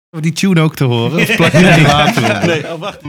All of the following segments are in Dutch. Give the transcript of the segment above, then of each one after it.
Die tune ook te horen? Of plak je die later op? Nee, wacht.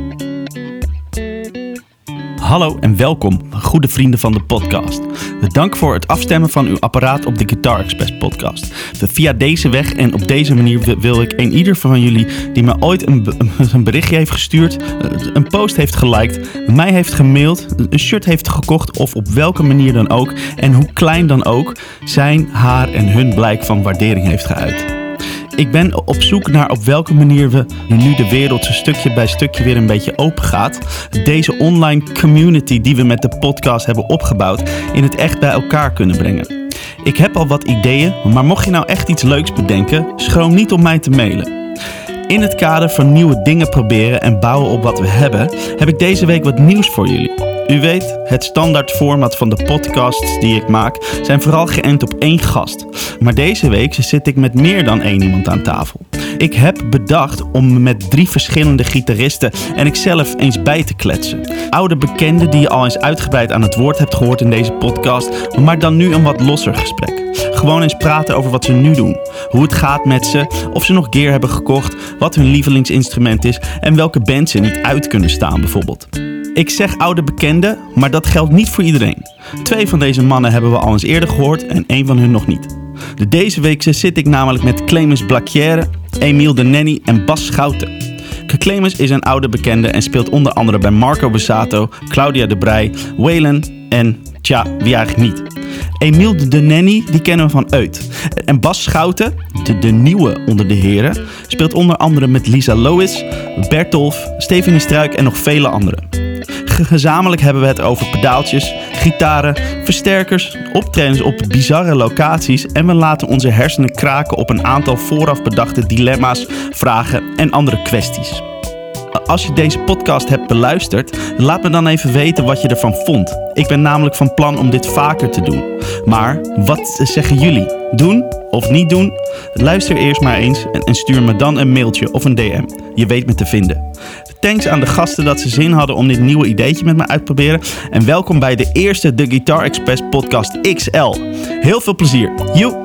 Hallo en welkom, goede vrienden van de podcast. Dank voor het afstemmen van uw apparaat op de Guitar Express podcast. Via deze weg en op deze manier wil ik een ieder van jullie die me ooit een berichtje heeft gestuurd, een post heeft geliked, mij heeft gemaild, een shirt heeft gekocht of op welke manier dan ook en hoe klein dan ook, zijn, haar en hun blijk van waardering heeft geuit. Ik ben op zoek naar op welke manier we, nu de wereld zo stukje bij stukje weer een beetje open gaat, deze online community die we met de podcast hebben opgebouwd, in het echt bij elkaar kunnen brengen. Ik heb al wat ideeën, maar mocht je nou echt iets leuks bedenken, schroom niet om mij te mailen. In het kader van nieuwe dingen proberen en bouwen op wat we hebben, heb ik deze week wat nieuws voor jullie. U weet, het standaard format van de podcasts die ik maak zijn vooral geënt op één gast. Maar deze week zit ik met meer dan één iemand aan tafel. Ik heb bedacht om met 3 verschillende gitaristen en ikzelf eens bij te kletsen. Oude bekenden die je al eens uitgebreid aan het woord hebt gehoord in deze podcast, maar dan nu een wat losser gesprek. Gewoon eens praten over wat ze nu doen, hoe het gaat met ze, of ze nog gear hebben gekocht, wat hun lievelingsinstrument is en welke band ze niet uit kunnen staan bijvoorbeeld. Ik zeg oude bekenden, maar dat geldt niet voor iedereen. 2 van deze mannen hebben we al eens eerder gehoord en 1 van hun nog niet. Deze week zit ik namelijk met Clemens Blacchiere, Emiel de Nenny en Bas Schouten. Clemens is een oude bekende en speelt onder andere bij Marco Borsato, Claudia de Breij, Waylon en tja, wie eigenlijk niet. Emiel de Nenny, die kennen we van Uit. En Bas Schouten, de nieuwe onder de heren, speelt onder andere met Lisa Lois, Bertolf, Stefanie Struik en nog vele anderen. Gezamenlijk hebben we het over pedaaltjes, gitaren, versterkers, optredens op bizarre locaties en we laten onze hersenen kraken op een aantal vooraf bedachte dilemma's, vragen en andere kwesties. Als je deze podcast hebt beluisterd, laat me dan even weten wat je ervan vond. Ik ben namelijk van plan om dit vaker te doen. Maar wat zeggen jullie? Doen of niet doen? Luister eerst maar eens en stuur me dan een mailtje of een DM. Je weet me te vinden. Thanks aan de gasten dat ze zin hadden om dit nieuwe ideetje met me uit te proberen. En welkom bij de eerste The Guitar Express podcast XL. Heel veel plezier. Joe!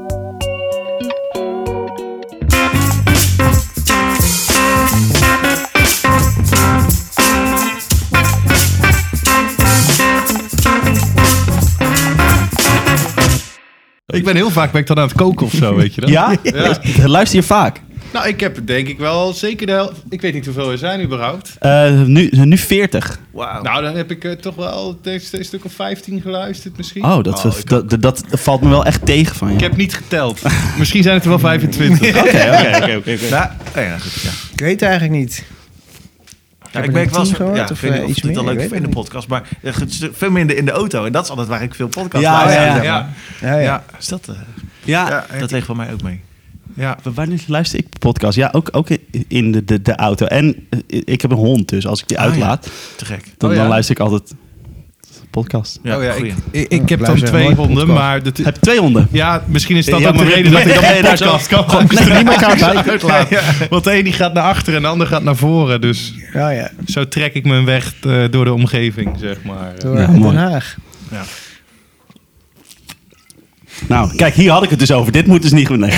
Ik ben heel vaak dan aan het koken of zo, weet je dat? Ja? Luister je vaak? Nou, ik heb denk ik wel zeker de helft. Ik weet niet hoeveel er zijn überhaupt. Nu 40. Wow. Nou, dan heb ik toch wel een stuk of 15 geluisterd misschien. Oh, dat valt me wel echt tegen van je. Ik heb niet geteld. Misschien zijn het er wel 25. Oké. Ja, goed, ja. Ik weet het eigenlijk niet. Ja, ik merk wel eens, gehoord, ja, of ik weet niet of iets het dan meer, leuk ik vind in de weet podcast, maar veel minder in de auto. En dat is altijd waar ik veel podcasts Ja, luister. ja. Ja. Dus dat Ja, dat weegt van mij ook mee. Ja. wanneer luister ik podcast? Ja, ook in de auto. En ik heb een hond, dus als ik die uitlaat, Te gek. dan luister ik altijd podcast. Ja, Oh ja, goeie. ik heb dan Luister 2 nooit honden, podcast. maar... Heb je 2 honden? Ja, misschien is dat Ja, ook de maar- reden dat ik ben dan je een daar zo- podcast kan. Nee, niet elkaar bij. uitlaten. Want de een die gaat naar achteren en de ander gaat naar voren. Dus Ja. zo trek ik mijn weg door de omgeving, zeg maar. Door Ja, Den mooi. Haag. Ja. Nou, kijk, hier had ik het dus over. Dit moet dus niet goed. Nee,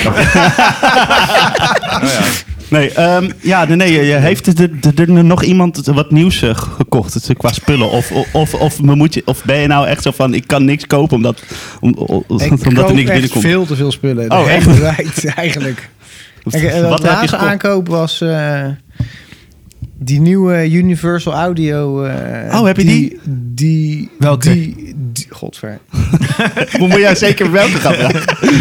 heeft er nog iemand wat nieuws gekocht qua spullen? Of ben je nou echt zo van, ik kan niks kopen omdat er niks binnenkomt? Veel te veel spullen. Oh, De echt? hele tijd, eigenlijk. Wat De heb je laatste gekocht? aankoop was die nieuwe Universal Audio. Heb je die? Welke? Godver. Moet jij zeker welke gaan vragen?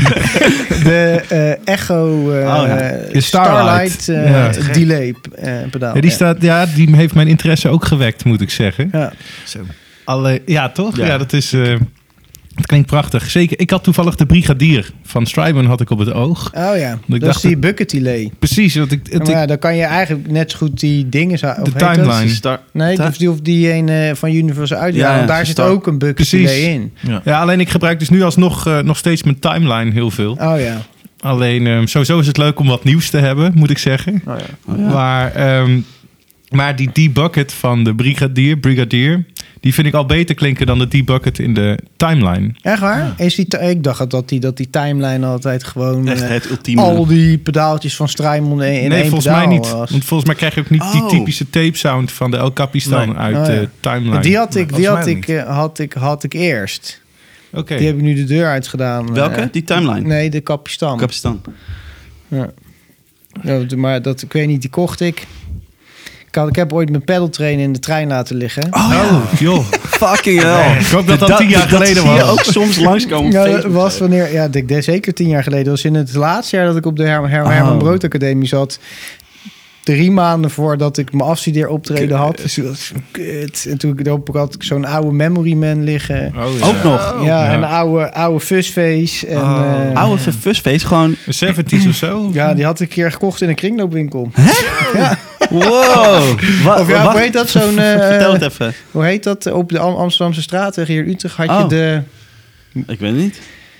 De Echo De Starlight. Delay pedaal. Ja, die heeft mijn interesse ook gewekt, moet ik zeggen. Ja. Zo. Ja, toch? Ja. Ja, dat is... het klinkt prachtig. Zeker, ik had toevallig de Brigadier van Strymon had ik op het oog. Oh ja, Ik dat dacht is die bucket delay. Precies, want Maar ja, dan kan je eigenlijk net zo goed die dingen... de timeline. Nee, of die een van Universal Audio. Ja, want daar zit ook een bucket Precies. delay in. Ja, alleen ik gebruik dus nu alsnog nog steeds mijn timeline heel veel. Oh ja. Alleen, sowieso is het leuk om wat nieuws te hebben, moet ik zeggen. Oh ja. Oh, ja. Maar Maar die D-Bucket van de Brigadier, die vind ik al beter klinken dan de D-Bucket in de timeline. Echt waar? Is ik dacht dat die timeline altijd gewoon... Echt het ultieme. al die pedaaltjes van Strymon in één Nee, volgens pedaal mij niet. was. Want volgens mij krijg je ook niet die typische tape sound van de El Capistan Nee. uit Oh, ja. de timeline. Die had ik eerst. Oké. Die heb ik nu de deur uitgedaan. Welke? Die timeline? Nee, de Capistan. Kapistan. Ja. Ja, maar ik weet niet, die kocht ik. Ik heb ooit mijn pedaltrain in de trein laten liggen. Oh, joh. Fucking hell. Ik hoop dat dat 10 jaar geleden Dat zie je was. ook soms langskomen op Ja, dat Facebook. was wanneer... Ja, ik deed zeker 10 jaar geleden. Dat was in het laatste jaar dat ik op de Herman Brood Academie zat. 3 maanden voordat ik mijn afstudeeroptreden had. Dus dat was kut. En toen had ik zo'n oude Memory Man liggen. Oh, ja. Ook nog. Ja, en een oude Fuzzface. En, Oude Fuzzface, gewoon... De 70s of zo? ja, die had ik een keer gekocht in een kringloopwinkel. Wow. Of ja, hoe heet dat? Zo'n... Vertel het even. Hoe heet dat? Op de Amsterdamse straat hier in Utrecht had je Oh. de... Ik weet het niet.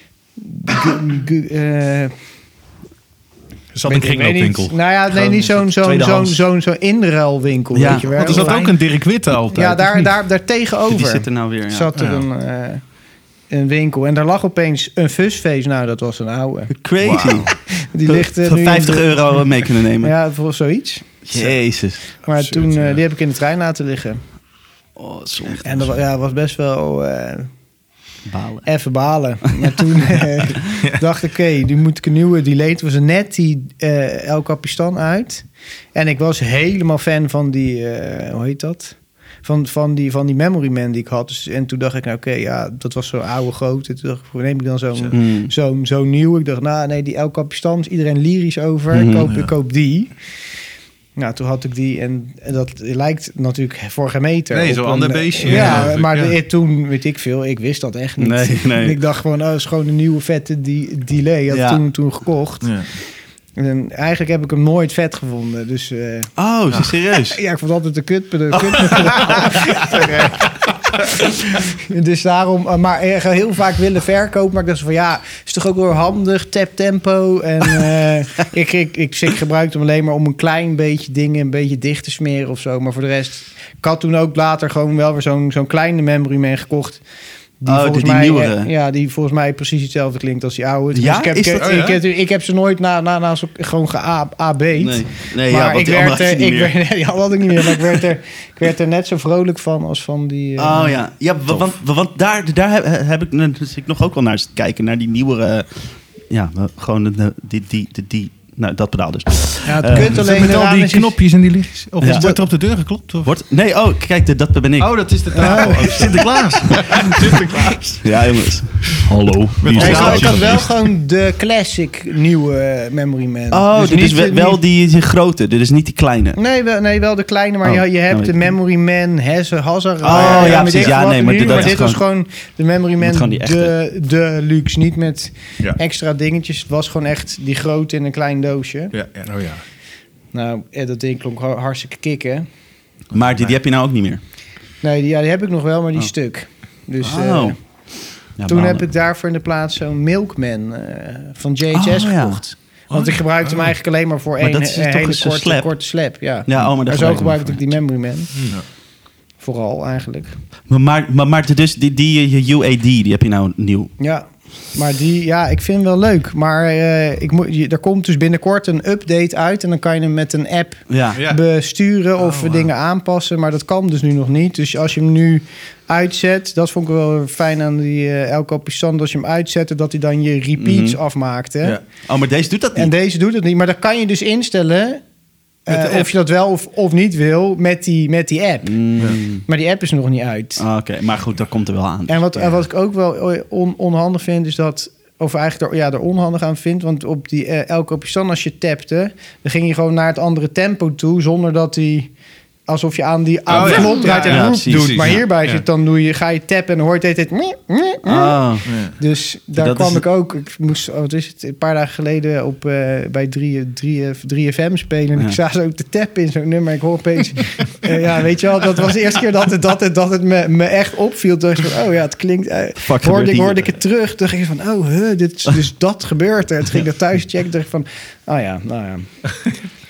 Zat een kringloopwinkel. Nou ja, nee, Gewoon niet tweedehands. zo'n inruilwinkel, Ja, weet je wel. Want er zat ook een Dirk Witte altijd. Ja, of niet? daar tegenover Die zit er nou weer. Ja. zat er een winkel. En daar lag opeens een Fuzzface. Nou, dat was een oude. Crazy. Die ligt Voor nu in €50 de- mee kunnen nemen. Ja, voor zoiets. Jezus. Maar Absurd, toen, ja. die heb ik in de trein laten liggen. Oh, zonde. En dat was best wel Balen. even balen. Maar toen dacht ik, oké, nu moet ik een nieuwe. Die leed was net die El Capistan uit. En ik was helemaal fan van die, hoe heet dat? Van die Memory Man die ik had. Dus, en toen dacht ik, nou oké, ja, dat was zo'n oude grote. Toen dacht ik, hoe neem ik dan zo'n nieuw? Ik dacht, nou nee, die El Capistan is iedereen lyrisch over. Ik koop die. Nou, toen had ik die en dat lijkt natuurlijk voor geen meter. Nee, op zo'n een, ander beestje. Ja, Ja, maar ja. toen weet ik veel. Ik wist dat echt niet. Nee. Ik dacht gewoon, oh, het is gewoon een nieuwe vette delay. Had Ja. toen gekocht. Ja. En eigenlijk heb ik hem nooit vet gevonden. Dus Oh, is serieus? ja, ik vond altijd de kut. Dus daarom, maar heel vaak willen verkopen. Maar ik dacht van ja, is toch ook wel handig, tap tempo. En ik gebruikte hem alleen maar om een klein beetje dingen een beetje dicht te smeren of zo. Maar voor de rest, ik had toen ook later gewoon wel weer zo'n kleine Memory Man gekocht. Die nieuwere. Die volgens mij precies hetzelfde klinkt als die oude. Ja? Dus Is dat- ik heb ze nooit na gewoon ge-AB. Nee, Maar ja, want ik die andere werd had je niet meer. die had ik niet meer. Maar ik werd er net zo vrolijk van als van die... Oh ja, ja want daar heb ik dus ik nog ook wel naar zitten kijken. Naar die nieuwere... Ja, gewoon dat pedaal dus. Ja, het kut Is het alleen met al eraan die is- knopjes en die lichtjes? Of Ja. wordt er op de deur geklopt? Of? Nee, oh, kijk, dat ben ik. Oh, dat is de tafel. Sinterklaas. Ja, jongens. Hallo. Met Ja, ons ik had wel gewoon de classic nieuwe Memory Man. Oh, dit is niet- wel die grote. Dit is niet die kleine. Nee, wel de kleine, maar Oh, je hebt nou de weet ik Memory Man, Hazard. ja, precies. Ja, nee, maar dat is dit was gewoon de Memory Man, gewoon die echte. de luxe. Niet met Ja. extra dingetjes. Het was gewoon echt die grote in een klein doosje. Ja, ja. Oh ja. Nou, dat ding klonk hartstikke kicken. Maar die heb je nou ook niet meer. Nee, die heb ik nog wel, maar die is stuk. Dus Ja, toen balen. heb ik daarvoor in de plaats zo'n Milkman van JHS Oh, ja. gekocht. Want ik gebruikte hem eigenlijk alleen maar voor Maar één dat is toch hele een slap? korte slap. Ja, Ja, oh, maar daar zo gebruik ik gebruikte hem ik die Memory Man. Ja. Vooral eigenlijk. Maar dus die UAD, die heb je nou nieuw. Ja, maar ik vind hem wel leuk. Maar er komt dus binnenkort een update uit. En dan kan je hem met een app Ja. Ja. besturen of dingen aanpassen. Maar dat kan dus nu nog niet. Dus als je hem nu uitzet, dat vond ik wel fijn aan die El Capistan. Als je hem uitzette, dat hij dan je repeats afmaakte. Ja. Oh, maar deze doet dat En niet. deze doet het niet. Maar dan kan je dus instellen Met de app. of je dat wel of niet wil met die app. Maar die app is nog niet uit. Oké, maar goed, dat komt er wel aan. En wat ik ook wel onhandig vind, is dat... Of eigenlijk er onhandig aan vind. Want op die El Capistan, als je tapte... dan ging je gewoon naar het andere tempo toe... zonder dat hij... alsof je aan die ja. knop draait en Ja, roep precies, doet. precies, Maar ja. hierbij Ja. zit dan ga je tappen... en dan hoort het Oh. Dus daar Dat kwam is- ik ook. Ik moest, wat is het, een paar dagen geleden op bij 3FM spelen. En Ja. ik zag zo ook de tap in zo'n nummer. Ik hoor opeens, ja, weet je wel, dat was de eerste keer dat het me echt opviel. Toen dacht ik van, oh ja, het klinkt. Fuck, gebeurt hier. Hoorde ik het terug. Toen ging ik van, oh, dus dat gebeurt er. Toen ging ik dat thuis checken. Dacht ik van, oh ja, nou ja.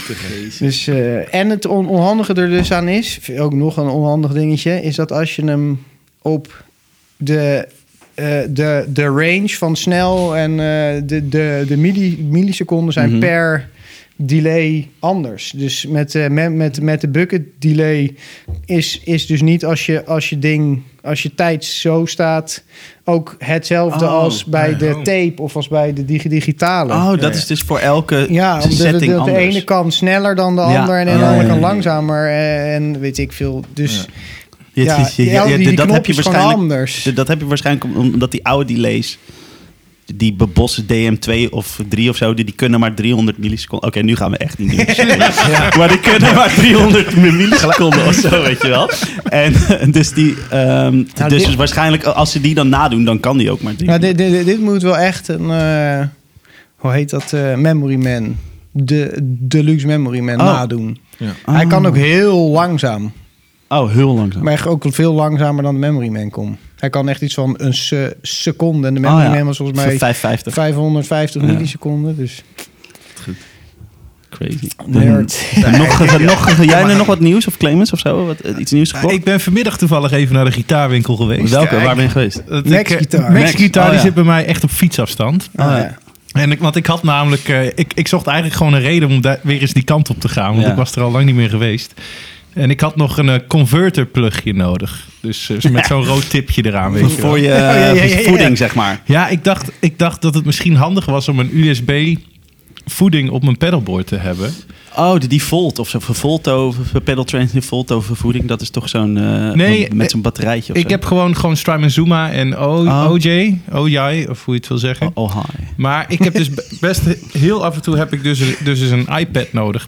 Dus, en het onhandige er dus aan is, ook nog een onhandig dingetje, is dat als je hem op de range van snel en de milliseconden zijn per delay anders. Dus met de bucket delay is dus niet als je tijd zo staat ook hetzelfde als bij de tape of als bij de digitale. Oh, dat is dus voor elke omdat setting de anders. ene kan sneller dan de ander en de andere kan langzamer en weet ik veel. Dus die dat heb je waarschijnlijk anders. Dat heb je waarschijnlijk omdat die oude delays, die bebossen DM2 of 3 of zo, die kunnen maar 300 milliseconden. Oké, nu gaan we echt niet doen. Maar die kunnen maar 300 milliseconden of zo, weet je wel. En dus die, dus waarschijnlijk als ze die dan nadoen, dan kan die ook maar 300. Dit moet wel echt een, hoe heet dat, Memory Man, de Deluxe Memory Man nadoen. Ja. Hij kan ook heel langzaam. Oh, heel langzaam. Maar ook veel langzamer dan de Memory Man kon. Hij kan echt iets van een seconde. En de Memory Man was volgens mij 550 milliseconden. Dus. Goed. Crazy. Nerd. Jij nog wat nieuws of Clemens of zo? Iets nieuws gekocht? Ik ben vanmiddag toevallig even naar de gitaarwinkel geweest. Welke? Waar ben je geweest? Max Guitar. Max Guitar die zit bij mij echt op fietsafstand. Ja. Want ik had namelijk... Ik zocht eigenlijk gewoon een reden om weer eens die kant op te gaan. Want ik was er al lang niet meer geweest. En ik had nog een converter plugje nodig. Dus met zo'n rood tipje eraan. Weet je voor je voeding, zeg maar. Ja, ik dacht dat het misschien handig was om een USB voeding op mijn pedalboard te hebben. Oh, die Volt of zo. Volto, pedal trains in Volto voeding. Dat is toch zo'n met zo'n batterijtje of ik zo? heb gewoon Strymon Zuma en OJ, of hoe je het wil zeggen. Hi. Maar ik heb dus best heel af en toe heb ik dus een iPad nodig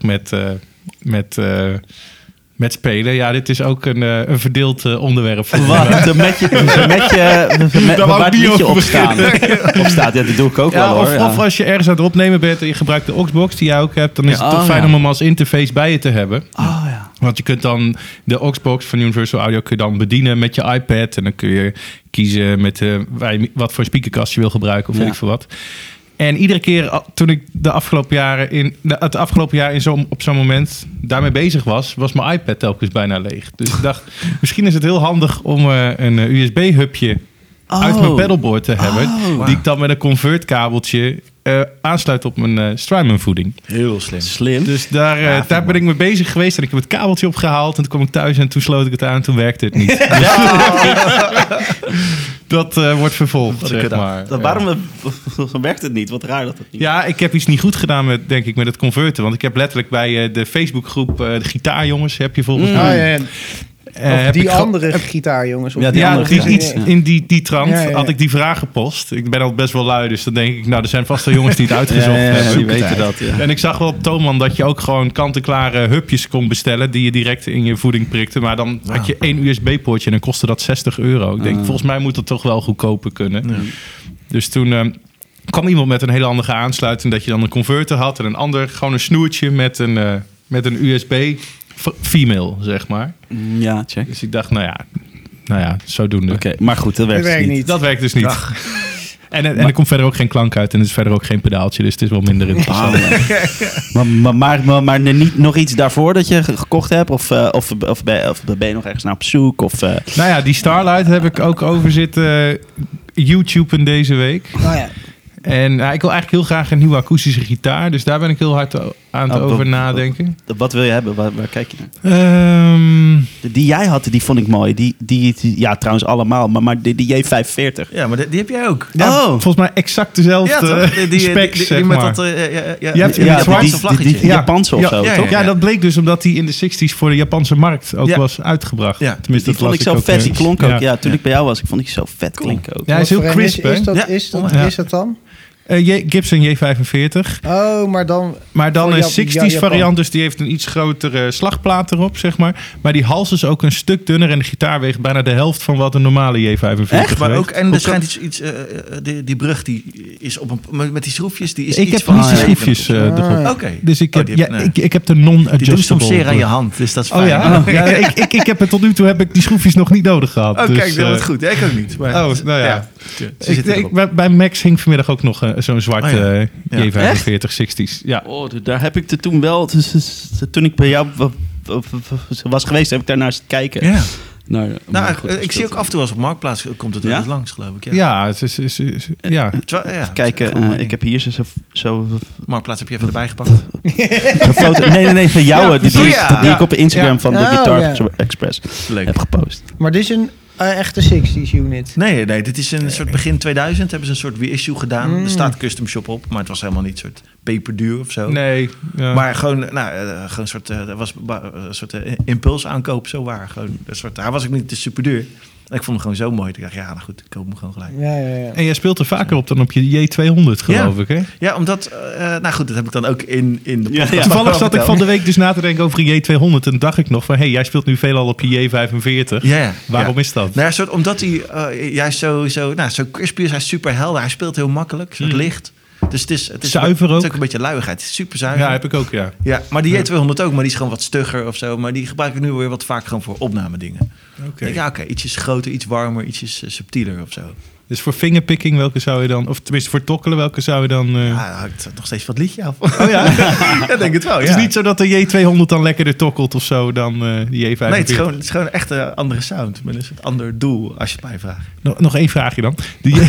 met spelen. Ja, dit is ook een verdeeld onderwerp. Wat? Met waar het liedje op staat. Ja, dat doe ik ook wel hoor. Of als je ergens aan het opnemen bent en je gebruikt de Oxbox die jij ook hebt, dan is het toch fijn om hem als interface bij je te hebben. Oh, ja. Want je kunt dan de Oxbox van Universal Audio kun je dan bedienen met je iPad. En dan kun je kiezen met wat voor speakerkast je wil gebruiken of weet ik veel wat. En iedere keer toen ik het afgelopen jaar op zo'n moment daarmee bezig was mijn iPad telkens bijna leeg. Dus ik dacht, misschien is het heel handig om een USB-hubje uit mijn pedalboard te hebben. Die ik dan met een convertkabeltje aansluit op mijn Strymon voeding. Heel slim. Dus daar ben ik mee bezig geweest en ik heb het kabeltje opgehaald. En toen kwam ik thuis en toen sloot ik het aan en toen werkte het niet. Dat wordt vervolgd, zeg maar. Waarom werkt het niet? Wat raar dat het niet. Ja, ik heb iets niet goed gedaan met het converten. Want ik heb letterlijk bij de Facebookgroep de Gitaarjongens heb je volgens mij. Of die andere gitaarjongens. In die trant had ik die vraag gepost. Ik ben al best wel lui, dus dan denk ik, er zijn vast wel jongens die het uitgezocht hebben. Die weten dat. Ja. En ik zag wel op Thomann dat je ook gewoon kant-en-klare hubjes kon bestellen die je direct in je voeding prikte. Maar dan had je 1 USB-poortje en dan kostte dat €60. Ik denk, volgens mij moet dat toch wel goedkoper kunnen. Ja. Dus toen kwam iemand met een hele andere aansluiting dat je dan een converter had en een ander gewoon een snoertje met een USB female, zeg maar. Ja, check. Dus ik dacht, nou ja, zodoende. Oké, maar goed, dat werkt niet. Dat werkt dus niet. En er komt verder ook geen klank uit en er is verder ook geen pedaaltje, dus het is wel minder interessant. Maar niet nog iets daarvoor dat je gekocht hebt? Of ben je nog ergens naar op zoek? Nou ja, die Starlight heb ik ook over zitten YouTuben deze week. Oh ja. En ik wil eigenlijk heel graag een nieuwe akoestische gitaar. Dus daar ben ik heel hard aan het over nadenken. Wat wil je hebben? Waar kijk je naar? Die jij had, die vond ik mooi. Die trouwens allemaal. Maar die J540. Ja, maar die heb jij ook. Ja, volgens mij exact dezelfde specs, zeg maar. Die Japanse of zo, toch? Ja, dat bleek dus omdat die in de 60s voor de Japanse markt ook was uitgebracht. Ja. Tenminste, die vond ik zo vet. Die klonk ook. Ja, toen ik bij jou was, ik vond die zo vet klinken ook. Ja, hij is heel crisp, Is dat dan? Gibson J45. Oh, maar dan een 60s variant, dus die heeft een iets grotere slagplaat erop, zeg maar. Maar die hals is ook een stuk dunner en de gitaar weegt bijna de helft van wat een normale J45 Echt? Maar ook, en er schijnt iets die brug die is met die schroefjes, die is ik iets heb niet die schroefjes erop. Oké. Dus ik heb de non-adjustable. Die doen soms zeer aan je hand, dus dat is fijn. Oh ja? Ik heb tot nu toe die schroefjes nog niet nodig gehad. Oh, kijk, dat is goed. Ik ook niet. Maar, nou ja. Bij Max hing vanmiddag ook nog zo'n zwarte J45 60's. Ja. Oh, daar heb ik er toen wel... Toen ik bij jou was geweest, heb ik daarnaar zitten kijken. Ja. Ik zie ook af en toe als op Marktplaats komt het wel eens langs, geloof ik. Ja, het is... Even kijken, ik heb hier zo Marktplaats heb je even erbij gepakt. een foto. Nee, van jou. Die ik op Instagram van de Guitar Express heb gepost. Maar dit is een echte 60s unit. Nee, dit is een soort begin 2000. Hebben ze een soort reissue gedaan. Er staat custom shop op, maar het was helemaal niet een soort peperduur of zo. Nee. Ja. Maar gewoon een soort, was een soort impuls aankoop, zo waar. Gewoon een soort, hij was ook niet te super duur. Ik vond hem gewoon zo mooi. Ik dacht, nou goed, ik koop hem gewoon gelijk. Ja. En jij speelt er vaker op dan op je J200, geloof ik, hè? Ja, omdat... nou goed, dat heb ik dan ook in de podcast. Ja. Toevallig zat ik van de week dus na te denken over je J200. En dacht ik nog van, jij speelt nu veelal op je J45. Ja. Waarom is dat? Nou, soort, omdat hij juist zo crispy is. Hij is super helder. Hij speelt heel makkelijk. Soort licht. Dus het is zuiver ook. Het is ook een beetje luiigheid. Het is super zuiver. Ja, heb ik ook, ja. Ja, maar die J200 ook, maar die is gewoon wat stugger of zo. Maar die gebruik ik nu weer wat vaak gewoon voor opnamedingen. Oké, ietsjes groter, iets warmer, ietsjes subtieler of zo. Dus voor fingerpicking, welke zou je dan... Of tenminste voor tokkelen, welke zou je dan... Ja, hangt nog steeds van het liedje af. Oh ja? Ja, denk het wel, Het is niet zo dat de J200 dan lekkerder tokkelt of zo dan die J45. Nee, het is gewoon echt een andere sound. Met een soort ander doel, als je het mij vraagt. Nog één vraagje dan.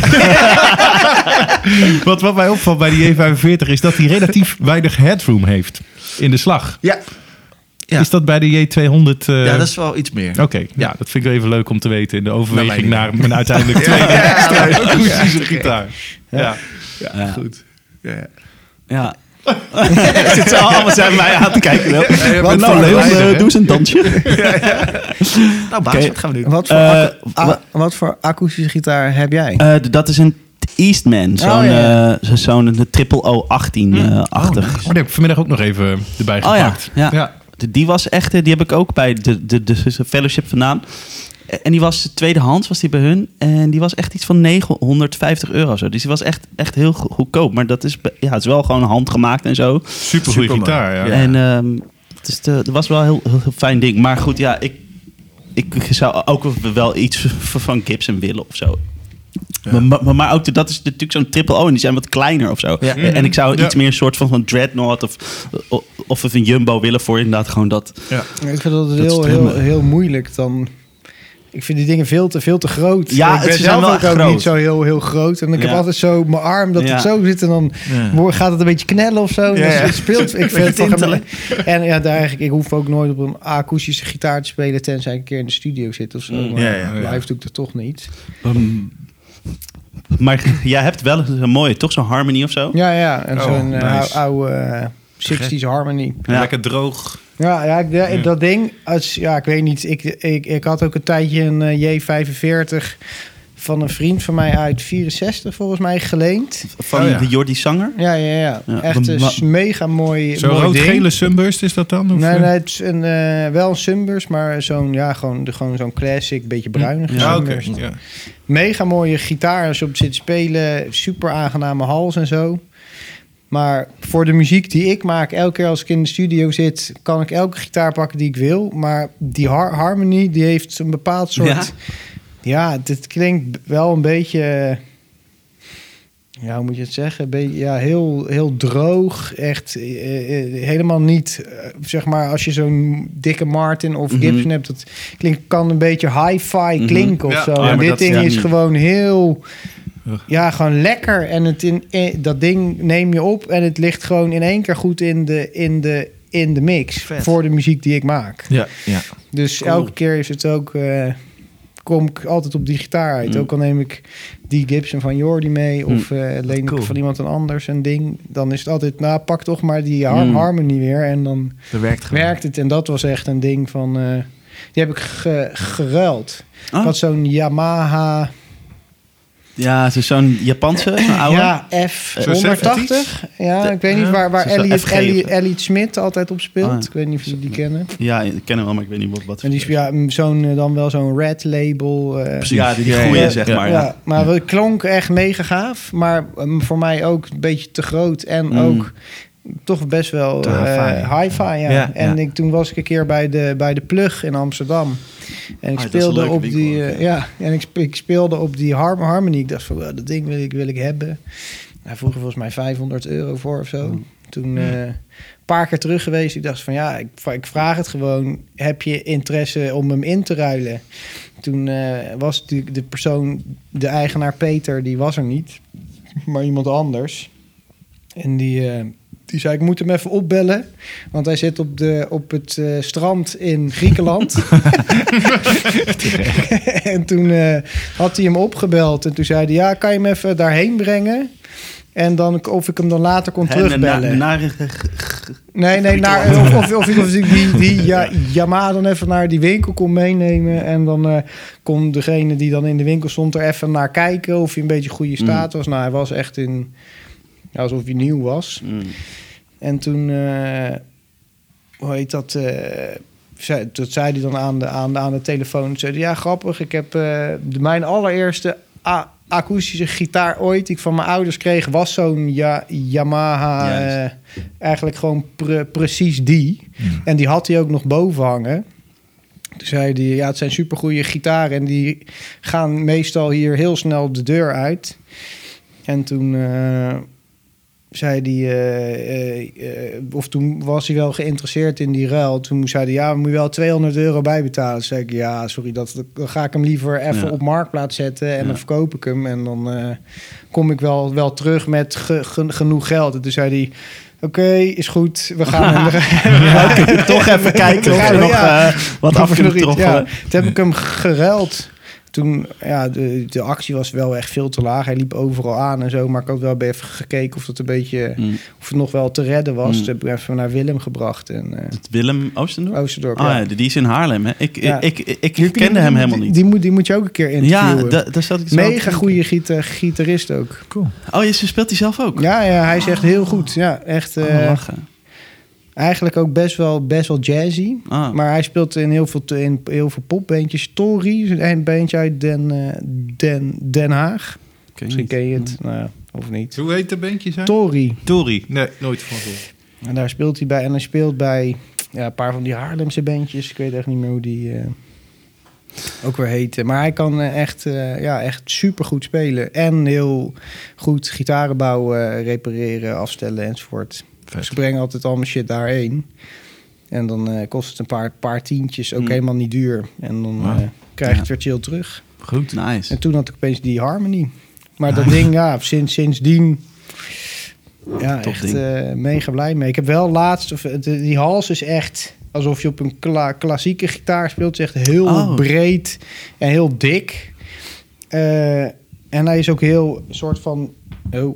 Wat mij opvalt bij die J45 is dat hij relatief weinig headroom heeft in de slag. Ja. Is dat bij de J200... Ja, dat is wel iets meer. Oké, ja, dat vind ik wel even leuk om te weten in de overweging naar mijn uiteindelijk tweede akoestische gitaar. Ja, goed. Ja. Zit ze allemaal zijn mij aan te kijken. Wat nou, Leon, doe eens een dansje. Nou, baas, wat gaan we doen? Wat voor akoestische gitaar heb jij? Dat is een Eastman. Zo'n Triple O18-achtig. Die heb ik vanmiddag ook nog even erbij gepakt. Ja. Die was echt, die heb ik ook bij de fellowship vandaan. En die was tweedehands, was die bij hun. En die was echt iets van €950 zo. Dus die was echt heel goedkoop. Maar dat is, het is wel gewoon handgemaakt en zo. Super goede gitaar, ja. En dat was wel een heel fijn ding. Maar goed, ja, ik zou ook wel iets van Gibson willen of zo. Ja. Maar ook, dat is natuurlijk zo'n triple O en die zijn wat kleiner of zo. Ja. En ik zou iets meer een soort van Dreadnought of een Jumbo willen voor inderdaad gewoon dat. Ja. Ik vind dat heel moeilijk dan. Ik vind die dingen veel te groot. Ja, ik ben zelf ook niet zo heel groot. En ik heb altijd zo mijn arm dat het zo zit en dan gaat het een beetje knellen of zo. Dus het speelt. Ik vind het en ik hoef ook nooit op een akoestische gitaar te spelen tenzij ik een keer in de studio zit of zo. Maar live doe ik dat toch niet. Maar jij hebt wel een mooie, toch zo'n Harmony of zo? Ja. En zo'n oude 60s Harmony. Ja. Lekker droog. Dat ding, ik weet niet. Ik had ook een tijdje een J45 van een vriend van mij uit 64 volgens mij geleend. Van de Jordi Zanger? Ja. Echt een mega mooi zo'n rood-gele Sunburst is dat dan? Of? Nee, het is wel een Sunburst, maar gewoon zo'n classic, beetje bruinig. Okay. Mega mooie gitaar als je op zit spelen. Super aangename hals en zo. Maar voor de muziek die ik maak, elke keer als ik in de studio zit, kan ik elke gitaar pakken die ik wil. Maar die Harmony, die heeft een bepaald soort... Ja, dit klinkt wel een beetje... Ja, hoe moet je het zeggen? Heel droog. Echt helemaal niet... zeg maar, als je zo'n dikke Martin of Gibson hebt... dat kan een beetje hi-fi klinken of zo. En dit ding is gewoon heel... Ja, gewoon lekker. En dat ding neem je op en het ligt gewoon in één keer goed in de mix. Vet. Voor de muziek die ik maak. Ja. Dus elke keer is het ook... kom ik altijd op die gitaar uit. Ook al neem ik die Gibson van Jordi mee... of leen ik van iemand anders een ding... dan is het altijd... pak toch maar die Harmony weer... en dan werkt het. En dat was echt een ding van... die heb ik geruild. Ik had zo'n Yamaha... Ja, zo'n Japanse, zo'n oude. Ja, F180. Ja, ik weet niet waar Elliot Smith altijd op speelt. Ik weet niet of jullie die kennen. Ja, ik ken hem wel, maar ik weet niet wat. En die is dan wel zo'n Red Label. Ja, die goeie, zeg maar. Ja, maar het klonk echt mega gaaf. Maar voor mij ook een beetje te groot. En ook toch best wel hi-fi. En toen was ik een keer bij de Plug in Amsterdam. En ik dat is een speelde leuke op winkel die... ook, en ik speelde op die Harmony. Ik dacht van, dat ding wil ik hebben. Hij vroeg er volgens mij €500 voor of zo. Toen een paar keer terug geweest. Ik dacht van, ik vraag het gewoon. Heb je interesse om hem in te ruilen? Toen was de persoon, de eigenaar Peter, die was er niet. Maar iemand anders. En die zei, ik moet hem even opbellen. Want hij zit op het strand in Griekenland. En toen had hij hem opgebeld. En toen zei hij, ja, kan je hem even daarheen brengen? En dan of ik hem dan later kon terugbellen. Of ik die Yamaha dan even naar die winkel kon meenemen. En dan kon degene die dan in de winkel stond er even naar kijken of hij een beetje goede staat was. Nou, hij was echt alsof hij nieuw was. En toen, dat zei hij dan aan de telefoon. Zei hij, ja, grappig, ik heb mijn allereerste akoestische gitaar ooit die ik van mijn ouders kreeg, was zo'n Yamaha. Eigenlijk gewoon precies die. En die had hij ook nog boven hangen. Toen zei hij, ja, het zijn supergoeie gitaren en die gaan meestal hier heel snel de deur uit. En toen zei hij, of toen was hij wel geïnteresseerd in die ruil. Toen zei hij, ja, moet je wel €200 bijbetalen. Toen zei ik, ja, sorry, dan ga ik hem liever even op Marktplaats zetten en dan verkoop ik hem. En dan kom ik wel terug met genoeg geld. En toen zei hij, oké, is goed, we gaan hem toch even kijken of er nog wat af kunnen troggelen. Toen heb ik hem geruild. Toen, ja, de actie was wel echt veel te laag. Hij liep overal aan en zo. Maar ik had wel even gekeken of het een beetje... of het nog wel te redden was. Toen heb ik even naar Willem gebracht. Willem Oostendorp? Oostendorp, die is in Haarlem, hè? Ik kende hem helemaal niet. Die moet je ook een keer interviewen. Ja, daar zat ik zo mega goede gitarist ook. Cool. Oh, je speelt hij zelf ook? Ja, hij is echt heel goed. Ja, echt... lachen. Eigenlijk ook best wel jazzy. Maar hij speelt in heel veel popbandjes. Tori, een bandje uit Den Haag. Misschien ken je het, of niet. Hoe heet de bandje? Tori. Nee, nooit van gehoord. En daar speelt hij bij. En hij speelt bij een paar van die Haarlemse bandjes. Ik weet echt niet meer hoe die ook weer heten. Maar hij kan echt super goed spelen. En heel goed gitaren bouwen, repareren, afstellen enzovoort. Dus ik breng altijd al mijn shit daarheen. En dan kost het een paar tientjes, ook helemaal niet duur. En dan krijg je het weer chill terug. Goed, nice. En toen had ik opeens die Harmony. Maar dat ding, sindsdien... Ja, top echt mega blij mee. Ik heb wel laatst... die hals is echt alsof je op een klassieke gitaar speelt. Het is echt heel breed en heel dik. En hij is ook heel soort van... Oh.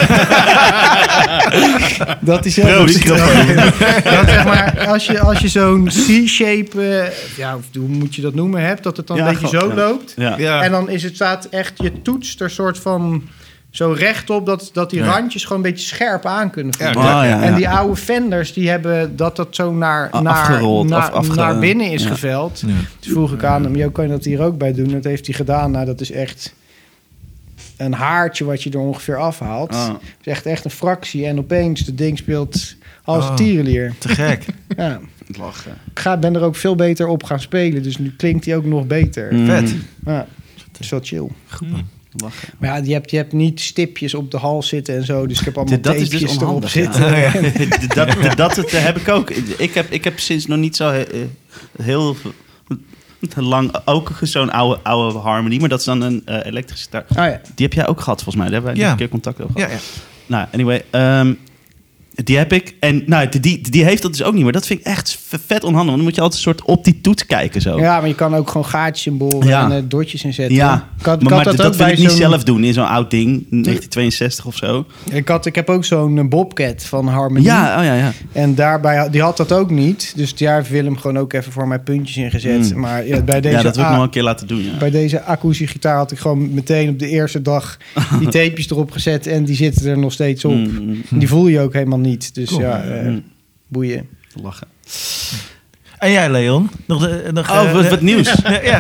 Dat is heel dat zeg maar, als je zo'n C-shape, hoe moet je dat noemen, hebt, dat het dan een beetje zo loopt. Ja. En dan staat echt, je toetst er soort van zo rechtop dat die randjes gewoon een beetje scherp aan kunnen voelen. En die oude Fenders, die hebben dat zo naar binnen is geveld. Ja. Toen vroeg ik aan hem, kan je dat hier ook bij doen? Dat heeft hij gedaan. Nou, dat is echt een haartje wat je er ongeveer afhaalt. Het is echt een fractie. En opeens, het ding speelt als tierenlier. Te gek. Ja. Lachen. Ik ben er ook veel beter op gaan spelen. Dus nu klinkt hij ook nog beter. Vet. Ja, het is wel chill. Goed, man. Lachen. Maar ja, je hebt niet stipjes op de hals zitten en zo. Dus ik heb allemaal tapejes dus erop zitten. Dat heb ik ook. Ik heb sinds nog niet zo heel lang ook zo'n oude Harmony. Maar dat is dan een elektrische gitaar. Die heb jij ook gehad, volgens mij. Daar hebben wij een keer contact over gehad. Ja. Nou, anyway... die heb ik. En nou, die heeft dat dus ook niet. Maar dat vind ik echt vet onhandig. Want dan moet je altijd een soort op die toets kijken zo. Ja, maar je kan ook gewoon gaatjes in boren en dotjes in zetten. Ja, maar dat wil ik niet zelf doen in zo'n oud ding. 1962 of zo. Ik heb ook zo'n Bobcat van Harmony. Ja. En daarbij, die had dat ook niet. Dus daar heeft Willem gewoon ook even voor mij puntjes in gezet. Maar bij deze, dat wil ik nog een keer laten doen. Ja. Bij deze akoestische gitaar had ik gewoon meteen op de eerste dag die tapejes erop gezet. En die zitten er nog steeds op. Die voel je ook helemaal niet. Dus boeien. Lachen. En jij, Leon? Wat nieuws.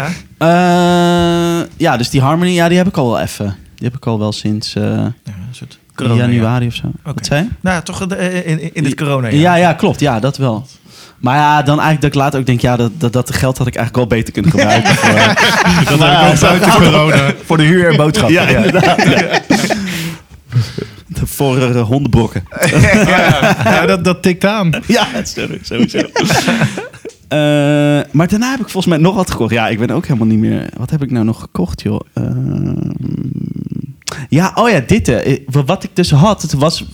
Dus die Harmony, die heb ik al wel even. Die heb ik al wel sinds januari of zo. Okay. Wat zei je? Nou, toch in het corona. Ja, klopt. Ja, dat wel. Maar ja, dan eigenlijk dat ik later ook denk... ja, dat geld had ik eigenlijk wel beter kunnen gebruiken. Dat had ik ook buiten corona. Voor de huur en boodschappen. Ja, inderdaad. Ja. Voor hondenbrokken. Ja, dat tikt aan. Ja, sowieso. Maar daarna heb ik volgens mij nog wat gekocht. Ja, ik ben ook helemaal niet meer... Wat heb ik nou nog gekocht, joh? Dit. Wat ik dus had, het was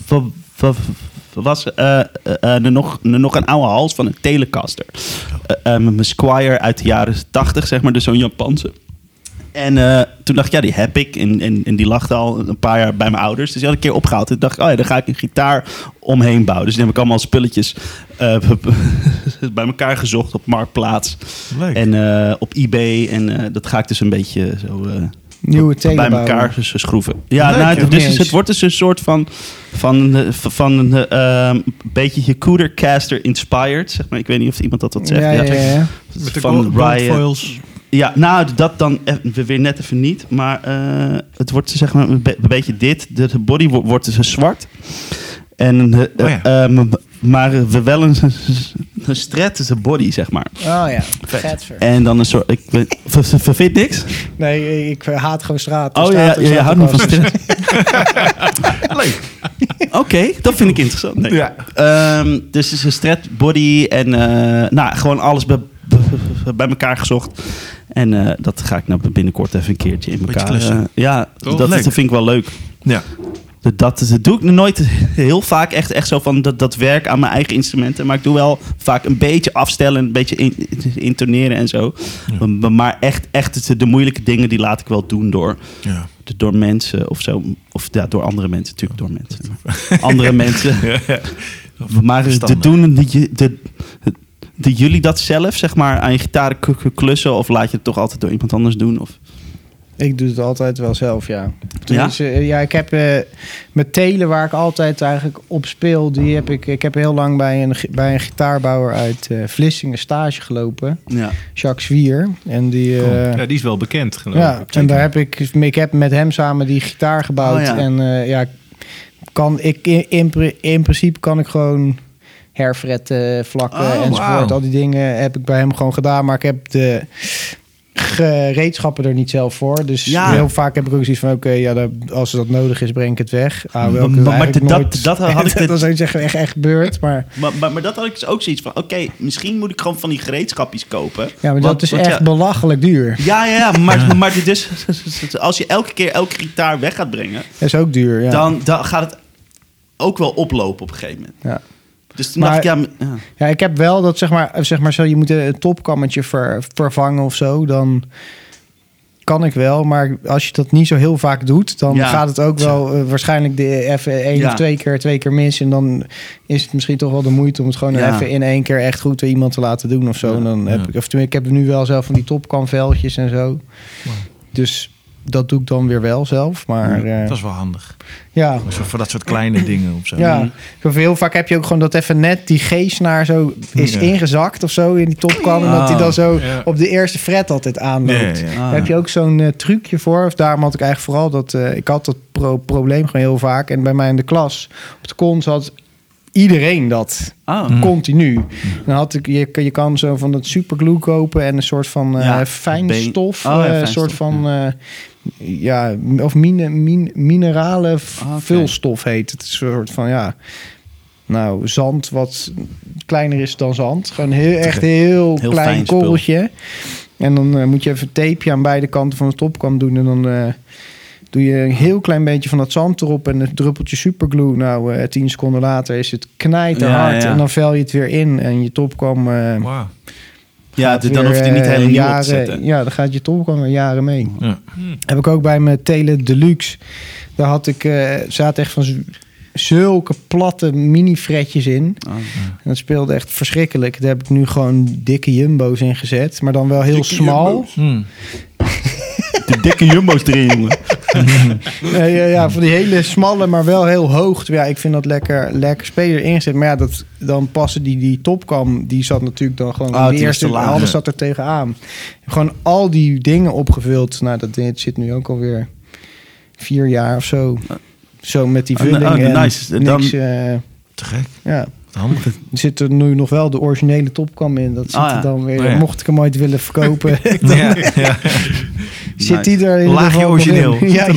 nog een oude hals van een Telecaster. Mijn Squier uit de jaren 80, zeg maar. Dus zo'n Japanse. En toen dacht ik, ja, die heb ik. En die lag al een paar jaar bij mijn ouders. Dus die had ik een keer opgehaald. Toen dacht ik, dan ga ik een gitaar omheen bouwen. Dus dan heb ik allemaal spulletjes bij elkaar gezocht op Marktplaats. Leuk. En op eBay. En dat ga ik dus een beetje zo... Nieuwe telen bij bouwen. elkaar schroeven. Ja, Leuk, het wordt dus een soort van een beetje Jakuder-caster inspired. Zeg maar. Ik weet niet of iemand dat wat zegt. Ja. Met de Van Ryan. foils. Ja, nou, dat dan weer net even niet. Maar het wordt zeg maar een beetje dit. De body wordt dus zwart. En maar we wel een strat body, zeg maar. Oh ja, vetver. En dan een soort... Vind niks? Nee, ik haat gewoon straat. Oh ja, je houdt niet van strat. Leuk. Oké, dat vind ik interessant. Nee. Ja. Dus het is een strat body en gewoon alles bij elkaar gezocht. En dat ga ik nou binnenkort even een keertje in Beetje elkaar... klussen. dat vind ik wel leuk. Ja. Dat doe ik nooit heel vaak echt zo van dat werk aan mijn eigen instrumenten. Maar ik doe wel vaak een beetje afstellen, een beetje intoneren en zo. Ja. Maar echt de moeilijke dingen die laat ik wel doen door mensen of zo. Of ja, door andere mensen, natuurlijk door mensen. Andere mensen. Ja. Maar jullie dat zelf, zeg maar, aan je gitaar klussen? Of laat je het toch altijd door iemand anders doen? Of... Ik doe het altijd wel zelf, ja. Ja? Dus, ik heb met telen waar ik altijd eigenlijk op speel... Ik heb heel lang bij een gitaarbouwer uit Vlissingen stage gelopen. Ja. Jacques Zwier. En die is wel bekend, geloof ik. Ja, en daar heb ik heb met hem samen die gitaar gebouwd. Oh, ja. En in principe kan ik gewoon herfretten, vlakken enzovoort. Wow. Al die dingen heb ik bij hem gewoon gedaan. Maar ik heb de gereedschappen er niet zelf voor. Dus heel vaak heb ik ook zoiets van... als dat nodig is, breng ik het weg. Dat had ik... Dat zou je zeggen, echt gebeurd. Maar dat had ik dus ook zoiets van... Oké, misschien moet ik gewoon van die gereedschapjes kopen. Ja, maar dat is echt belachelijk duur. Ja, maar dus... Als je elke gitaar weg gaat brengen... Dat is ook duur, ja. Dan gaat het ook wel oplopen op een gegeven moment. Ja. Dus toen dacht ik, ja, ik heb wel dat zeg maar zo, je moet een topkammetje vervangen of zo, dan kan ik wel. Maar als je dat niet zo heel vaak doet, dan gaat het ook wel waarschijnlijk even één of twee keer mis. En dan is het misschien toch wel de moeite om het gewoon even in één keer echt goed door iemand te laten doen of zo. En dan ik heb nu wel zelf van die topkamveldjes en zo. Wow. Dus dat doe ik dan weer wel zelf. Maar, dat is wel handig. Ja. Voor dat soort kleine dingen of zo. Ja. Heel vaak heb je ook gewoon dat even net die G-snaar zo is ingezakt of zo in die topkam. En dat die dan zo op de eerste fret altijd aanloopt. Daar heb je ook zo'n trucje voor. Of daarom had ik eigenlijk vooral dat... ik had dat probleem gewoon heel vaak. En bij mij in de klas op de cons had iedereen dat. Continu. Dan had ik, je kan zo van dat superglue kopen en een soort van fijnstof. Een soort van of minerale vulstof heet het. Een soort van zand wat kleiner is dan zand. Gewoon heel klein korreltje. En dan moet je even een tapeje aan beide kanten van de topkam doen en dan doe je een heel klein beetje van dat zand erop en een druppeltje superglue. Nou, 10 seconden later is het knijterhard en dan vel je het weer in en je topkam... Wow. Ja, dan hoef je die niet helemaal nieuw op te zetten. Ja, dan gaat je topkam weer jaren mee. Ja. Heb ik ook bij mijn Tele Deluxe. Daar had ik... zaten echt van zulke platte mini-fretjes in. En dat speelde echt verschrikkelijk. Daar heb ik nu gewoon dikke jumbo's in gezet. Maar dan wel heel smal. De dikke jumbo's erin, jongen. Ja, van die hele smalle, maar wel heel hoog. Ja, ik vind dat lekker speler ingezet. Maar ja, dan passen die topkam, die zat natuurlijk dan gewoon in de eerste. Alles zat er tegenaan. Gewoon al die dingen opgevuld. Nou, dat zit nu ook alweer 4 jaar of zo. Zo met die vulling. Nice. Niks, te gek. Ja. Handig. Er zit er nu nog wel de originele Topcam in. Dat zit er dan weer. Oh, ja. Mocht ik hem ooit willen verkopen. Ja. Zit die er in Laagje origineel.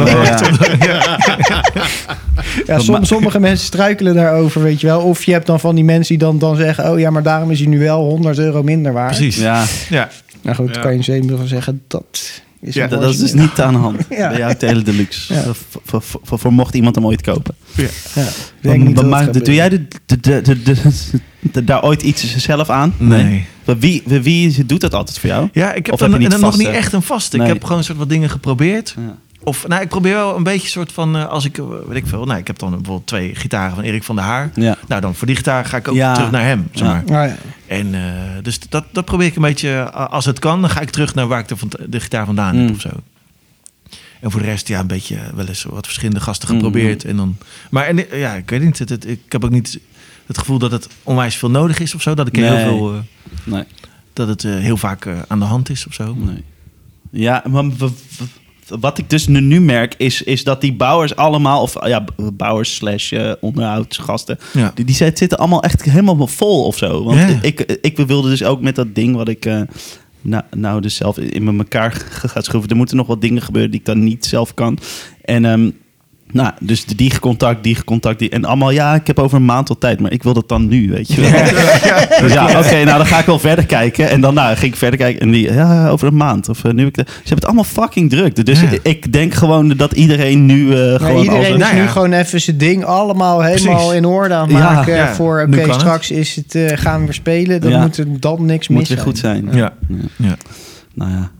Sommige mensen struikelen daarover, weet je wel. Of je hebt dan van die mensen die dan zeggen... oh ja, maar daarom is hij nu wel €100 minder waard. Precies. Ja. Nou goed, dan kan je zeker van zeggen... dat is Dat is dus niet aan de hand. Ja. Bij jou Tele Deluxe. Ja. Voor mocht iemand hem ooit kopen. Ja, denk niet dat Maar het doe jij daar ooit iets zelf aan? Nee. Wie doet dat altijd voor jou? Ja, ik heb Of dan heb je niet nog vaste? niet echt een vaste. Nee. Ik heb gewoon een soort wat dingen geprobeerd. Ja. Of, ik probeer wel een beetje soort van, als ik, weet ik veel. Ik heb dan bijvoorbeeld 2 gitaren van Erik van der Haar. Ja. Nou, dan voor die gitaar ga ik ook Ja. terug naar hem, zeg maar. Nou ja. En dus dat probeer ik een beetje, als het kan, dan ga ik terug naar waar ik de gitaar vandaan heb of zo. En voor de rest, een beetje wel eens wat verschillende gasten geprobeerd. En dan, maar ik weet niet, ik heb ook niet het gevoel dat het onwijs veel nodig is of zo. Dat ik heel veel, Nee. dat het heel vaak aan de hand is of zo. Nee. Ja, maar wat ik dus nu merk is dat die bouwers allemaal... of ja, bouwers / onderhoudsgasten... Ja. Die zitten allemaal echt helemaal vol of zo. Want Ja. ik wilde dus ook met dat ding wat ik... nou dus zelf in elkaar ga schroeven. Er moeten nog wat dingen gebeuren die ik dan niet zelf kan. En dus die gecontact. En allemaal, ik heb over een maand al tijd. Maar ik wil dat dan nu, weet je wel. Dus oké, dan ga ik wel verder kijken. En dan ging ik verder kijken. En die, over een maand. Of nu heb ik ze hebben het allemaal fucking druk. Dus ik denk gewoon dat iedereen nu gewoon... Iedereen is nu gewoon even zijn ding allemaal helemaal Precies. in orde aan het maken. Ja. Voor Nu oké, kan straks is het, gaan we weer spelen. Dan moet er dan niks moet mis weer zijn. goed zijn. Ja. Nou ja.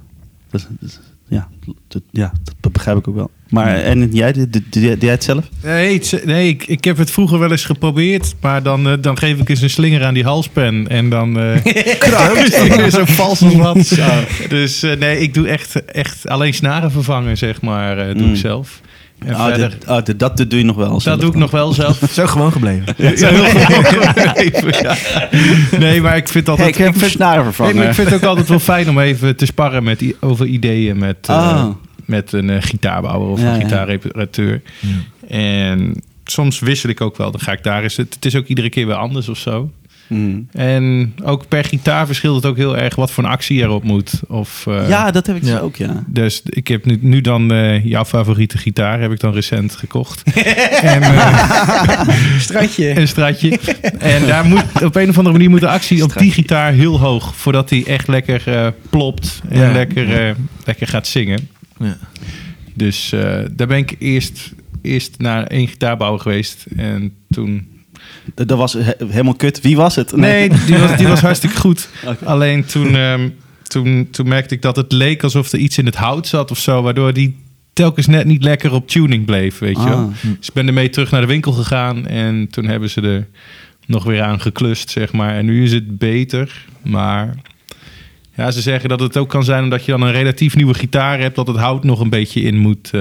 Dat begrijp ik ook wel. Maar en jij, doe jij het zelf? Nee, ik heb het vroeger wel eens geprobeerd. Maar dan geef ik eens een slinger aan die halspen. En dan kruipt hij weer zo vals als wat. Dus nee, ik doe echt alleen snaren vervangen, zeg maar. Doe ik zelf. En verder, Dat doe je nog wel zelf. dat doe ik nog wel zelf. Zo gewoon gebleven. Nee, maar ik vind altijd... Ik heb snaren vervangen. Nee, maar ik vind het ook altijd wel fijn om even te sparren over ideeën met een gitaarbouwer of een gitaarreparateur. Ja. En soms wissel ik ook wel. Dan ga ik daar eens... Het is ook iedere keer weer anders of zo. En ook per gitaar verschilt het ook heel erg wat voor een actie erop moet. Of, dat heb ik dus ook, ja. Dus ik heb nu dan jouw favoriete gitaar heb ik dan recent gekocht. En, Stratje. een stratje. En daar moet op een of andere manier moet de actie op die gitaar heel hoog. Voordat hij echt lekker plopt en lekker gaat zingen. Ja. Dus daar ben ik eerst naar 1 gitaarbouwer geweest. En toen... Dat was helemaal kut. Wie was het? Nee, die was hartstikke goed. Okay. Alleen toen merkte ik dat het leek alsof er iets in het hout zat of zo. Waardoor die telkens net niet lekker op tuning bleef, weet je wel. Dus ik ben ermee terug naar de winkel gegaan. En toen hebben ze er nog weer aan geklust, zeg maar. En nu is het beter. Maar ja, ze zeggen dat het ook kan zijn omdat je dan een relatief nieuwe gitaar hebt. Dat het hout nog een beetje in moet...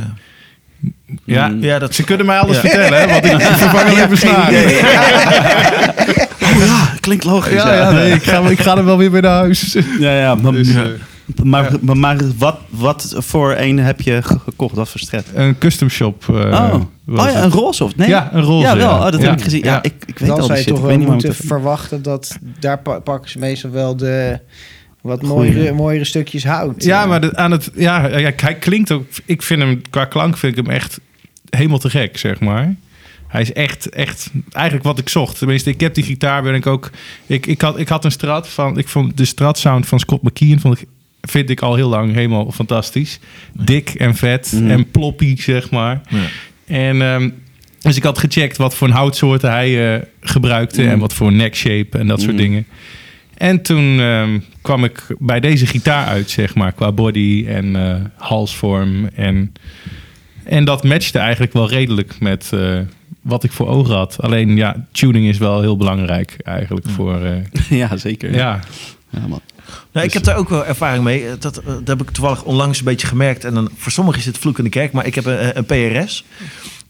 Ja, dat ze kunnen mij alles vertellen, hè, want ik vervang alleen maar snaren. Klinkt logisch. Nee, ik ga er wel weer bij naar huis. Maar wat voor een heb je gekocht? Wat voor stret? Een custom shop. Een roze of nee? Ja, een roze. Ja, wel. Dat heb ik gezien. Ja, ik weet dan al zou die je shit. toch Ik weet wel niet moeten verwachten dat daar pakken ze meestal wel de... Wat mooiere stukjes hout. Ja, maar hij klinkt ook... Ik vind hem, qua klank vind ik hem echt helemaal te gek, zeg maar. Hij is echt eigenlijk wat ik zocht. Tenminste, ik heb die gitaar, ben ik ook... Ik had een Strat van... Ik vond de Strat sound van Scott McKeon vind ik al heel lang helemaal fantastisch. Dik en vet en ploppy, zeg maar. Ja. En... dus ik had gecheckt wat voor een houtsoorten hij gebruikte... en wat voor neck shape en dat soort dingen. En toen kwam ik bij deze gitaar uit, zeg maar, qua body en halsvorm. En dat matchte eigenlijk wel redelijk met wat ik voor ogen had. Alleen, tuning is wel heel belangrijk eigenlijk voor... ja, zeker. Ja. Man. Nou, ik heb daar ook wel ervaring mee. Dat heb ik toevallig onlangs een beetje gemerkt. En dan voor sommigen is het vloek in de kerk. Maar ik heb een PRS.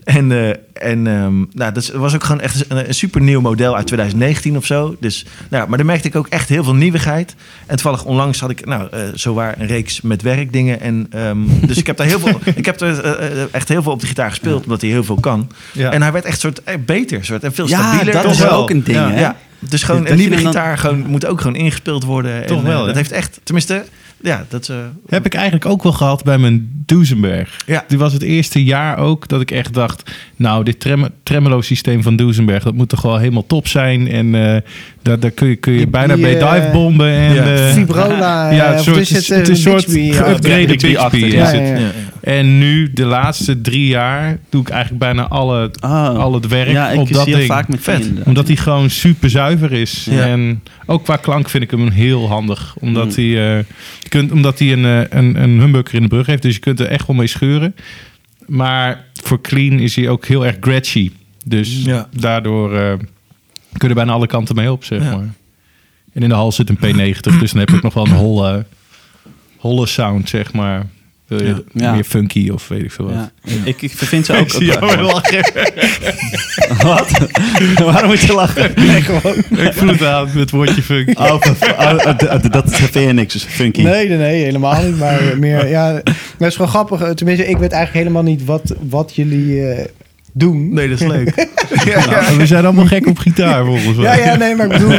Dat was ook gewoon echt een super nieuw model uit 2019 of zo. Dus, maar daar merkte ik ook echt heel veel nieuwigheid. En toevallig onlangs had ik zowaar een reeks met werkdingen. En, dus ik heb daar echt heel veel op de gitaar gespeeld, omdat hij heel veel kan. Ja. En hij werd echt beter en veel stabieler. Ja, dat is wel ook een ding, hè? Ja. Dus gewoon een nieuwe gitaar moet ook gewoon ingespeeld worden. Toch wel, dat heeft echt, tenminste... Ja, dat heb ik eigenlijk ook wel gehad bij mijn Duesenberg. Ja. Die was het eerste jaar ook dat ik echt dacht... nou, dit tremolo-systeem van Duesenberg... dat moet toch wel helemaal top zijn. En daar kun je bijna bij divebomben. En, Vibrola. Het is een soort upgrade Bixby. En nu, de laatste 3 jaar... doe ik eigenlijk bijna al het werk op dat ding. Vaak met vet. Omdat hij gewoon super zuiver is. Ja. En ook qua klank vind ik hem heel handig. Omdat hij een humbucker in de brug heeft. Dus je kunt er echt wel mee scheuren. Maar voor clean is hij ook heel erg gratchy. Dus daardoor kun je bijna alle kanten mee op, zeg maar. En in de hals zit een P90. Dus dan heb ik nog wel een holle sound, zeg maar. Wil je meer funky of weet ik veel wat. Ja. Ik vind ze ook wel lachen. Wat? Waarom moet je lachen? Nee, gewoon. Ik voel het aan met het woordje funky. Dat vind je niks, dus funky. Nee, helemaal niet. Maar meer, dat is gewoon grappig. Tenminste, ik weet eigenlijk helemaal niet wat jullie doen. Nee, dat is leuk. We zijn allemaal gek op gitaar, volgens mij. Nee, maar ik bedoel,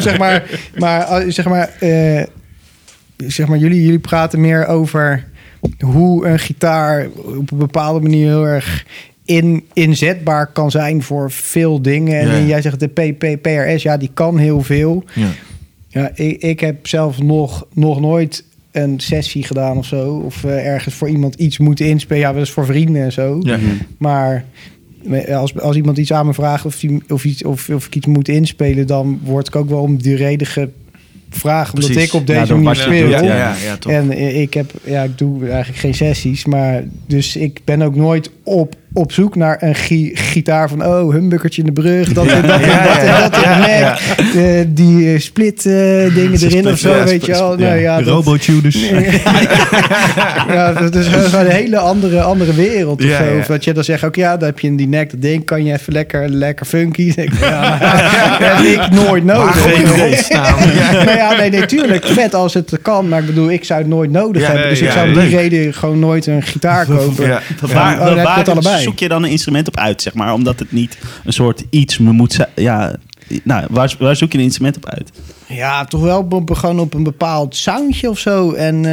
zeg maar, jullie praten meer over hoe een gitaar op een bepaalde manier heel erg inzetbaar kan zijn voor veel dingen. En jij zegt de PRS, die kan heel veel. Ja, ik heb zelf nog nooit een sessie gedaan of zo. Of ergens voor iemand iets moeten inspelen. Ja, dat is voor vrienden en zo. Ja. Maar als iemand iets aan me vraagt of ik iets moet inspelen, dan word ik ook wel om die reden vraag, omdat ik op deze manier speel. Ja, en ik doe eigenlijk geen sessies, maar dus ik ben ook nooit op zoek naar een gitaar van humbuckertje in de brug, dat nek, die split dingen erin of zo, weet je wel. Robotuners. Dat is een hele andere wereld of zo. Of dat je dan zegt, daar heb je in die nek, dat ding kan je even lekker funky. Dat heb ik nooit nodig. Nee, tuurlijk, vet als het kan, maar ik bedoel, ik zou het nooit nodig hebben. Dus ik zou om die reden gewoon nooit een gitaar kopen. Waar zoek je dan een instrument op uit, zeg maar? Omdat het niet een soort iets moet zijn. Ja, waar zoek je een instrument op uit? Ja, toch wel gewoon op een bepaald soundje of zo. En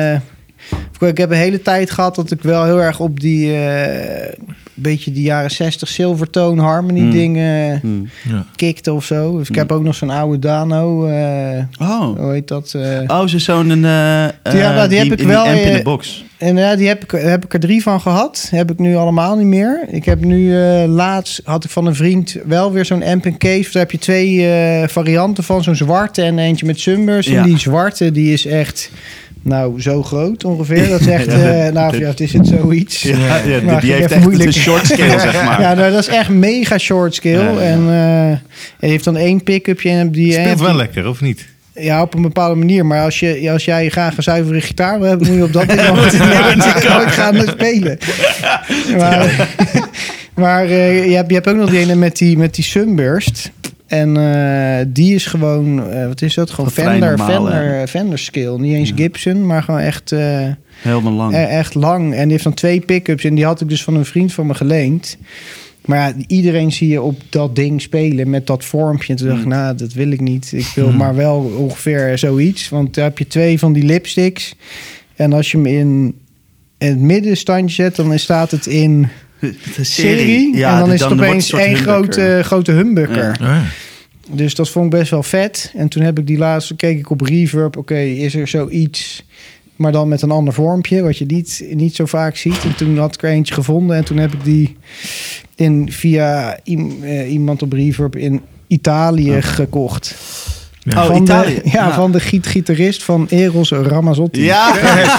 ik heb een hele tijd gehad dat ik wel heel erg op die beetje die jaren 60 Silvertone Harmony dingen kikte of zo. Dus ik heb ook nog zo'n oude Dano. Hoe heet dat? Zo'n die heb ik wel in de box. En die heb ik er 3 van gehad. Heb ik nu allemaal niet meer. Ik heb nu laatst had ik van een vriend wel weer zo'n amp in case. Daar heb je 2 varianten van. Zo'n zwarte en eentje met sunburst. En die zwarte die is echt zo groot ongeveer. Dat is echt, het is het zoiets. Die heeft echt een short scale, zeg maar. Ja, dat is echt mega short scale. En hij heeft dan 1 pick-upje. En speelt wel lekker, of niet? Ja, op een bepaalde manier. Maar als jij graag een zuivere gitaar wil hebben, moet je op dat moment gaan spelen. Maar je hebt ook nog die ene met die sunburst. En die is gewoon, wat is dat? Gewoon Fender scale. Niet eens Gibson, maar gewoon echt helemaal lang. Echt lang. En die heeft dan 2 pick-ups. En die had ik dus van een vriend van me geleend. Maar iedereen zie je op dat ding spelen met dat vormpje. En toen dacht ik, dat wil ik niet. Ik wil maar wel ongeveer zoiets. Want daar heb je 2 van die lipsticks. En als je hem in het middenstandje zet, dan staat het in de serie. En dan is het opeens 1 grote humbucker. Ja. Dus dat vond ik best wel vet. En toen heb ik die laatste, keek ik op Reverb. Oké, is er zoiets, maar dan met een ander vormpje, wat je niet zo vaak ziet. En toen had ik er eentje gevonden. En toen heb ik die via iemand op Reverb in Italië gekocht. Ja. Italië. Van de gitarist van Eros Ramazzotti. Ja.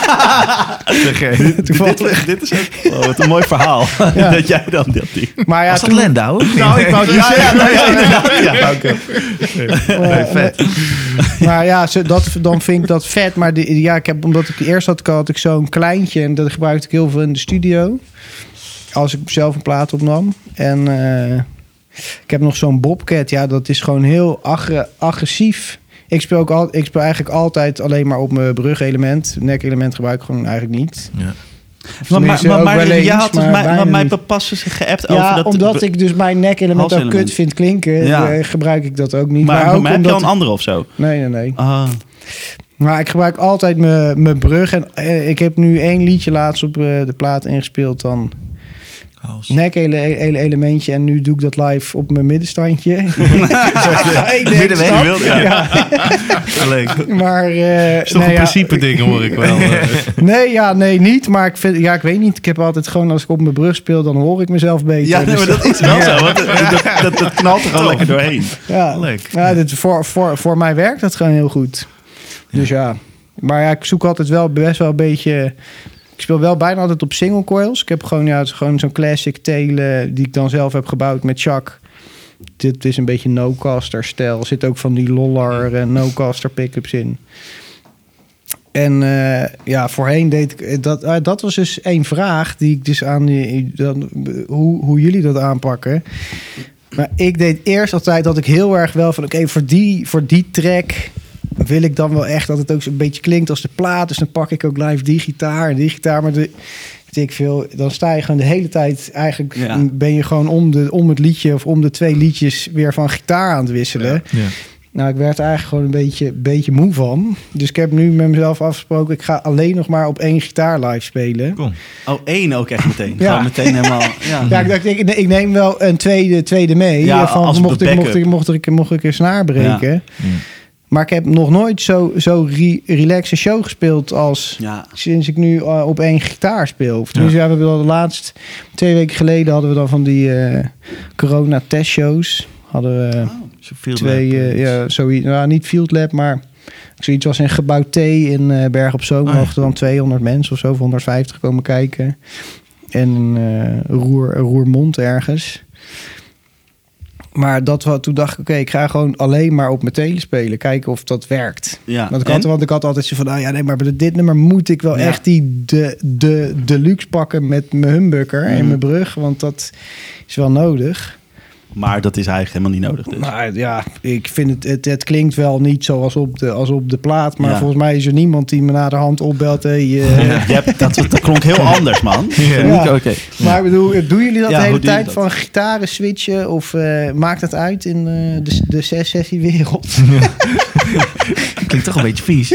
Dit is ook wat een mooi verhaal. Dat jij dan dat ding. Maar ja, was dat Landau? Nou, ik wou het ja, oké. Vet. Maar ja, dan vind ik dat vet. Maar omdat ik eerst had ik zo'n kleintje en dat gebruikte ik heel veel in de studio. als ik zelf een plaat opnam. En ik heb nog zo'n Bobcat. Ja, dat is gewoon heel agressief. Ik speel eigenlijk altijd alleen maar op mijn brugelement. Nek-element gebruik ik gewoon eigenlijk niet. Ja. Maar jij had mij pas geappt over dat... omdat ik dus mijn nek-element ook kut vind klinken, gebruik ik dat ook niet. Maar ook heb je al een andere of zo? Nee. Maar ik gebruik altijd mijn brug. En ik heb nu 1 liedje laatst op de plaat ingespeeld dan... nek-elementje. En nu doe ik dat live op mijn middenstandje. Middenweg, ja. Leuk. Maar, is toch een principe ding, hoor ik wel. Nee, niet. Maar ik weet niet. Ik heb altijd gewoon, als ik op mijn brug speel, dan hoor ik mezelf beter. Ja, maar dat is wel zo. Want dat knalt er gewoon lekker doorheen. Ja, leuk. Ja, voor mij werkt dat gewoon heel goed. Dus ja. Maar ja, ik zoek altijd wel best wel een beetje... Ik speel wel bijna altijd op single coils. Ik heb gewoon zo'n classic telen die ik dan zelf heb gebouwd met Chuck. Dit is een beetje no-caster stijl. Er zit ook van die Lollar no-caster pickups in. En voorheen deed ik... Dat was dus 1 vraag die ik dus aan hoe jullie dat aanpakken. Maar ik deed eerst altijd dat ik heel erg wel van... Oké, voor die track... wil ik dan wel echt dat het ook zo'n beetje klinkt als de plaat. Dus dan pak ik ook live die gitaar. Maar dan sta je gewoon de hele tijd... Eigenlijk ben je gewoon om het liedje of om de 2 liedjes... weer van gitaar aan het wisselen. Ja. Nou, ik werd eigenlijk gewoon een beetje moe van. Dus ik heb nu met mezelf afgesproken... ik ga alleen nog maar op 1 gitaar live spelen. Cool. Oh, 1 ook echt meteen? Ja. Gewoon meteen helemaal... Ja, ik dacht, ik neem wel een tweede mee. Ja, van, mocht ik een snaar breken... Ja. Maar ik heb nog nooit zo relaxed show gespeeld als sinds ik nu op 1 gitaar speel. Dus we hebben al de laatst 2 weken geleden hadden we dan van die corona testshows. Hadden we 2, niet Field Lab, maar zoiets was in Gebouw T in Berg op Zoom. Mochten dan 200 mensen of zo, of 150 komen kijken. En een Roermond ergens. Maar toen dacht ik, oké, ik ga gewoon alleen maar op mijn tele spelen. Kijken of dat werkt. Ja. Want ik had altijd zo van, maar bij dit nummer moet ik wel echt die de deluxe pakken met mijn humbucker en mijn brug. Want dat is wel nodig. Maar dat is eigenlijk helemaal niet nodig. Dus. Maar ja, ik vind het klinkt wel niet zoals op de plaat. Maar volgens mij is er niemand die me na de hand opbelt. Dat klonk heel anders, man. Ja. Okay. Maar ik bedoel, doen jullie dat de hele tijd van gitaren switchen? Of maakt het uit in de sessiewereld? Klinkt toch een beetje vies.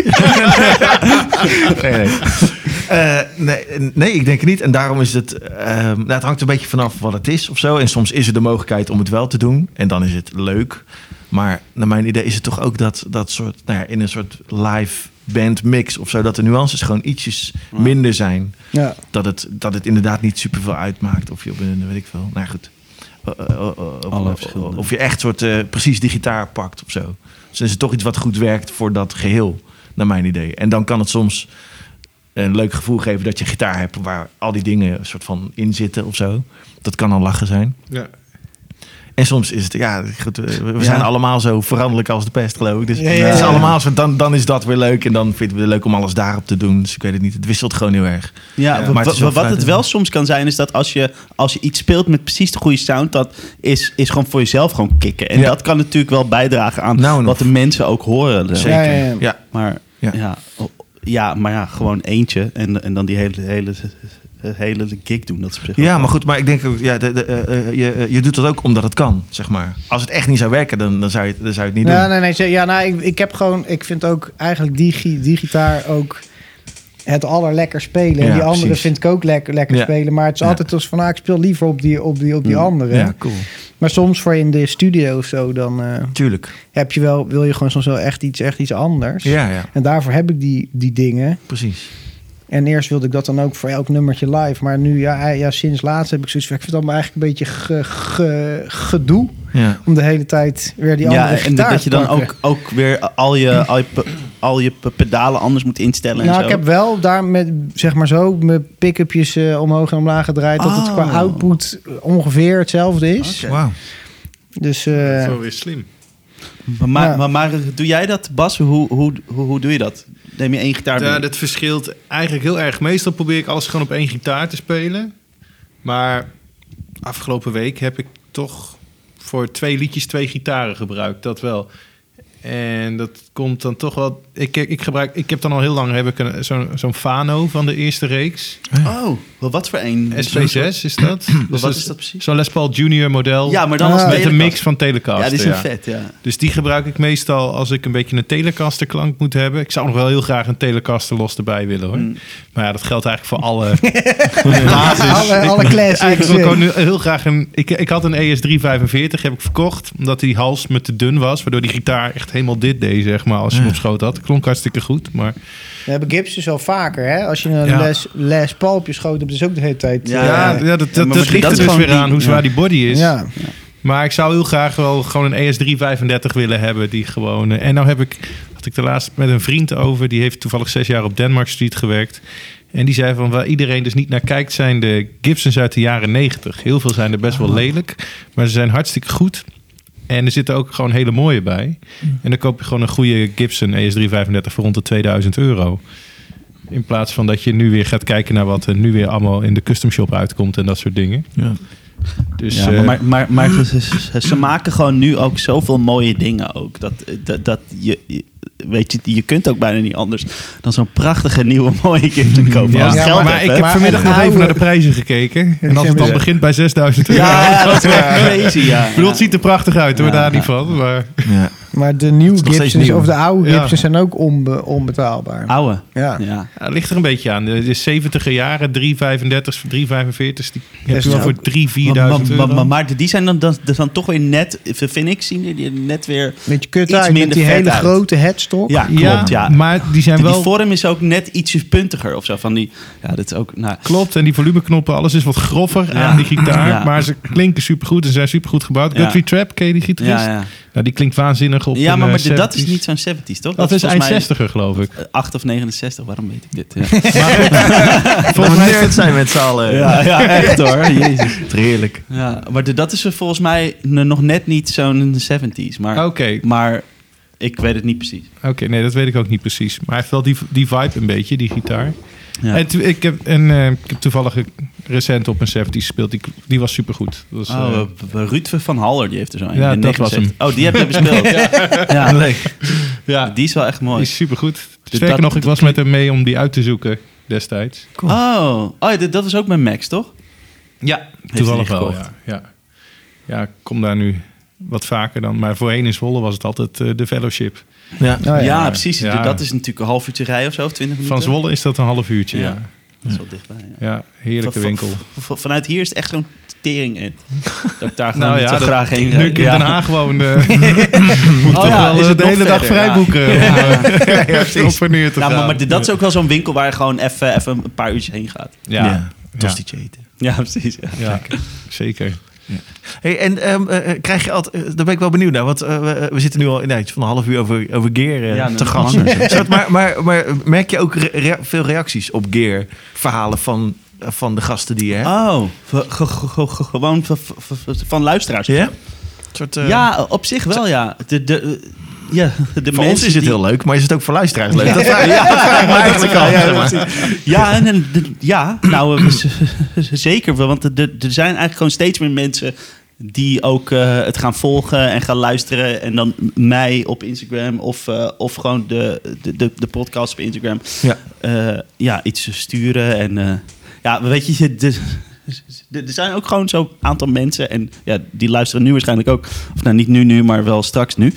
Nee, ik denk het niet. En daarom is het... het hangt een beetje vanaf wat het is of zo. En soms is er de mogelijkheid om het wel te doen. En dan is het leuk. Maar naar mijn idee is het toch ook dat soort... in een soort live band mix of zo... dat de nuances gewoon ietsjes minder zijn. Ja. Dat het inderdaad niet superveel uitmaakt. Of je op een... weet ik veel. Nou goed. Of je echt soort precies die gitaar pakt of zo. Dus dan is het toch iets wat goed werkt voor dat geheel. Naar mijn idee. En dan kan het soms... een leuk gevoel geven dat je gitaar hebt... waar al die dingen een soort van in zitten of zo. Dat kan dan lachen zijn. Ja. En soms is het... we zijn allemaal zo veranderlijk als de pest, geloof ik. Dus het is allemaal zo, dan is dat weer leuk. En dan vinden we het leuk om alles daarop te doen. Dus ik weet het niet. Het wisselt gewoon heel erg. Ja, maar wat het wel soms kan zijn... is dat als je iets speelt met precies de goede sound... dat is gewoon voor jezelf gewoon kicken. En dat kan natuurlijk wel bijdragen aan... wat de mensen ook horen. Zeker. Ja. Maar maar gewoon eentje en dan die hele gig doen. Dat is op zich maar goed, maar ik denk ook, je doet dat ook omdat het kan, zeg maar. Als het echt niet zou werken, dan zou je het niet doen. Nee. Ik vind ook eigenlijk die gitaar ook het allerlekker spelen. En die andere precies. Vind ik ook lekker spelen. Maar het is altijd als van, ik speel liever op die andere. Ja, cool. Maar soms voor in de studio of zo, dan tuurlijk. Wil je gewoon soms wel echt iets anders. Ja. En daarvoor heb ik die dingen. Precies. En eerst wilde ik dat dan ook voor elk nummertje live. Maar nu, sinds laatst heb ik zoiets van... ik vind het allemaal eigenlijk een beetje gedoe. Ja. Om de hele tijd weer die andere gitaar en dat je dan ook weer al je pedalen anders moet instellen. Nou, ik heb wel daar met, zeg maar zo... mijn pick-upjes omhoog en omlaag gedraaid... dat het qua output ongeveer hetzelfde is. Okay. Wow. Dus... dat is wel weer slim. Maar doe jij dat, Bas? Hoe doe je dat? Neem je 1 gitaar? Dat verschilt eigenlijk heel erg. Meestal probeer ik alles gewoon op 1 gitaar te spelen. Maar afgelopen week heb ik toch voor 2 liedjes 2 gitaren gebruikt. Dat wel. En dat komt dan toch wel... Ik heb dan al heel lang zo'n Fano van de eerste reeks. Oh, wat voor een? SP6 is dat. Wat is dat precies? Zo'n Les Paul Junior model. Ja, maar dan als met een mix van Telecaster. Ja, die zijn vet, ja. Dus die gebruik ik meestal als ik een beetje een Telecaster klank moet hebben. Ik zou nog wel heel graag een Telecaster los erbij willen, hoor. Maar ja, dat geldt eigenlijk voor alle basis. alle classics. Eigenlijk wil ik gewoon heel graag ik had een ES345, heb ik verkocht. Omdat die hals me te dun was. Waardoor die gitaar echt helemaal dit deed, zeg maar. Als je hem op schoot had. Klonk hartstikke goed, maar... We hebben Gibsons wel vaker, hè? Als je een Les Paul op je schoot hebt, is ook de hele tijd... Dat ligt er dus weer aan hoe zwaar die body is. Ja. Maar ik zou heel graag wel gewoon een ES335 willen hebben. Die gewoon... En nou had ik de laatst met een vriend over. Die heeft toevallig 6 jaar op Denmark Street gewerkt. En die zei van waar iedereen dus niet naar kijkt, zijn de Gibsons uit de jaren 90. Heel veel zijn er best wel lelijk. Maar ze zijn hartstikke goed. En er zitten ook gewoon hele mooie bij. En dan koop je gewoon een goede Gibson ES335 voor rond de €2000. In plaats van dat je nu weer gaat kijken naar wat er nu weer allemaal in de custom shop uitkomt en dat soort dingen. Ja. Dus, maar ze maken gewoon nu ook zoveel mooie dingen ook. Dat je weet je kunt ook bijna niet anders dan zo'n prachtige nieuwe mooie Gibson kopen. Ja, maar ik heb vanmiddag nog even naar de prijzen gekeken. En als het dan begint bij €6000. Ja, dat is echt crazy. Ja. Ik bedoel, het ziet er prachtig uit, hoor, daar niet van. Maar de nieuwe Gibsons of de oude Gibsons zijn ook onbetaalbaar. Oude? Ja. Het ligt er een beetje aan. De 70er jaren, 335, 345, die heb je wel voor €3.000-4.000. Maar die zijn dan toch weer net, vind ik, zien die net weer beetje kut uit met die hele grote headstok. Ja, klopt. Ja. Maar die zijn wel... Die vorm is ook net ietsjes puntiger of zo. Van die, ja, dat is ook... Nou. Klopt, en die volumeknoppen, alles is wat groffer aan die gitaar. Ja. Maar ze klinken supergoed en zijn supergoed gebouwd. Guthrie Trapp, ken je die gitarist? Ja. Nou, die klinkt waanzinnig op ja, maar dat is niet zo'n 70's, toch? Dat is eind 60er, geloof ik. 8 of 69, waarom weet ik dit? Ja. Volgens mij het zijn met z'n allen. Ja, echt hoor. Jezus. Heerlijk. Ja, maar dat is volgens mij nog net niet zo'n 70's. Maar ik weet het niet precies. Oké, nee, dat weet ik ook niet precies. Maar hij heeft wel die vibe een beetje, die gitaar. Ja. Ik heb toevallig recent op een 70 gespeeld. Die was supergoed. Ruud van Haller, die heeft er zo een. Ja, dat was hem. Oh, die heb je bespeeld. Ja, leuk. Ja, die is wel echt mooi. Die is supergoed. Sterker nog, ik was met hem mee om die uit te zoeken destijds. Cool. Dat was ook met Max, toch? Ja, toevallig wel. Ja, ik kom daar nu wat vaker dan. Maar voorheen in Zwolle was het altijd de fellowship. Ja, precies. Ja. Dat is natuurlijk een half uurtje rijden of zo, of 20 minuten. Van Zwolle is dat een half uurtje, ja. Dat is wel dichtbij. Ja, heerlijke winkel. Vanuit hier is het echt zo'n tering in. Dat ik daar gewoon niet zo graag heen rijd. Nu ik in Den Haag woon, moet wel de hele dag vrijboeken. Precies. Maar dat is ook wel zo'n winkel waar je gewoon even een paar uurtjes heen gaat. Ja. Tostietje eten. Ja, precies. Ja, zeker. Ja. Hey, en krijg je altijd... Daar ben ik wel benieuwd naar. Want we zitten nu al in iets van een half uur over Gear te gast. Maar merk je ook veel reacties op Gear? Verhalen van de gasten die je hebt? Oh, gewoon van luisteraars. Ja? Ja, op zich wel, ja. Voor ons is het heel leuk, maar is het ook voor luisteraars leuk? Dat vraag ik me eigenlijk af. Zeker. Want er zijn eigenlijk gewoon steeds meer mensen die ook het gaan volgen en gaan luisteren. En dan mij op Instagram of gewoon de podcast op Instagram iets sturen. En weet je... Er zijn ook gewoon zo'n aantal mensen en die luisteren nu waarschijnlijk ook. Of nou, niet nu, maar wel straks nu.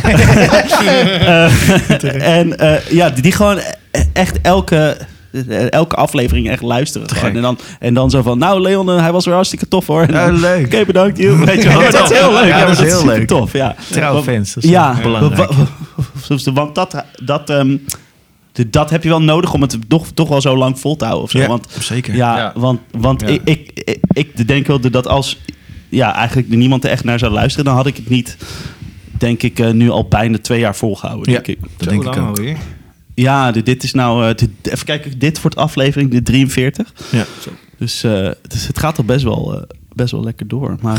Die gewoon echt elke aflevering echt luisteren. En dan zo van, nou Leon, hij was weer hartstikke tof hoor. Leuk. Oké, bedankt. Weet je wel, dat is heel leuk. Ja, dat is heel leuk. Tof, ja. Trouwfans, dat is belangrijk. Want dat heb je wel nodig om het toch wel zo lang vol te houden. Of zo. Ja, zeker. Want ik denk wel dat als eigenlijk niemand er echt naar zou luisteren, dan had ik het niet, denk ik, nu al bijna 2 jaar volgehouden. Denk ik. Dat denk ik ook. Ja, dit is nou... even kijken, dit wordt aflevering de 43. Ja. Dus het gaat al best wel lekker door. Maar,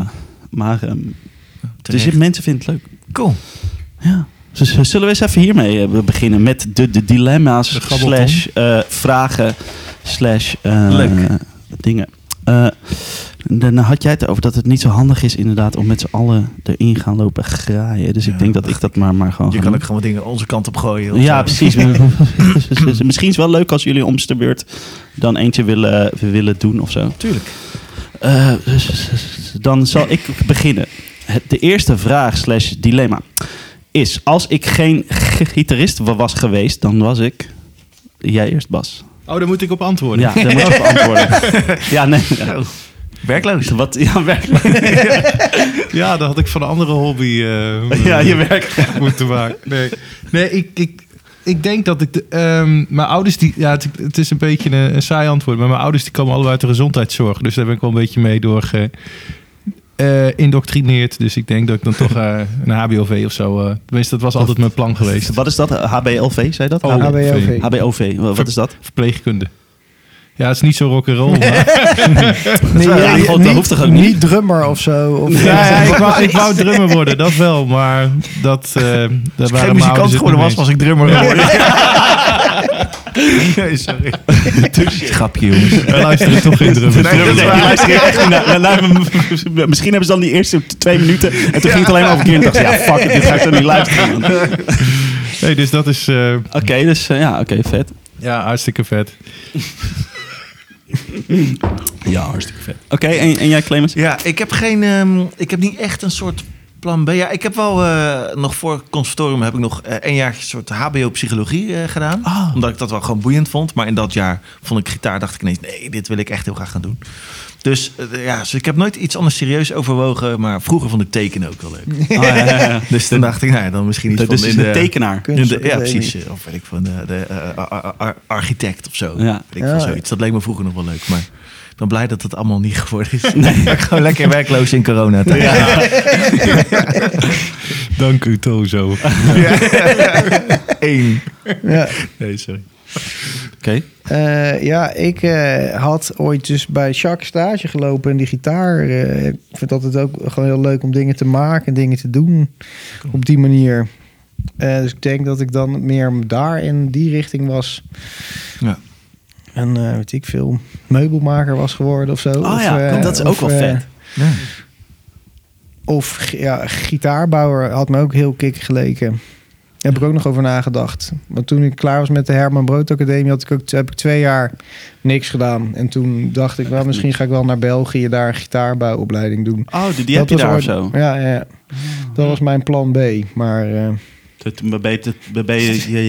dus mensen vinden het leuk. Cool. Ja. Dus zullen we eens even hiermee beginnen met de dilemma's / vragen / dingen. Dan had jij het over dat het niet zo handig is inderdaad om met z'n allen erin gaan lopen graaien. Dus ik denk dat ik dat maar gewoon Je kan ook gewoon wat dingen onze kant op gooien. Ja, precies. Misschien is het wel leuk als jullie om de beurt dan eentje willen doen of zo. Tuurlijk. Dan zal ik beginnen. De eerste vraag / dilemma is... Als ik geen gitarist was geweest, dan was ik... Jij eerst, Bas. Oh, daar moet ik op antwoorden. Ja, daar moet ik op antwoorden. Ja, nee. Oh, werkloos. Ja, werkloos. Ja, dat had ik van een andere hobby Ja, je werk moeten maken. Nee, ik denk dat ik... mijn ouders, het is een beetje een saai antwoord... maar mijn ouders die komen allebei uit de gezondheidszorg. Dus daar ben ik wel een beetje mee door indoctrineerd. Dus ik denk dat ik dan toch een HBOV of zo... tenminste, dat was altijd mijn plan geweest. Wat is dat? HBLV, zei dat? HBOV. HBOV, wat is dat? Verpleegkunde. Ja, het is niet zo rock'n'roll, maar... dat hoeft toch ook niet? Niet drummer of zo? Of ik wou drummer worden, dat wel. Maar dat... Als ik geen muzikant geworden was ik drummer geworden. Nee, sorry. Grapje, jongens. Wij luisteren toch geen drummer. Misschien hebben ze dan die eerste 2 minuten... en toen ging het alleen maar over keer en dacht ja, fuck it, dit ga ik dan niet luisteren. Nee, dus dat is... Oké, vet. Ja, hartstikke vet. Ja, hartstikke vet. Oké, en jij, Clemens? Ja, ik heb niet echt een soort plan B. Ja, ik heb wel nog voor het conservatorium heb ik nog 1 jaar soort HBO-psychologie gedaan. Oh. Omdat ik dat wel gewoon boeiend vond. Maar in dat jaar vond ik gitaar, dacht ik ineens, nee, dit wil ik echt heel graag gaan doen. Dus dus ik heb nooit iets anders serieus overwogen. Maar vroeger vond ik tekenen ook wel leuk. Ja. Dus toen dacht ik, dan misschien iets Dus van in de tekenaar. Ja, precies. Of weet ik van de architect of zo. Ja. Weet ik van zoiets. Dat leek me vroeger nog wel leuk. Maar ik ben blij dat het allemaal niet geworden is. Nee. Ik gewoon lekker werkloos in corona. Ja. Dank u, Tozo. Ja. 1. Ja. Nee, sorry. Oké. Ik had ooit dus bij Jacques stage gelopen en die gitaar. Ik vind altijd ook gewoon heel leuk om dingen te maken en dingen te doen op die manier. Dus ik denk dat ik dan meer daar in die richting was. Ja. En weet ik veel, meubelmaker was geworden of zo. Dat is ook wel vet. Ja. Of gitaarbouwer had me ook heel kick geleken. Daar heb ik ook nog over nagedacht. Want toen ik klaar was met de Herman Brood Academie... heb ik 2 jaar niks gedaan. En toen dacht ik, misschien ga ik wel naar België... daar een gitaarbouwopleiding doen. Oh, die heb je daar of zo? Ja. Dat was mijn plan B. Maar... ben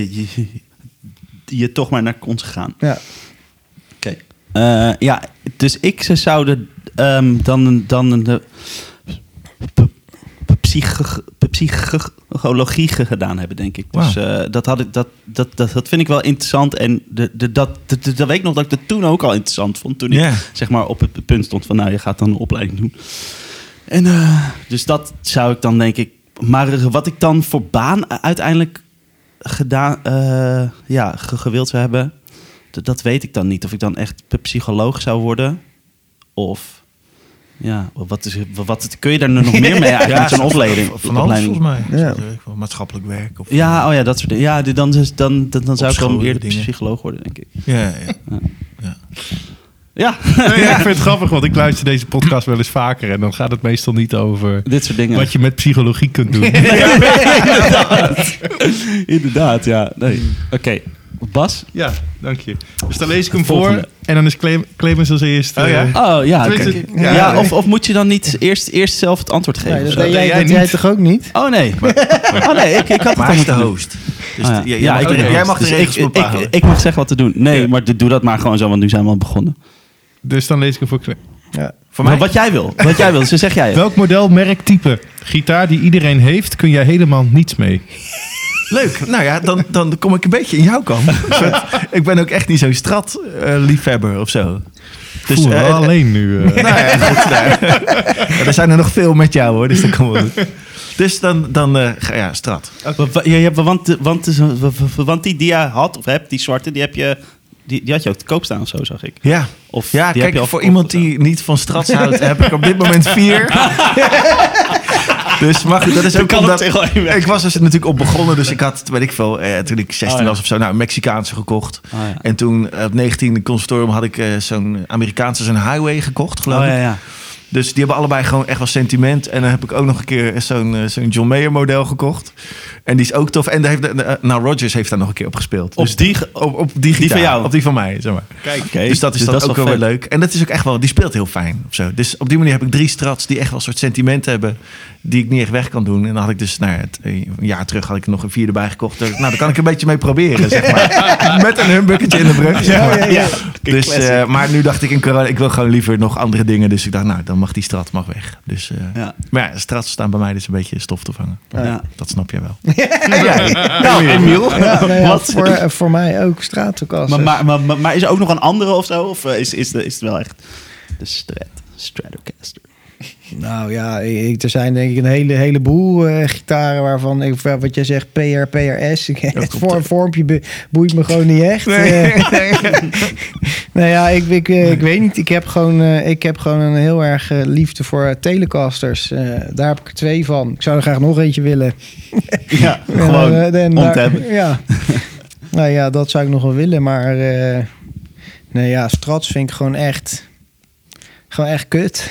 je toch maar naar ons gegaan. Ja. Oké. Dus ik zou dan de psychologie gedaan hebben, denk ik. Dus dat vind ik wel interessant. En dat weet ik nog dat ik dat toen ook al interessant vond. Toen ik zeg maar op het punt stond van... je gaat dan een opleiding doen. En dus dat zou ik dan, denk ik... Maar wat ik dan voor baan uiteindelijk gedaan... gewild zou hebben... Dat weet ik dan niet. Of ik dan echt psycholoog zou worden. Of... Ja, wat kun je daar nu nog meer mee eigenlijk met zo'n opleiding? Van alles volgens mij. Ja. Maatschappelijk werk. Of, dat soort dingen. Ja, dan zou ik wel eerder psycholoog worden, denk ik. Ja. Ja, ik vind het grappig, want ik luister deze podcast wel eens vaker... en dan gaat het meestal niet over dit soort dingen. Wat je met psychologie kunt doen. Inderdaad, ja. Nee. Oké. Bas? Ja, dank je. Dus dan lees ik hem voor en dan is Clemens als eerste. Of moet je dan niet eerst zelf het antwoord geven? Nee, dat jij toch ook niet? Oh nee. Ik had maar hij is de host. Dus jij mag de regels bepalen. Ik mag zeggen wat te doen. Nee, maar doe dat maar gewoon zo, want nu zijn we al begonnen. Dus dan lees ik hem voor Clemens. Ja. Voor mij? Wat jij wil, dus zeg jij het. Welk model, merk, type gitaar die iedereen heeft, kun jij helemaal niets mee? Leuk. Nou ja, dan kom ik een beetje in jouw kant. Ik ben ook echt niet zo'n Strat-liefhebber of zo. Dus alleen nu. Er zijn er nog veel met jou hoor, dus dan komen we. Dus dan Strat. Want die je had of hebt, die zwarte, die heb je... Die had je ook te koop staan of zo, zag ik. Ja. Of ja, kijk, voor iemand die niet van Strats houdt... heb ik op dit moment 4. Dus maar goed, dat is ook kan omdat... het tegen je weg. Ik was dus natuurlijk op begonnen. Dus ik had, weet ik veel, toen ik 16 was of zo... een Mexicaanse gekocht. Oh, ja. En toen op 19 conservatorium had ik zo'n Amerikaanse... zo'n Highway gekocht, geloof ik. Ja. Dus die hebben allebei gewoon echt wel sentiment. En dan heb ik ook nog een keer zo'n John Mayer model gekocht. En die is ook tof. En daar heeft Rodgers heeft daar nog een keer op gespeeld. Op Dus die gitaar, van jou? Op die van mij, zeg maar. Kijk, Dus dat is dan ook wel weer leuk. En dat is ook echt wel... Die speelt heel fijn of zo. Dus op die manier heb ik 3 strats die echt wel een soort sentiment hebben... die ik niet echt weg kan doen. En dan had ik dus... een jaar terug had ik er nog een 4 erbij gekocht. Nou, daar kan ik een beetje mee proberen, zeg maar. Met een humbucketje in de brug, zeg maar. Ja. Dus, maar nu dacht ik in corona... Ik wil gewoon liever nog andere dingen. Dus ik dacht, nou, dan mag die strat weg. Dus, Maar ja, strats staan bij mij dus een beetje stof te vangen. Ja. Dat snap je wel. Nou, Emiel. Wat? Voor mij ook Stratocaster. Maar is er ook nog een andere of zo? Of is het wel echt de Stratocaster? Nou ja, er zijn denk ik een heleboel gitaren waarvan, wat jij zegt, PRS. Voor een vormpje boeit me gewoon niet echt. Nou ja, ik weet niet. Ik heb gewoon een heel erg liefde voor Telecasters. Daar heb ik er 2 van. Ik zou er graag nog eentje willen. Ja, gewoon om te hebben. Ja. Nou ja, dat zou ik nog wel willen. Maar nee, ja, Strats vind ik gewoon echt kut.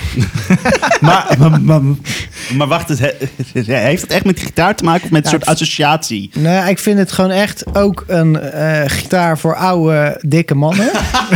maar wacht, heeft het echt met gitaar te maken of met een soort associatie? Nee, ik vind het gewoon echt ook een gitaar voor oude, dikke mannen.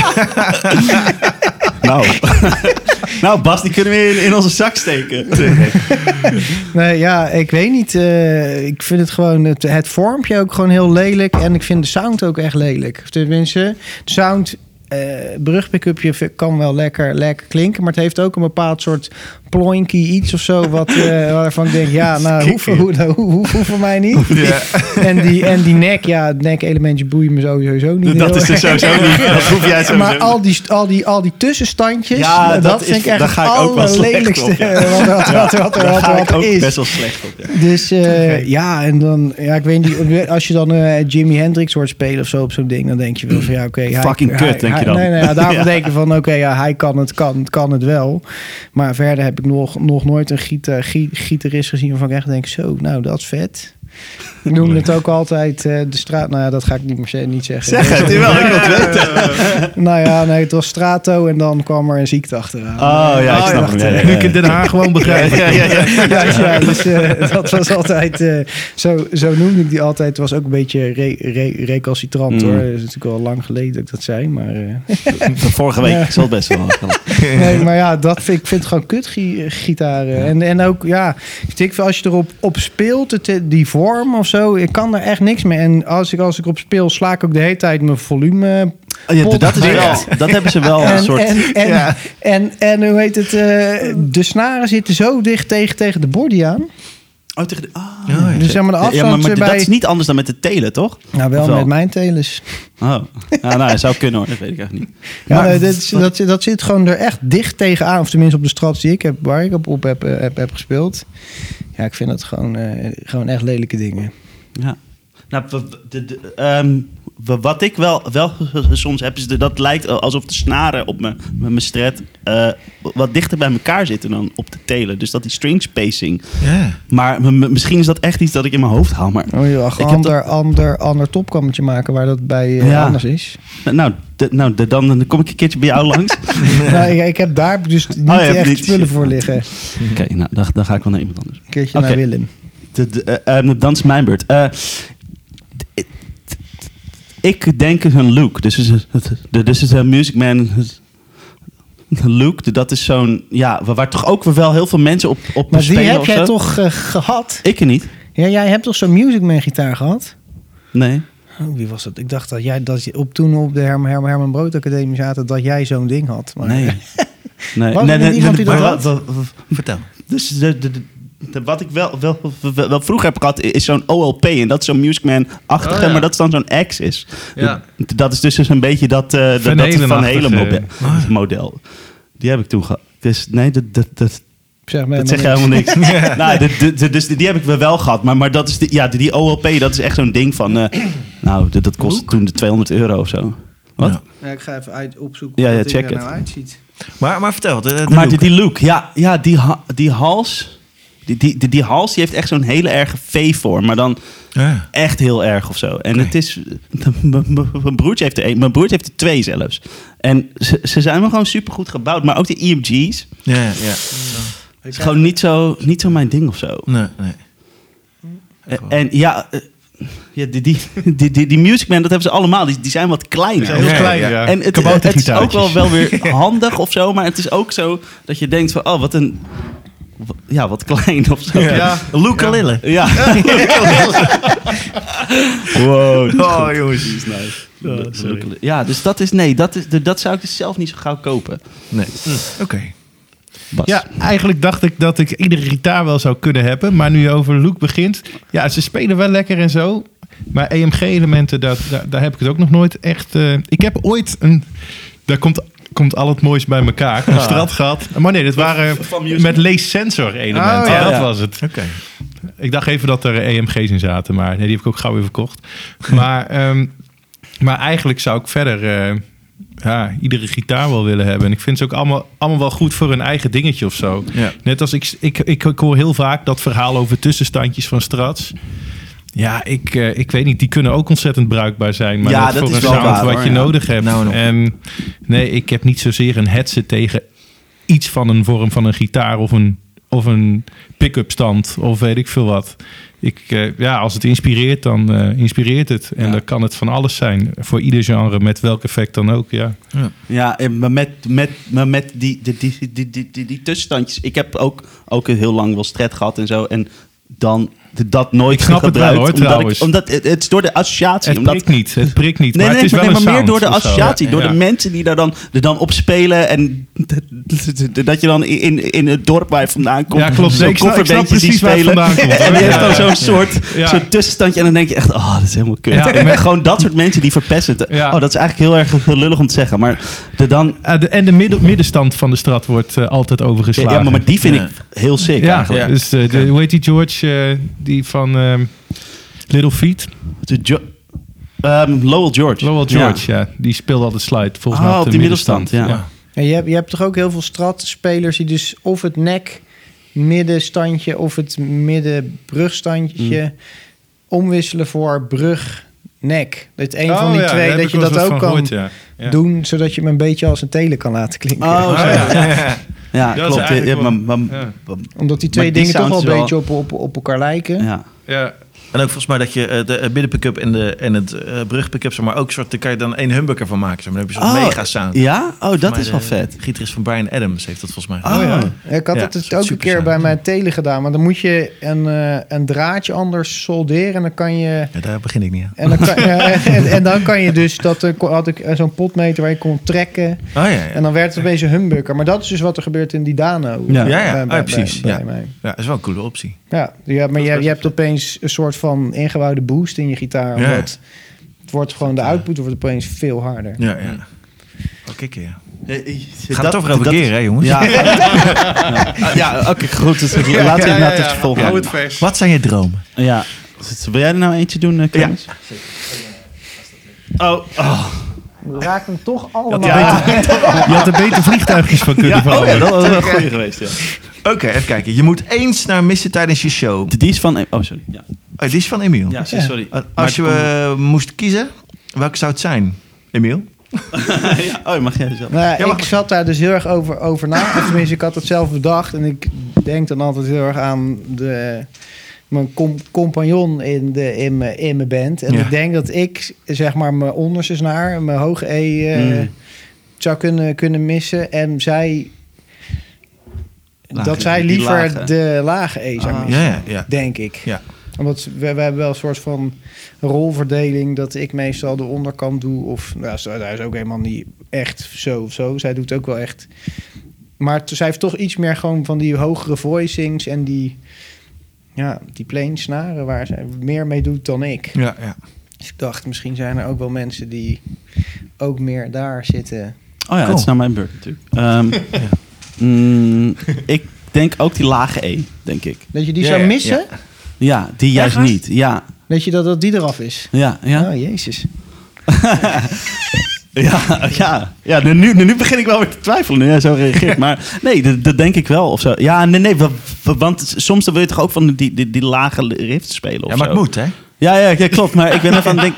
Nou, Bas, die kunnen we in onze zak steken. Nee, ja, ik weet niet. Ik vind het gewoon het vormpje ook gewoon heel lelijk. En ik vind de sound ook echt lelijk. Tenminste, de sound... brugpick-upje kan wel lekker klinken, maar het heeft ook een bepaald soort ploinky iets of zo, waarvan ik denk, ja, nou, hoeft voor mij niet. Ja. En die nek, ja, het nek-elementje boeit me sowieso niet. Dat is dus sowieso niet. Dat hoef jij sowieso maar al die tussenstandjes, ja, dat vind ik echt het allerlelijkste wat er is. Best wel slecht op. Ja. Dus ja, en dan, ja, ik weet niet, als je dan Jimi Hendrix hoort spelen of zo op zo'n ding, dan denk je wel van, ja, oké. Fucking kut, denk je dan. Nee, ja, daarom denk je van, oké, ja, hij kan het wel. Maar verder heb ik nog nooit een gitarist gezien waarvan ik echt denk, zo, nou, dat is vet. Ik noemde het ook altijd de straat. Nou ja, dat ga ik niet zeggen. Zeg het, wel, ik wil het weten. Nou ja, nee, het was Strato en dan kwam er een ziekte achteraan. Oh ja, ik snap het. Nu ik het Den Haag gewoon begrijp. Ja, dus dat was altijd... Zo noemde ik die altijd. Het was ook een beetje recalcitrant hoor. Het is natuurlijk al lang geleden dat ik dat zei, maar... Vorige week zal het best wel. Nee, maar ja, ik vind het gewoon kut gitaren. En ook, ja, als je erop speelt, die vorm of zo, ik kan er echt niks mee. En als ik op speel, sla ik ook de hele tijd mijn volume. Dat is wel. Dat hebben ze wel een soort. En hoe heet het? De snaren zitten zo dicht tegen de body aan. Oh, tegen de. Dus zeg maar de afstand maar dat is niet anders dan met de telen, toch? Nou, wel met mijn telers. Oh, ja, nou, dat zou kunnen hoor. Dat weet ik echt niet. Ja, maar, dat zit gewoon er echt dicht tegenaan. Of tenminste op de strats die ik heb, waar ik op heb gespeeld. Ja, ik vind dat gewoon echt lelijke dingen. Ja. Nou, wat ik wel soms heb, is dat lijkt alsof de snaren op mijn stret wat dichter bij elkaar zitten dan op de telen. Dus dat die string spacing. Yeah. Maar misschien is dat echt iets dat ik in mijn hoofd haal. Maar ander topkammetje maken waar dat bij anders is. Dan kom ik een keertje bij jou langs. Nou, ik heb daar dus niet echt spullen voor liggen. Oké, nou, dan ga ik wel naar iemand anders. Een keertje naar Willem. Dan is mijn beurt. Ik denk een Luke. Dus is een Music Man Luke. Dat is zo'n... Ja, waar toch ook wel heel veel mensen op maar spelen. Maar die heb jij toch gehad? Ik niet. Ja, jij hebt toch zo'n Music Man gitaar gehad? Nee. Oh, wie was dat? Ik dacht dat jij toen op de Herman Brood Academie zaten dat jij zo'n ding had. Maar... Nee. Vertel. Dus wat ik wel vroeger heb gehad is zo'n OLP. En dat is zo'n Music Man-achtige, maar dat is dan zo'n Axis. Ja. Dat is dus een beetje dat Van Halen model. Die heb ik toen gehad. Dus nee, dat zeg je helemaal niks. Nou, dus die heb ik wel gehad. Maar dat is die OLP, dat is echt zo'n ding van... dat kostte toen €200 of zo. Wat? Ja, ik ga even opzoeken hoe check het er nou uitziet. Maar vertel. Die Luke, die hals... Die hals die heeft echt zo'n hele erge V-vorm, maar dan echt heel erg of zo. En het is... Mijn broertje heeft er 2 zelfs. En ze zijn wel gewoon supergoed gebouwd. Maar ook de EMG's. Ja. Het is gewoon niet zo mijn ding of zo. Nee. En die Music Man, dat hebben ze allemaal. Die zijn wat kleiner. Heel klein, ja. En het is ook wel weer handig of zo. Maar het is ook zo dat je denkt van... Oh, wat een... Ja, wat klein of zo. Ja. Luke-lille. Ja. Wow. Oh, jongens. Die is nice. Ja, dus dat zou ik dus zelf niet zo gauw kopen. Nee. Oké. Bas. Ja, eigenlijk dacht ik dat ik iedere gitaar wel zou kunnen hebben. Maar nu je over Luke begint... Ja, ze spelen wel lekker en zo. Maar EMG-elementen, daar heb ik het ook nog nooit echt... ik heb ooit een... Daar komt al het moois bij elkaar. Een Strat gehad. Maar nee, dat waren met lees-sensor elementen. Oh, ja. Dat was het. Oké. Ik dacht even dat er EMG's in zaten. Maar nee, die heb ik ook gauw weer verkocht. Maar eigenlijk zou ik verder... iedere gitaar wel willen hebben. En ik vind ze ook allemaal wel goed voor hun eigen dingetje of zo. Ja. Net als ik hoor heel vaak dat verhaal over tussenstandjes van Strats. Ja, ik weet niet. Die kunnen ook ontzettend bruikbaar zijn. Maar ja, dat voor een sound wat je nodig hebt. En nee, ik heb niet zozeer een headset tegen iets van een vorm van een gitaar of een pick-up stand of weet ik veel wat. Als het inspireert, dan inspireert het. En dan kan het van alles zijn. Voor ieder genre, met welk effect dan ook. Ja, maar met die tussenstandjes. Ik heb ook heel lang wel Strat gehad en zo. En dan dat nooit gebruikt. Omdat het is door de associatie. Het prikt niet. Nee, maar het is wel maar meer door de associatie. associatie. Door de mensen die er dan op spelen. En dat je dan in het dorp waar je vandaan komt. Ja, klopt. Zo'n kofferbandjes die spelen. En die heeft dan zo'n soort tussenstandje. En dan denk je echt, dat is helemaal kut. Ja. En gewoon dat soort mensen die verpesten het. Ja. Dat is eigenlijk heel erg lullig om te zeggen. Maar en de middenstand van de Strat wordt altijd overgeslagen. Ja, maar die vind ik heel sick eigenlijk. Dus hoe heet die George... die van Little Feat. Lowell George. Ja. Die speelde altijd slide. Volgens mij op die middenstand. Ja. Ja, je hebt toch ook heel veel Strat-spelers die dus of het nek middenstandje of het middenbrugstandje omwisselen voor brug nek. Dat een van die twee, dat je dat ook kan doen, zodat je hem een beetje als een tele kan laten klinken. Ja, klopt. Omdat die twee dingen toch wel een beetje op elkaar lijken. Ja. En ook volgens mij dat je de middenpick-up en het brugpick-up, zeg maar, ook soort, daar kan je dan 1 humbucker van maken. Zeg maar. Dan heb je zo'n mega sound. Ja? Dat is wel vet. De gitarist van Bryan Adams heeft dat volgens mij. Ik had het ook een keer bij mijn tele gedaan. Maar dan moet je een draadje anders solderen. En dan kan je... Ja, daar begin ik niet aan. En dan kan, en dan kan je dus... had ik zo'n potmeter waar je kon trekken. En dan werd het opeens een humbucker. Maar dat is dus wat er gebeurt in die Dano. Precies. Bij mij. Ja, dat is wel een coole optie. Ja, maar je hebt opeens een soort van ingebouwde boost in je gitaar. Omdat het wordt gewoon, de output wordt opeens veel harder. Ja. Oké. Gaat het over keren, hè, jongens? Oké, goed. Dus laten we het volgen. Hou het vers. Wat zijn je dromen? Ja. Wil jij er nou eentje doen, Clemens? We raken hem toch allemaal. Je had er beter vliegtuigjes van kunnen vallen. Dat was wel goed geweest, Oké, even kijken. Je moet eens naar missen tijdens je show. Die is van... Oh, sorry. Ja. Die is van Emiel. Ja, sorry. Als je moest kiezen, welke zou het zijn, Emiel? Mag jij zelf? Ik zat daar dus heel erg over na. Of tenminste, ik had het zelf bedacht. En ik denk dan altijd heel erg aan mijn compagnon in mijn band. En ik denk dat ik, zeg maar, mijn onderste snaar, mijn hoge E zou kunnen missen. En zij... dat zij liever de lage E zou missen, denk ik. Ja. Omdat we hebben wel een soort van rolverdeling dat ik meestal de onderkant doe. Of daar is ook helemaal niet echt zo of zo. Zij doet ook wel echt. Maar zij heeft toch iets meer gewoon van die hogere voicings en die plain snaren waar zij meer mee doet dan ik. Ja. Dus ik dacht, misschien zijn er ook wel mensen die ook meer daar zitten. Het is nou mijn beurt natuurlijk. Ik denk ook die lage E, denk ik. Dat je die zou missen? Ja, die juist niet. Ja. Weet je dat die eraf is? Ja. Oh, jezus. Ja, nu begin ik wel weer te twijfelen nu jij zo reageert. Maar nee, dat denk ik wel of zo. Ja, nee, want soms dan wil je toch ook van die lage riffs spelen of Ja, maar zo. het moet, hè? Ja, klopt. Maar ik ben ervan denk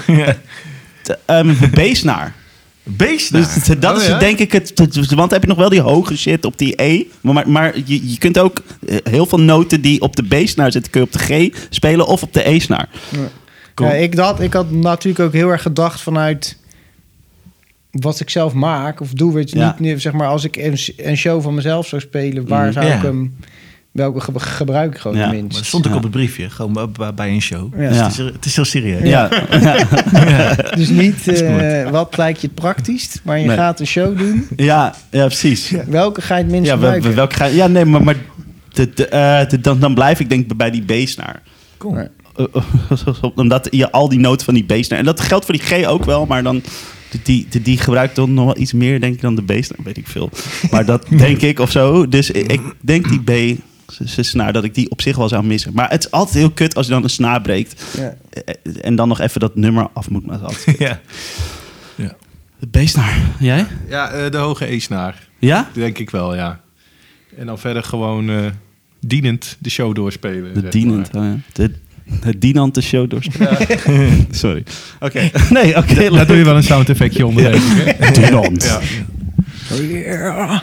B-snaar. Beestnaar. Dus dat is denk ik het. Want heb je nog wel die hoge shit op die E. Maar je kunt ook heel veel noten die op de B-snaar zitten, kun je op de G spelen of op de E-snaar. Ja. Cool. Ja, ik had natuurlijk ook heel erg gedacht vanuit wat ik zelf maak of doe. Weet je, niet, zeg maar, als ik een show van mezelf zou spelen, waar zou ik hem... Welke gebruik ik gewoon Ja. minst? Maar dat stond ook op het briefje, gewoon bij een show. Ja. Dus het is heel serieus. Ja. Dus niet wat lijkt je het praktischst, maar je gaat een show doen. Ja, precies. Welke ga je het minst gebruiken? Welke ga je... Ja, nee, maar dan blijf ik denk bij die B-snaar. Cool. Ja. Omdat je al die noten van die B-snaar... En dat geldt voor die G ook wel, maar dan... Die gebruikt dan nog wel iets meer, denk ik, dan de B-snaar. Weet ik veel. Maar dat denk ik of zo. Dus ik denk die B-snaar, dat ik die op zich wel zou missen. Maar het is altijd heel kut als je dan een snaar breekt. Ja. En dan nog even dat nummer af moet. Maar dat is altijd kut. Ja. De B-snaar. Jij? Ja, de hoge E-snaar. Ja? Denk ik wel, ja. En dan verder gewoon dienend de show doorspelen. De dienend. Oh ja. Het dienend de show doorspelen. Ja. Sorry. Oké. Nee, oké. Daar doe je wel een sound effectje onder. Denk ik, hè? Dienend. Ja. Yeah.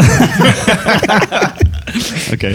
Oké.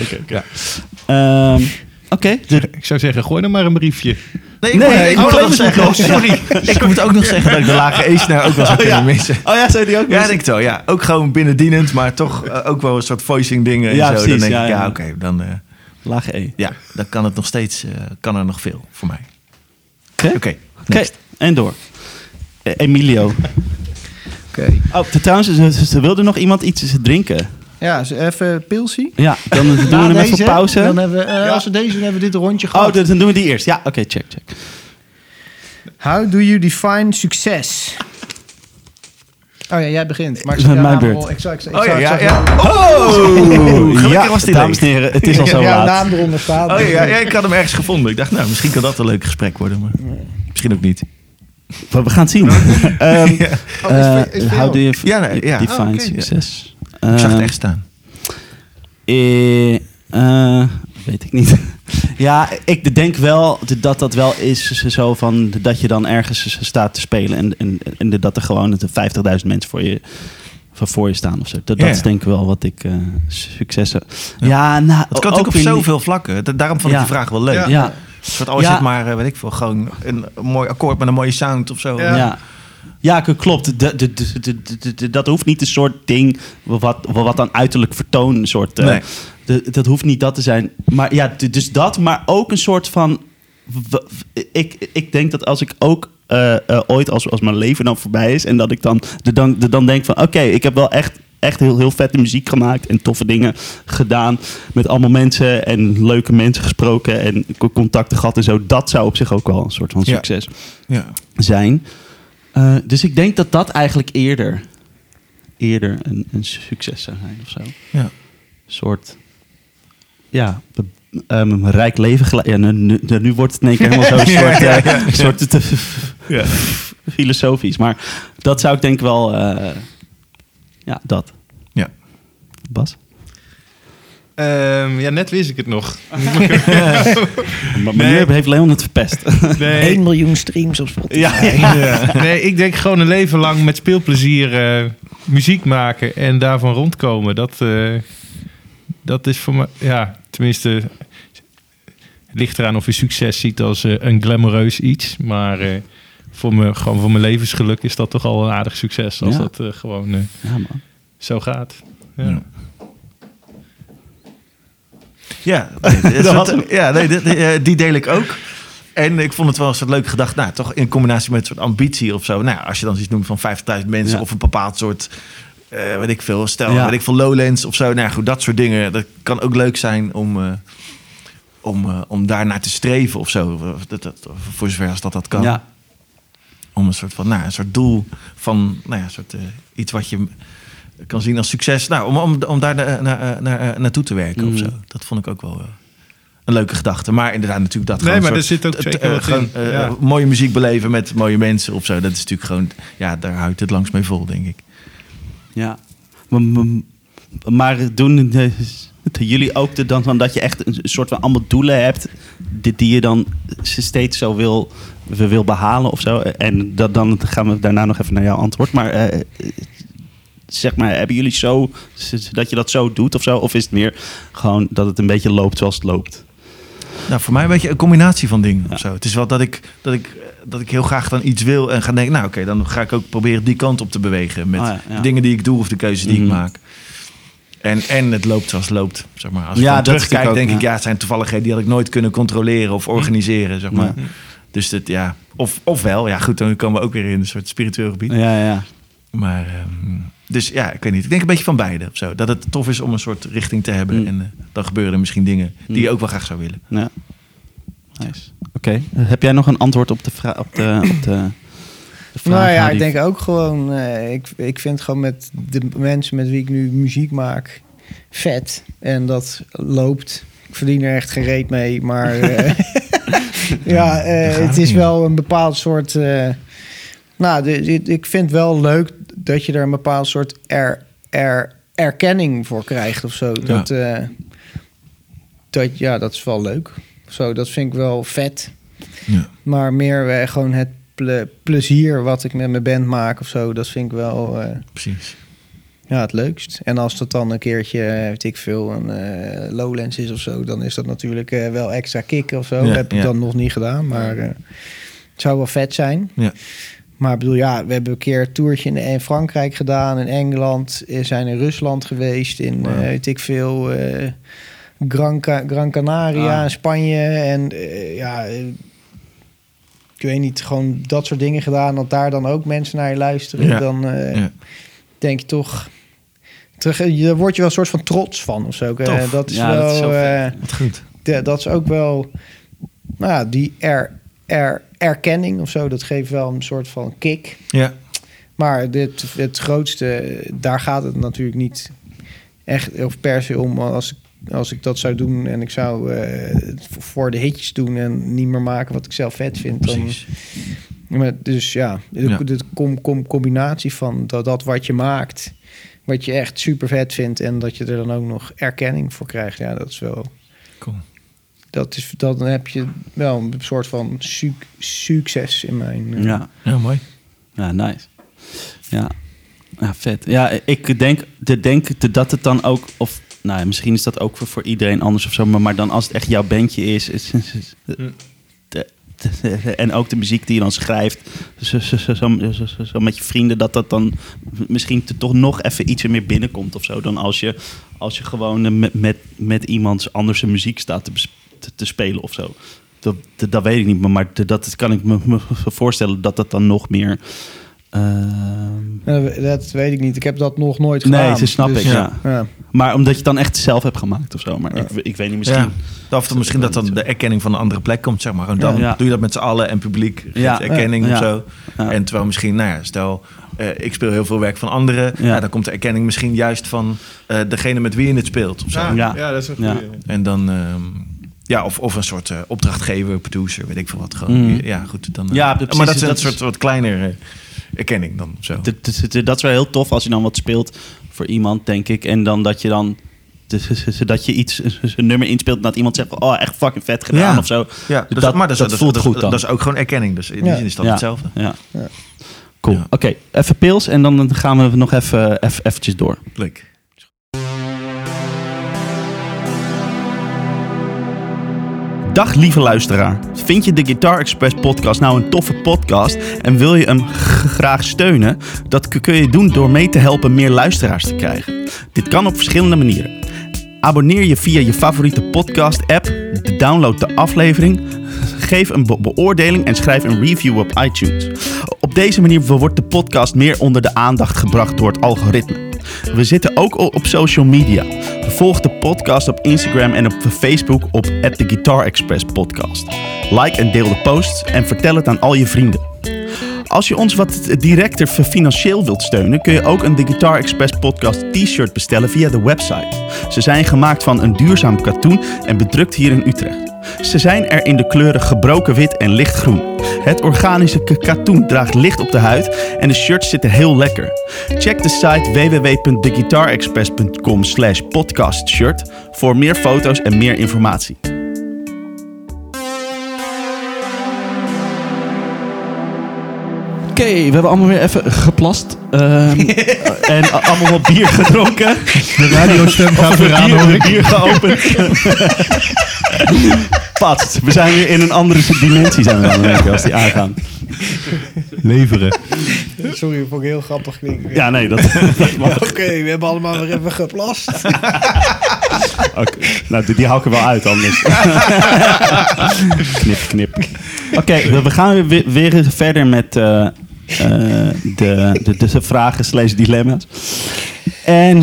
Oké. Ik zou zeggen, gooi dan maar een briefje. Nee, ik moet nog zeggen. Sorry. Ik moet ook nog zeggen dat ik de lage E-snaar ook wel zou kunnen missen. Oh ja, zou je die ook Ja, missen? denk ik wel. Ja, ook gewoon binnendienend, maar toch ook wel een soort voicing dingen en Ja, zo. precies, Dan denk ik, ja. oké, dan... Lage E. ja, dan kan het nog steeds... kan er nog veel voor mij. Oké. Oké, Oké, next. en door. Emilio. Oké. Oh, trouwens, ze wilde nog iemand iets drinken. Ja, even pilsie. Ja, dan doen we hem even pauze. Dan hebben we, als we deze doen, hebben we dit rondje gehad. Oh, dan doen we die eerst. Ja, oké, check. How do you define succes? Oh ja, jij begint. Maar ik Mijn naam beurt. erop- Ik zal Gelukkig was het dames en heren, het is al zo jouw laat. naam eronder staat. Oh ja, ik had hem ergens gevonden. Ik dacht, nou, misschien kan dat een leuk gesprek worden, maar misschien ook niet. We gaan het zien. is How do you Ja, nee, ja. define oké. succes? Ik zag het echt staan. Weet ik niet. Ja, ik denk wel dat wel is zo van dat je dan ergens staat te spelen en dat er gewoon 50.000 mensen voor je staan of zo. Dat is denk ik wel wat ik successen. Ja, nou, Het kan natuurlijk op zoveel vlakken. Daarom vond ik die vraag wel leuk. Ja. Een soort al is het maar, weet ik veel, gewoon een mooi akkoord met een mooie sound of zo. Ja, klopt. Dat hoeft niet een soort ding wat dan uiterlijk vertoon. Een soort, Nee. Dat hoeft niet dat te zijn. Maar ja, dus dat. Maar ook een soort van... Ik denk dat als ik ook ooit, als mijn leven dan voorbij is... en dat ik dan denk van... Oké, ik heb wel echt heel vette muziek gemaakt... en toffe dingen gedaan met allemaal mensen... en leuke mensen gesproken en contacten gehad en zo. Dat zou op zich ook wel een soort van succes zijn... Dus ik denk dat eigenlijk eerder een succes zou zijn of zo. Ja. Een soort, rijk leven geleid. Ja, nu wordt het in één keer helemaal zo'n soort filosofisch. Maar dat zou ik denk wel, dat. Ja. Bas? Net wist ik het nog. Maar nu heeft Leon het verpest. 1 miljoen streams op Spotify. Ja. Nee, ik denk gewoon een leven lang met speelplezier muziek maken en daarvan rondkomen. Dat is voor mij, tenminste, het ligt eraan of je succes ziet als een glamoureus iets. Maar voor mijn levensgeluk is dat toch al een aardig succes als dat gewoon Man. zo gaat. Die deel ik ook. En ik vond het wel een soort leuk gedacht. Nou, toch in combinatie met een soort ambitie of zo. Nou, als je dan iets noemt van 50.000 mensen of een bepaald soort, weet ik veel, weet ik veel, Lowlands of zo. Nou goed, dat soort dingen. Dat kan ook leuk zijn om daar naar te streven of zo. Voor zover als dat kan. Ja. Om een soort van, een soort doel van, een soort iets wat je kan zien als succes. Nou, om daar naartoe te werken of zo. Dat vond ik ook wel een leuke gedachte. Maar inderdaad natuurlijk dat Nee, gewoon maar een er zit ook zeker wat gewoon, in. Ja. mooie muziek beleven met mooie mensen of zo. Dat is natuurlijk gewoon, daar houdt het langs mee vol, denk ik. Ja. Maar doen jullie ook dan dat je echt een soort van allemaal doelen hebt die je dan steeds zo wil behalen of zo? En dan gaan we daarna nog even naar jouw antwoord. Maar zeg maar, hebben jullie zo dat je dat zo doet of zo? Of is het meer gewoon dat het een beetje loopt zoals het loopt? Nou, voor mij een beetje een combinatie van dingen of zo. Het is wel dat ik heel graag dan iets wil en ga denken, nou oké, dan ga ik ook proberen die kant op te bewegen met de dingen die ik doe of de keuzes die ik maak. En het loopt zoals het loopt, zeg maar. Als ik dan terugkijk, denk ik, het zijn toevalligheden die had ik nooit kunnen controleren of organiseren, zeg maar. Dus dat, ofwel, goed, dan komen we ook weer in een soort spiritueel gebied. Ja. Maar, dus ja, ik weet niet. Ik denk een beetje van beide of zo. Dat het tof is om een soort richting te hebben. En dan gebeuren er misschien dingen die je ook wel graag zou willen. Ja. Nice. Oké. Heb jij nog een antwoord op de vraag? Op de Nou ja, ik denk ook gewoon... ik vind gewoon met de mensen met wie ik nu muziek maak vet. En dat loopt. Ik verdien er echt geen reet mee. Maar het is wel een bepaald soort... ik vind wel leuk dat je er een bepaald soort erkenning voor krijgt of zo. Dat is wel leuk. Zo, dat vind ik wel vet. Ja. Maar meer gewoon het plezier wat ik met mijn band maak of zo, dat vind ik wel precies. Ja, het leukst. En als dat dan een keertje, weet ik veel, een Lowlands is of zo, dan is dat natuurlijk wel extra kick of zo. Dat heb ik dan nog niet gedaan, maar het zou wel vet zijn. Ja. Maar ik bedoel, we hebben een keer een toertje in Frankrijk gedaan, in Engeland, zijn in Rusland geweest, in weet ik veel, Gran Canaria, Spanje en ik weet niet, gewoon dat soort dingen gedaan, dat daar dan ook mensen naar je luisteren. Dan denk je toch, daar word je wel een soort van trots van of zo. Dat is wel, wat goed. Dat is ook wel, die erkenning of zo, dat geeft wel een soort van kick. Ja. Maar het grootste, daar gaat het natuurlijk niet echt of per se om. Als ik dat zou doen en ik zou voor de hitjes doen en niet meer maken wat ik zelf vet vind. Precies. Dus de combinatie van dat wat je maakt, wat je echt super vet vindt en dat je er dan ook nog erkenning voor krijgt. Ja, dat is wel cool. Dan heb je wel een soort van succes in mijn... Ja, mooi. Ja, nice. Ja, vet. Ja, ik denk dat het dan ook... Of, misschien is dat ook voor iedereen anders of zo. Maar dan als het echt jouw bandje is... en ook de muziek die je dan schrijft... Zo met je vrienden... dat dan misschien toch nog even iets meer binnenkomt of zo. Dan als je gewoon met iemands anders muziek staat te spelen of zo. Dat weet ik niet, maar dat kan ik me voorstellen dat dat dan nog meer... dat weet ik niet. Ik heb dat nog nooit gedaan. Nee, dat snap ik, ja. Maar omdat je het dan echt zelf hebt gemaakt of zo. Maar ik weet niet, misschien... Ja. Of misschien dat dan de erkenning van een andere plek komt, zeg maar. En dan doe je dat met z'n allen en publiek geeft erkenning of zo. Ja. En terwijl misschien, stel... ik speel heel veel werk van anderen. Dan komt de erkenning misschien juist van degene met wie je het speelt. Of zo. Ja, dat is een goeie. En dan... of een soort opdrachtgever, producer, weet ik veel wat. Gewoon. Ja, goed. Dan, maar dat is een soort wat kleiner erkenning dan. Zo. Dat is wel heel tof als je dan wat speelt voor iemand, denk ik. En dan dat je dan... dat je een nummer inspeelt en dat iemand zegt... echt fucking vet gedaan of zo. Ja, dat voelt goed dan. Dat is ook gewoon erkenning. Dus in die zin is dat hetzelfde. Ja. Cool. Oké, even pils en dan gaan we nog eventjes door. Leuk. Dag lieve luisteraar. Vind je de Guitar Express podcast nou een toffe podcast en wil je hem graag steunen? Dat kun je doen door mee te helpen meer luisteraars te krijgen. Dit kan op verschillende manieren. Abonneer je via je favoriete podcast app, download de aflevering, geef een beoordeling en schrijf een review op iTunes. Op deze manier wordt de podcast meer onder de aandacht gebracht door het algoritme. We zitten ook op social media. Volg de podcast op Instagram en op Facebook op The Guitar Express Podcast. Like en deel de posts en vertel het aan al je vrienden. Als je ons wat directer financieel wilt steunen, kun je ook een The Guitar Express podcast t-shirt bestellen via de website. Ze zijn gemaakt van een duurzaam katoen en bedrukt hier in Utrecht. Ze zijn er in de kleuren gebroken wit en lichtgroen. Het organische katoen draagt licht op de huid en de shirts zitten heel lekker. Check de site www.theguitarexpress.com/podcastshirt voor meer foto's en meer informatie. Oké, we hebben allemaal weer even geplast. En allemaal wat bier gedronken. De radiostem gaat weer aan, hoor ik. Bier geopend. Pat, we zijn weer in een andere dimensie zijn we dan, denk ik, als die aangaan. Leveren. Sorry, vond ik heel grappig klinken. Ja, nee, dat mag. Oké, we hebben allemaal weer even geplast. Okay. Nou, die hou ik er wel uit anders. Knip. Oké, we gaan weer verder met de vragen / dilemma's. En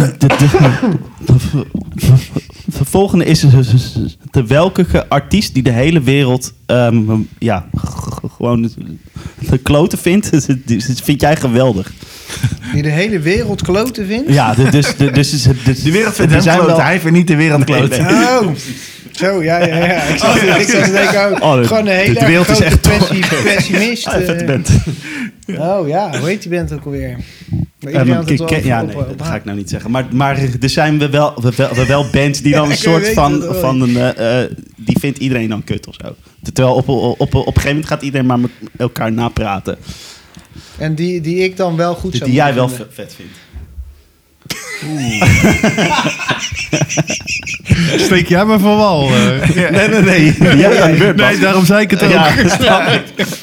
de volgende is de welke artiest die de hele wereld gewoon de kloten vindt. Dat vind jij geweldig. Die de hele wereld kloten vindt? Ja, dus De wereld vindt hem kloten, hij vindt niet de wereld kloten. Nee. Oh, zo, ja. Ik zat te denken ook. Gewoon een hele de wereld is echt pessimist. Oh ja, hoe heet die band ook alweer? Nee, dat ga ik nou niet zeggen. Maar er zijn we wel bands die dan een soort van die vindt iedereen dan kut of zo. Terwijl op een gegeven moment gaat iedereen maar met elkaar napraten. En die ik dan wel goed zou die jij wel vinden. vet vindt. Steek jij me van wal? Nee. Jij aan de beurt, nee, daarom zei ik het ook. Ja.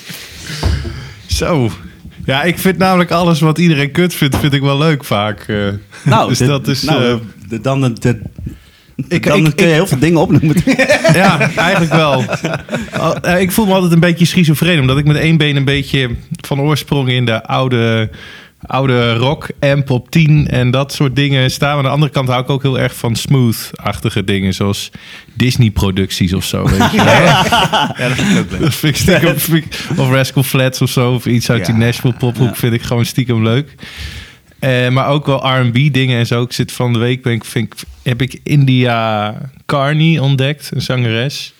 Zo. Ja, ik vind namelijk alles wat iedereen kut vindt, vind ik wel leuk vaak. Dus dat is... Dan kun je heel veel dingen opnoemen. Ja, eigenlijk wel. Ik voel me altijd een beetje schizofreen, omdat ik met één been een beetje van oorsprong in de oude rock, amp op 10 en dat soort dingen staan. Maar aan de andere kant hou ik ook heel erg van smooth-achtige dingen, zoals Disney-producties of zo. Weet je wel. Ja, dat vind ik ook leuk. Dat vind ik stiekem, of Rascal Flatts of zo, of iets uit die Nashville pophoek vind ik gewoon stiekem leuk. Maar ook wel R&B dingen en zo. Ik zit van de week, heb ik India Carney ontdekt, een zangeres.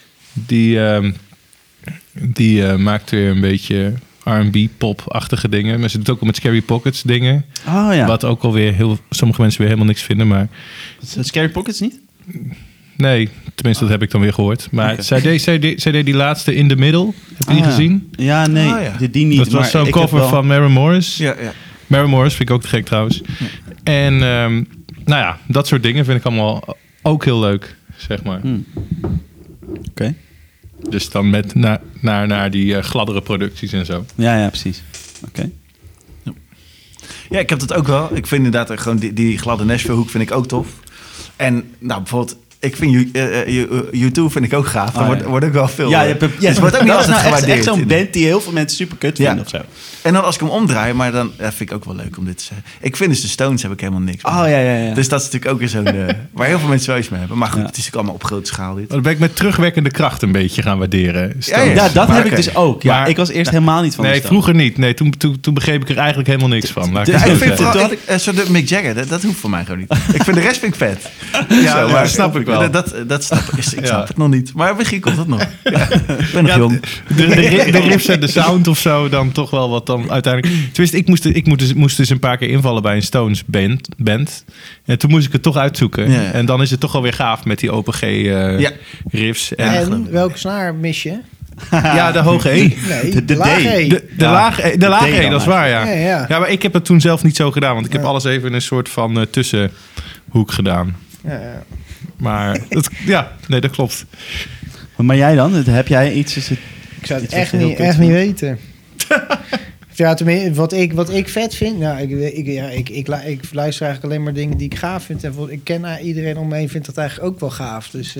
Die maakt weer een beetje R&B pop-achtige dingen. Maar ze doet ook met Scary Pockets dingen. Oh ja. Wat ook alweer sommige mensen weer helemaal niks vinden. Maar Scary Pockets niet? Nee, tenminste dat heb ik dan weer gehoord. Maar Okay. zij deed die laatste In The Middle. Heb je die gezien? Ja, nee. Die niet. Dat was zo'n cover van Maren Morris. Ja. Maren Morris vind ik ook te gek trouwens. En nou ja, dat soort dingen vind ik allemaal ook heel leuk, zeg maar. Oké. Dus dan met naar die gladdere producties en zo. Ja, precies. Oké. Ja, ik heb dat ook wel. Ik vind inderdaad gewoon die gladde Nashville hoek vind ik ook tof. En nou, bijvoorbeeld, ik vind U2 vind ik ook gaaf. Er wordt ook wel veel. Ja, het wordt ook niet altijd gewaardeerd. Echt zo'n band die heel veel mensen super kut vinden of zo. En dan als ik hem omdraai, maar dan vind ik ook wel leuk om dit te zeggen. Ik vind dus de Stones heb ik helemaal niks mee. Oh ja. Dus dat is natuurlijk ook weer zo'n waar heel veel mensen wel eens mee hebben. Maar goed, het is ook allemaal op grote schaal dit. Dan ben ik met terugwerkende kracht een beetje gaan waarderen. Ja, dat heb ik dus ook. Ja, ik was eerst helemaal niet van. Nee, vroeger niet. Nee, toen begreep ik er eigenlijk helemaal niks van. Ik vind vooral de Mick Jagger, dat hoeft voor mij gewoon niet. Ik vind de rest vind ik vet. Ja, maar snap ik wel. Dat snap ik. Ik snap het nog niet. Maar misschien komt het nog. Ik ben nog jong. De riffs en de sound of zo dan toch wel wat dan uiteindelijk. Tenminste, ik moest dus een paar keer invallen bij een Stones band. En toen moest ik het toch uitzoeken. Ja. En dan is het toch alweer gaaf met die open G riffs. En welke snaar mis je? Ja, de hoge E. Nee, de lage E. De lage E, dat is waar, ja. Ja. Ja, maar ik heb het toen zelf niet zo gedaan. Want ik heb alles even in een soort van tussenhoek gedaan. Ja. Maar dat klopt. Maar jij dan? Heb jij iets? Ik zou het echt niet weten. Ja, tenminste, wat ik vet vind... Nou, ik luister eigenlijk alleen maar dingen die ik gaaf vind. En ik ken iedereen om me heen vindt dat eigenlijk ook wel gaaf. Dus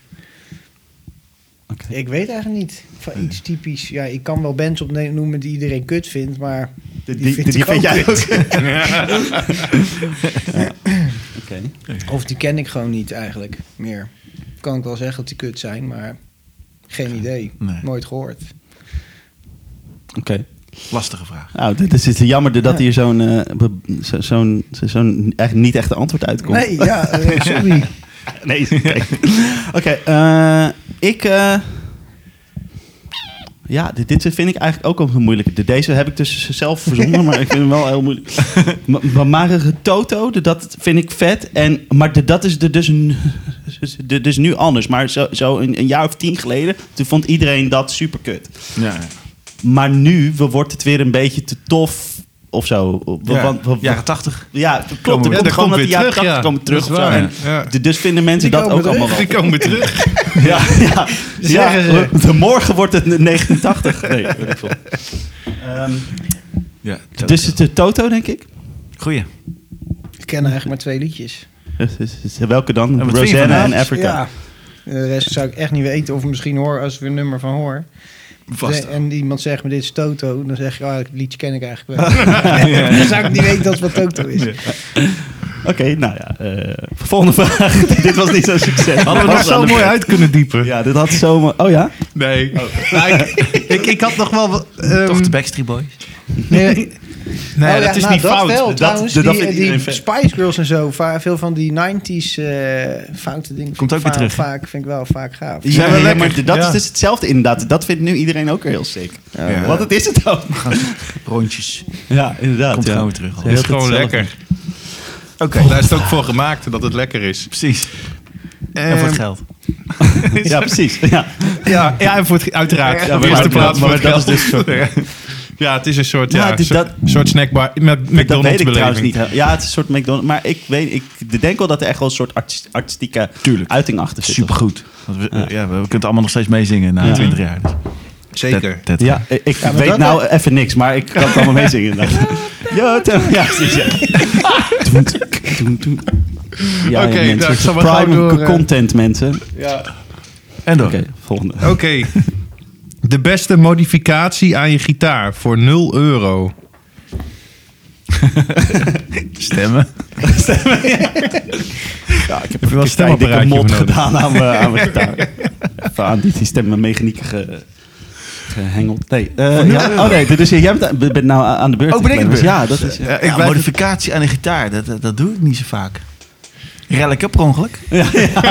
ik weet eigenlijk niet van iets typisch. Ja, ik kan wel bands opnoemen die iedereen kut vindt, maar... Die vind jij ook. Okay. Of die ken ik gewoon niet eigenlijk meer. Kan ik wel zeggen dat die kut zijn, maar geen idee. Nee. Nooit gehoord. Oké. Lastige vraag. Nou, het is jammer dat hier zo'n echt niet echte antwoord uitkomt. Nee, sorry. Nee, oké. Ja, dit vind ik eigenlijk ook al moeilijk. Deze heb ik dus zelf verzonnen, maar ik vind hem wel heel moeilijk. Maar Marige Toto, dat vind ik vet. Maar dat is dus nu anders. Maar zo een jaar of 10 geleden, toen vond iedereen dat super kut. Ja. Maar nu wordt het weer een beetje te tof of zo. Jaren 80. Ja, klopt. Ja, Er komt gewoon dat de weer jaren terug, 80 komen terug. Dat Of is zo. waar, En ja. Dus vinden mensen Die dat komen ook allemaal terug. wel. Die komen terug. Ja. Zeggen ze. De morgen wordt het 89. Nee, weet ik veel. Ja, Dus het Toto, denk ik. Goeie. Ik ken eigenlijk maar 2 liedjes. Welke dan? En wat vind je Rosanna van en Africa. Ja. De rest zou ik echt niet weten. Of misschien hoor als we een nummer van hoor. Vast. En iemand zegt me dit is Toto. Dan zeg ik, het liedje ken ik eigenlijk wel. Dan zou ik niet weten dat het wat Toto is. Oké, nou ja. Volgende vraag. Dit was niet zo'n succes. Hadden we dat zo mooi uit kunnen diepen? Ja, dit had zo... Oh ja? Nee. Nou, ik had nog wel... Toch de Backstreet Boys? Nee, dat is niet fout. Wel, trouwens, dat vindt die iedereen vet. Spice Girls en zo. Veel van die 90s foute dingen. Komt ook weer terug. Vind ik wel vaak gaaf. Ja, wel ja, lekker. maar dat Ja. is dus hetzelfde inderdaad. Dat vindt nu iedereen ook heel sick. Ja. Want het is het ook. Rondjes. Ja, inderdaad. Komt ja. gewoon weer terug. Het is gewoon hetzelfde. lekker. Oké. Daar is het ook voor gemaakt dat het lekker is. Precies. En voor het geld. Ja, precies. Ja. Ja, en voor het uiteraard. Ja, Op eerste plaats voor maar het dat geld. is dus soort... Ja, het is een soort, Ja, het is soort snackbar. Dat weet McDonald's ik trouwens beleving. niet. Ja, het is een soort McDonald's. Maar ik denk wel dat er echt wel een soort artistieke Tuurlijk. uiting achter zit. Supergoed. Want we kunnen het allemaal nog steeds meezingen na 20 jaar. Dus. Zeker. Ja, ik maar weet dat- nou even niks, maar ik kan het allemaal meezingen. inderdaad. Ja, precies. Ja. Ja, Oké, mensen. nou, ik zal maar Prime gauw door, content, mensen. En door. Oké, volgende. Oké. De beste modificatie aan je gitaar voor €0. Stemmen. Ja, ik heb wel een een stemapparaatje mod voor nodig. gedaan aan mijn gitaar. Even aan die stemmechaniek gehengeld. Nee, oh nee, dus jij bent nou aan de beurt. Oh, ben ik aan de beurt? Ja, dat is... Ja, modificatie aan een gitaar, dat doe ik niet zo vaak. Relleke per ongeluk. Ja,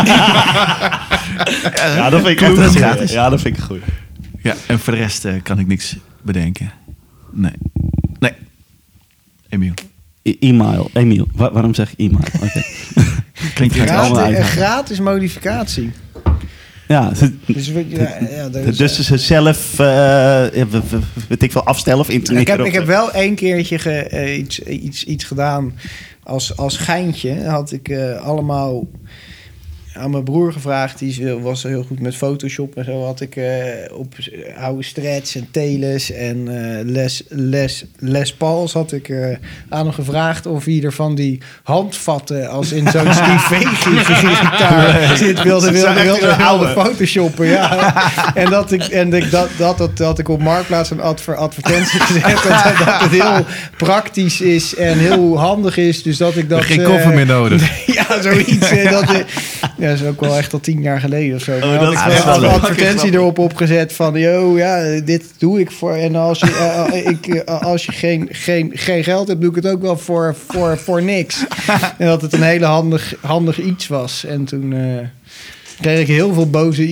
dat vind ik echt Kloek. gratis. Ja, dat vind ik goed. Ja, en voor de rest kan ik niks bedenken. Nee. Emiel. Emiel. Waarom zeg ik e-mail? Oké. Klinkt Ga ik allemaal Een uitleggen. gratis modificatie. Ja, Dus, dat is- dus ze zelf, weet ik veel, afstellen of intoneren. ik heb wel 1 keertje iets gedaan als geintje. Had ik allemaal aan mijn broer gevraagd. Die was heel goed met Photoshop en zo. Had ik op oude Strats en Teles en Les Pauls had ik aan hem gevraagd of hij er van die handvatten als in zo'n Steve Vai-gitaar zit wilde oude Photoshoppen. Ja. En dat had ik op Marktplaats een advertentie gezet. Dat het heel praktisch is en heel handig is. Dus dat ik dat... Geen koffer meer nodig. Ja, zoiets. Ja, dat is ook wel echt al 10 jaar geleden of zo. Maar dat had is ik wel een leuk. advertentie erop opgezet van... dit doe ik voor... En als je geen geld hebt, doe ik het ook wel voor niks. En dat het een hele handig iets was. En toen kreeg ik heel veel boze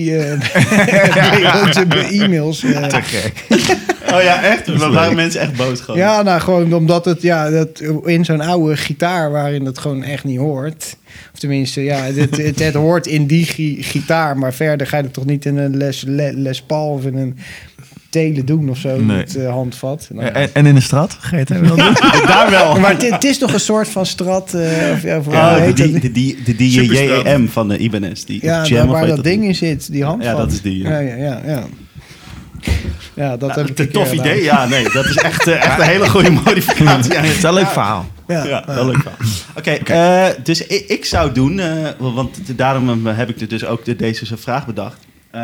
e-mails. Te gek. Oh ja, echt? We waren mensen echt boos gewoon. Ja, nou gewoon omdat het dat in zo'n oude gitaar waarin dat gewoon echt niet hoort. Of tenminste, ja, het hoort in die gitaar, maar verder ga je het toch niet in een Les Paul of in een Tele doen of zo, Nee. met handvat. Nou, En in de straat? Ga je het hebben dan doen? Daar wel. maar het is toch een soort van strat, of ja, hoe Oh, heet dat? die JEM van de Ibanez. Die Ja, jam, of waar weet dat ding in zit, die handvat. Ja, dat is die, ja. Ja, dat heb ik Een een tof keer idee. gedaan. Ja, nee, dat is echt een hele goede modificatie. Het is wel een leuk verhaal. Ja. Wel leuk verhaal. Oké, dus ik zou doen, want daarom heb ik dus ook deze vraag bedacht.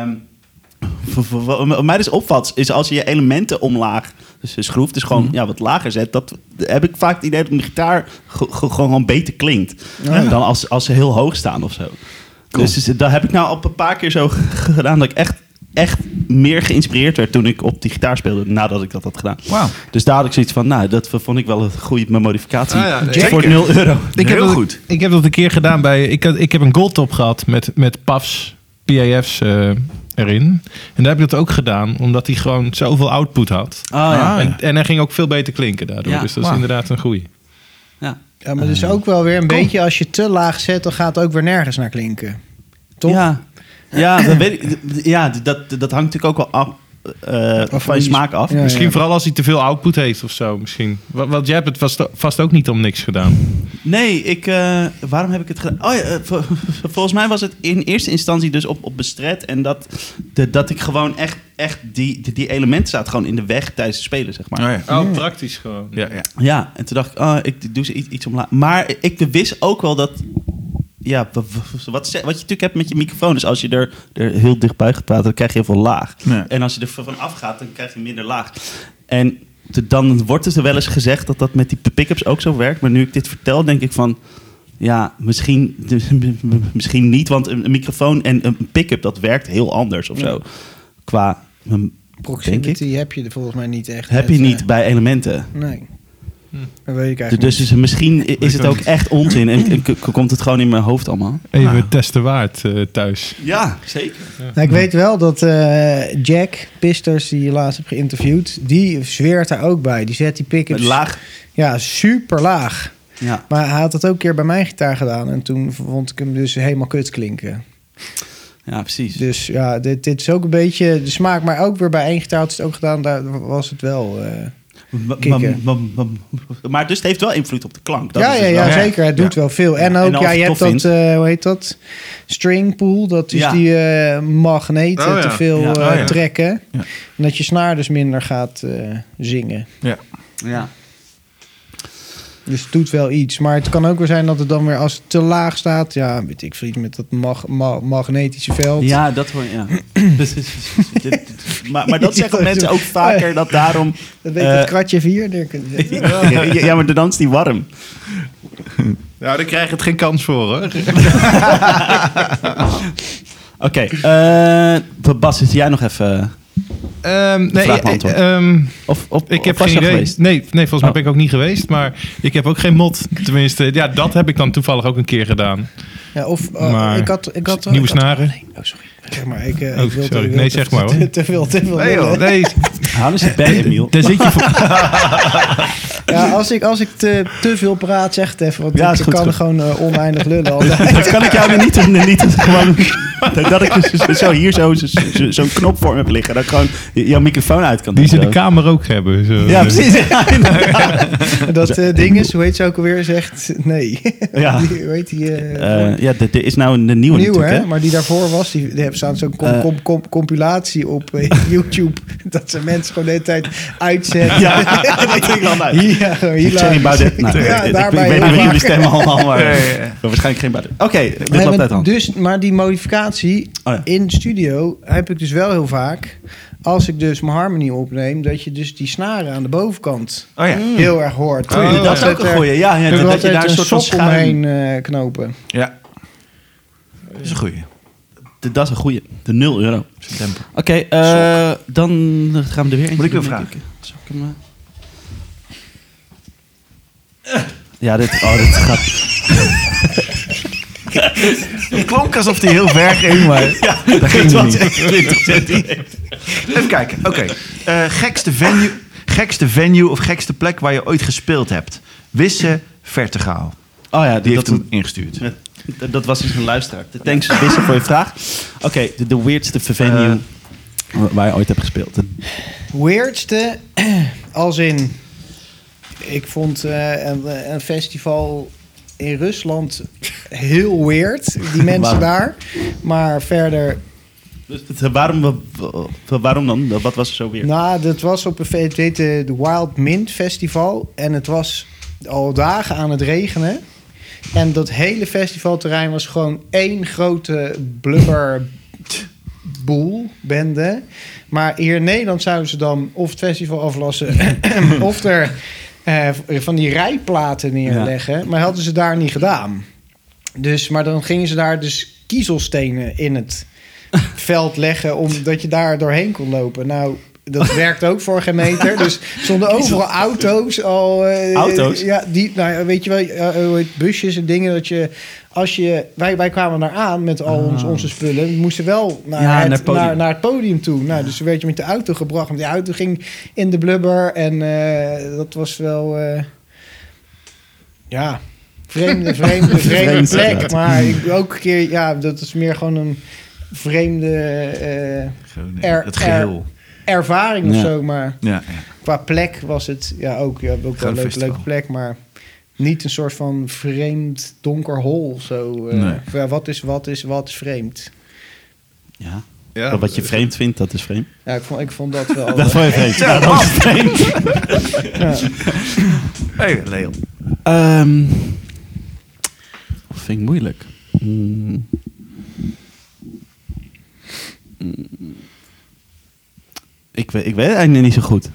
Wat mij dus opvalt, is als je je elementen omlaag schroeft, dus gewoon wat lager zet, dat heb ik vaak het idee dat mijn gitaar gewoon beter klinkt dan als ze heel hoog staan of zo. Cool. Dus dat heb ik nou al een paar keer zo gedaan dat ik echt meer geïnspireerd werd toen ik op die gitaar speelde, nadat ik dat had gedaan. Wauw. Dus daar had ik zoiets van, nou, dat vond ik wel een goede modificatie. zeker. Voor €0. Heel goed. Ik heb dat een keer gedaan bij... Ik heb een goldtop gehad met PAFs, PAF's erin. En daar heb ik dat ook gedaan, omdat hij gewoon zoveel output had. En hij ging ook veel beter klinken daardoor. Ja, dus dat is inderdaad een goeie. Ja. Ja, maar dus ook wel weer een beetje... Als je te laag zet, dan gaat het ook weer nergens naar klinken. Toch? Ja, dat weet ik. Ja, dat hangt natuurlijk ook wel af van je smaak af. Ja, Misschien vooral als hij te veel output heeft of zo. Misschien. Want jij hebt het vast ook niet om niks gedaan. Nee, waarom heb ik het gedaan? Oh ja, volgens mij was het in eerste instantie dus op bestret. En dat ik gewoon echt die elementen zaten gewoon in de weg tijdens het spelen, zeg maar. Oh, praktisch gewoon. Ja, en toen dacht ik, ik doe ze iets omlaag. Maar ik wist ook wel dat... Ja, wat je natuurlijk hebt met je microfoon... is als je er heel dichtbij gaat praten, dan krijg je heel veel laag. Ja. En als je er vanaf gaat, dan krijg je minder laag. En dan wordt er wel eens gezegd dat met die pick-ups ook zo werkt. Maar nu ik dit vertel, denk ik van... Ja, misschien niet, want een microfoon en een pick-up... dat werkt heel anders of zo. Qua... Proximity heb je er volgens mij niet echt. Heb je niet bij elementen. Nee. Dat weet ik eigenlijk dus misschien is het ook echt onzin en komt het gewoon in mijn hoofd allemaal. Even testen waard thuis. Ja, zeker. Ja. Nou, ik weet wel dat Jack Pisters, die je laatst hebt geïnterviewd, die zweert daar ook bij. Die zet die pick-ups... Laag? Ja, super laag. Ja. Maar hij had dat ook een keer bij mijn gitaar gedaan. En toen vond ik hem dus helemaal kut klinken. Ja, precies. Dus ja, dit is ook een beetje de smaak. Maar ook weer bij één gitaar had het ook gedaan. Daar was het wel... Maar dus het heeft wel invloed op de klank. Dat ja, is dus ja, zeker. Het doet wel veel. En ook, je hebt dat, hoe heet dat? String pool. Dat is die magneten te veel trekken. Ja. En dat je snaar dus minder gaat zingen. Ja. Dus het doet wel iets. Maar het kan ook weer zijn dat het dan weer als het te laag staat... Ja, weet ik veel, iets met dat magnetische veld. Ja, dat hoor maar dat zeggen mensen ook vaker, dat daarom... Dat weet het kratje 4. Ja, maar dan is die warm. Nou, daar krijg je het geen kans voor, hoor. Oké, Bas, is jij nog even... Ik heb geen idee. Nee, volgens mij ben ik ook niet geweest. Maar ik heb ook geen mod. Tenminste, ja, dat heb ik dan toevallig ook een keer gedaan. Ja, of ik had nieuwe snaren. Sorry. Zeg maar, ik sorry. Nee, zeg maar hoor. Te veel. Nee, joh, nee. Hou eens bij, Emiel. Daar zit je voor. Ja, als ik te veel praat, zeg het even. Want ik kan gewoon oneindig lullen altijd. Dat kan ik jou er niet gewoon... Dat ik dus zo'n knop voor me heb liggen. Dat ik gewoon jouw microfoon uit kan doen. Die ze de kamer ook hebben. Zo. Ja, precies. Dat ding is, hoe heet ze ook alweer, zegt nee. Ja. Hoe heet die? Er is nou een nieuwe hè? Maar die daarvoor was, die hebben staan zo'n compilatie op YouTube. Dat ze mensen gewoon de hele tijd uitzetten. Ja, dat ging dan uit. Thierry Baudet. Nou, ja, ik weet niet wat jullie stemmen allemaal, maar waarschijnlijk geen Baudet. Oké, dit loopt uit hand. Dus, maar die modificatie in de studio heb ik dus wel heel vaak. Als ik dus mijn harmony opneem, dat je dus die snaren aan de bovenkant heel erg hoort. Dat is ook een goeie. Ja, dat je daar een soort van schuim omheen knopen. Ja. Dat is een goeie. Dat is een goeie. De €0. Oké, dan gaan we er weer in. Moet ik weer vragen? Ja, dit gaat... Het klonk alsof hij heel ver ging, maar dat ging niet. Even kijken. Oké. Gekste venue of gekste plek waar je ooit gespeeld hebt. Wisse Vertigaal. Oh ja, die heeft hem ingestuurd. Dat was dus een luisteraar. Thanks, Wisse, voor je vraag. Oké, de weirdste venue waar je ooit hebt gespeeld. Weirdste, als in... Ik vond een festival in Rusland heel weird. Die mensen daar. Maar verder... Waarom dan? Wat was er zo weird? Nou, dat was op het heette de Wild Mint Festival. En het was al dagen aan het regenen. En dat hele festivalterrein was gewoon één grote blubberboel, bende. Maar hier in Nederland zouden ze dan of het festival aflassen... of er van die rijplaten neerleggen. Ja. Maar hadden ze daar niet gedaan. Dus, maar dan gingen ze daar dus kiezelstenen in het veld leggen omdat je daar doorheen kon lopen. Nou, dat werkt ook voor geen meter. Dus stonden overal auto's al. Auto's? Ja, weet je wel, busjes en dingen dat je. Wij kwamen daar aan met al onze spullen. We moesten wel naar het podium toe. Nou, dus toen werd je met de auto gebracht. Want die auto ging in de blubber. En dat was wel... vreemde plek. Maar ook een keer... dat is meer gewoon een vreemde... het geheel. Ervaring of zo. Maar ja. qua plek was het ook wel een leuke plek. Maar... niet een soort van vreemd donker hol of zo. Nee. Wat is vreemd? Ja. Wat je vreemd vindt, dat is vreemd. Ja, ik vond dat wel... dat vond je vreemd. Ja, dat is vreemd. Ja. Hey, Leon. Vind ik moeilijk. Ik weet het eigenlijk niet zo goed.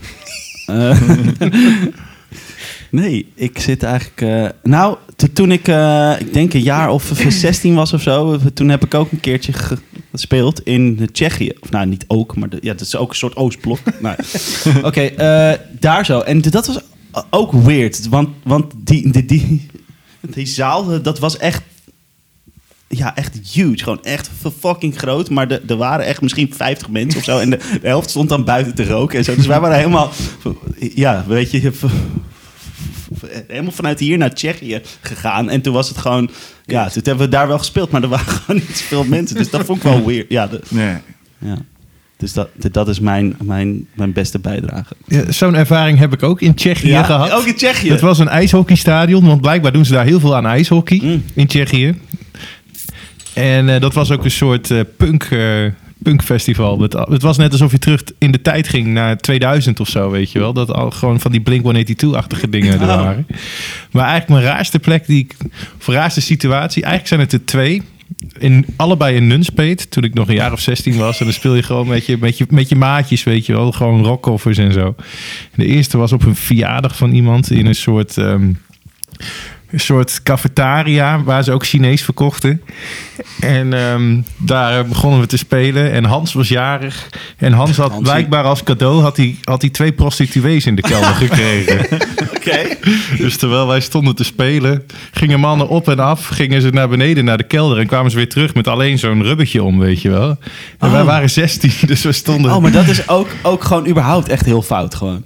Nee, ik zit eigenlijk... toen ik denk een jaar of 16 was of zo... toen heb ik ook een keertje gespeeld in Tsjechië. Of nou, niet ook, maar dat is ook een soort Oostblok. Oké, daar zo. En dat was ook weird. Want die zaal, dat was echt... Ja, echt huge. Gewoon echt fucking groot. Maar er waren echt misschien 50 mensen of zo. En de helft stond dan buiten te roken en zo. Dus wij waren helemaal... Ja, weet je... helemaal vanuit hier naar Tsjechië gegaan. En toen was het gewoon... Ja, toen hebben we daar wel gespeeld. Maar er waren gewoon niet zoveel mensen. Dus dat vond ik wel weird. Ja, Dus dat is mijn beste bijdrage. Ja, zo'n ervaring heb ik ook in Tsjechië gehad. Ook in Tsjechië? Het was een ijshockeystadion. Want blijkbaar doen ze daar heel veel aan ijshockey in Tsjechië. En dat was ook een soort punkfestival. Het was net alsof je terug in de tijd ging naar 2000 of zo, weet je wel. Dat al gewoon van die Blink-182-achtige dingen er waren. Maar eigenlijk mijn raarste plek, raarste situatie... Eigenlijk zijn het er 2. Allebei in Nunspeet, toen ik nog een jaar of 16 was. En dan speel je gewoon met je maatjes, weet je wel. Gewoon rockkoffers en zo. De eerste was op een verjaardag van iemand in een soort cafetaria waar ze ook Chinees verkochten. En daar begonnen we te spelen. En Hans was jarig. En Hans had blijkbaar als cadeau had hij 2 prostituees in de kelder gekregen. Oké. Dus terwijl wij stonden te spelen, gingen mannen op en af. Gingen ze naar beneden naar de kelder en kwamen ze weer terug met alleen zo'n rubbertje om, weet je wel. En wij waren 16, dus we stonden... Oh, maar dat is ook gewoon überhaupt echt heel fout gewoon.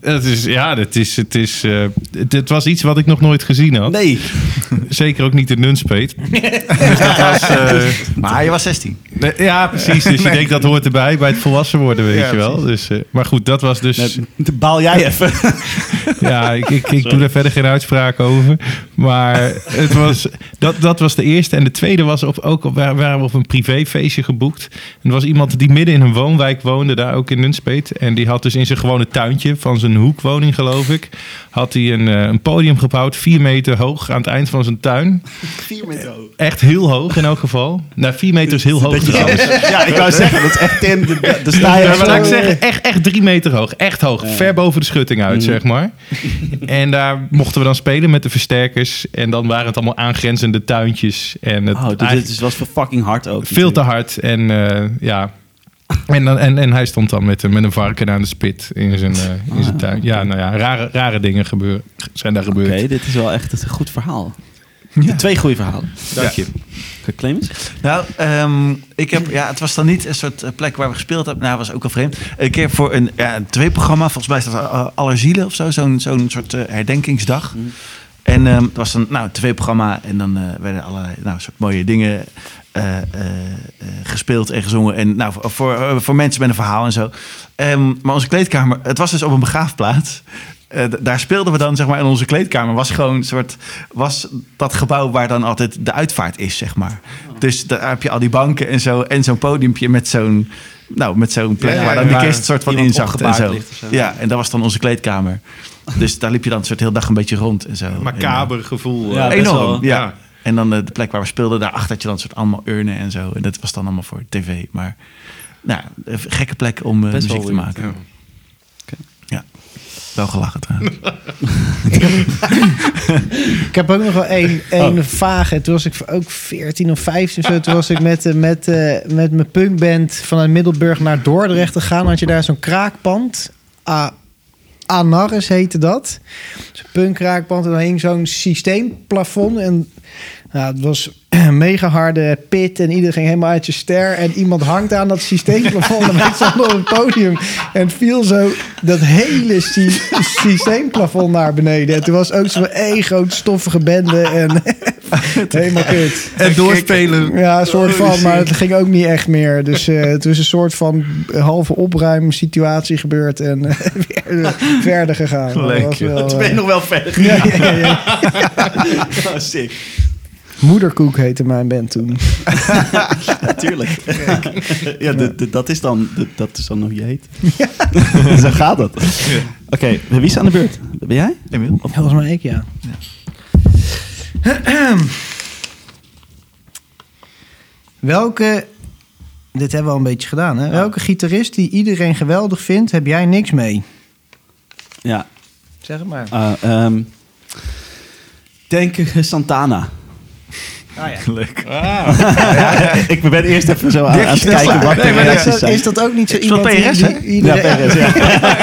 Het was iets wat ik nog nooit gezien had. Nee. Zeker ook niet in Nunspeet. Dus dat was, maar je was 16. Ja, precies. Dus je denkt dat hoort erbij bij het volwassen worden, weet je wel. Dus, maar goed, dat was dus... Baal jij even. Ja, ik doe er verder geen uitspraak over. Maar dat was de eerste. En de tweede was waren we op een privéfeestje geboekt. En er was iemand die midden in een woonwijk woonde, daar ook in Nunspeet. En die had dus in zijn gewone tuintje van zijn hoekwoning, geloof ik, had hij een podium gebouwd, 4 meter hoog aan het eind van zijn tuin. 4 meter hoog? Echt heel hoog in elk geval. Nou, 4 meter is heel hoog trouwens. Ja, ik wou zeggen, dat is echt de sta je. Maar laat ik zeggen, echt 3 meter hoog. Echt hoog. Ver boven de schutting uit, zeg maar. En daar mochten we dan spelen met de versterkers. En dan waren het allemaal aangrenzende tuintjes. En dit was fucking hard ook. Veel te hard. En ja... En hij stond dan met een varken aan de spit in zijn tuin. Ja, nou ja, rare dingen zijn daar gebeurd. Oké, dit is wel echt een goed verhaal. Ja. 2 goede verhalen. Dank je. Clemens? Nou, het was dan niet een soort plek waar we gespeeld hebben. Nou, was ook al vreemd. Een keer voor een 2-programma, volgens mij is dat Allerzielen of zo. Zo'n soort herdenkingsdag. En het was een 2-programma en dan werden allerlei soort mooie dingen gespeeld en gezongen. En voor mensen met een verhaal en zo. Maar onze kleedkamer, het was dus op een begraafplaats. Daar speelden we dan, zeg maar, in onze kleedkamer. Was dat gebouw waar dan altijd de uitvaart is, zeg maar. Dus daar heb je al die banken en zo. En zo'n podiumpje met zo'n plek waar dan die kist soort van inzakt en zo. Ja, en dat was dan onze kleedkamer. Dus daar liep je dan een soort heel dag een beetje rond en zo. Macaber gevoel. Ja, enorm, ja. En dan de plek waar we speelden, daarachter had je dan soort allemaal urnen en zo. En dat was dan allemaal voor tv. Maar een gekke plek om muziek te maken. Ja. Ja. Wel gelachen trouwens. Ik heb ook nog wel één vage. Toen was ik ook 14 of 15 of zo. Toen was ik met mijn punkband vanuit Middelburg naar Dordrecht gegaan. Had je daar zo'n kraakpand. Anaris heette dat. Zo'n punkkraakpand. En dan hing zo'n systeemplafond. En het was een mega harde pit. En iedereen ging helemaal uit je ster. En iemand hangt aan dat systeemplafond. En wij stonden op het podium. En viel zo dat hele systeemplafond naar beneden. En toen was ook zo'n groot stoffige bende. En helemaal kut. En doorspelen. Ja, een soort van. Maar het ging ook niet echt meer. Dus het was een soort van halve opruimsituatie gebeurd. En weer verder gegaan. Toen ben je nog wel verder. Ja. Oh, sick. Moederkoek heette mijn band toen. Natuurlijk. Ja, dat is dan hoe je heet. Ja. Zo gaat dat. Ja. Oké, wie is aan de beurt? Ben jij? Emiel? Volgens mij ik, ja. Welke... Dit hebben we al een beetje gedaan, hè? Welke gitarist die iedereen geweldig vindt, heb jij niks mee? Ja. Zeg het maar. Denk Santana. Ah, ja. Leuk. Ik ben eerst even zo aan het kijken wat de reacties zijn. Is dat ook niet zo iemand PRS, die iedereen... Ja, PRS, ja.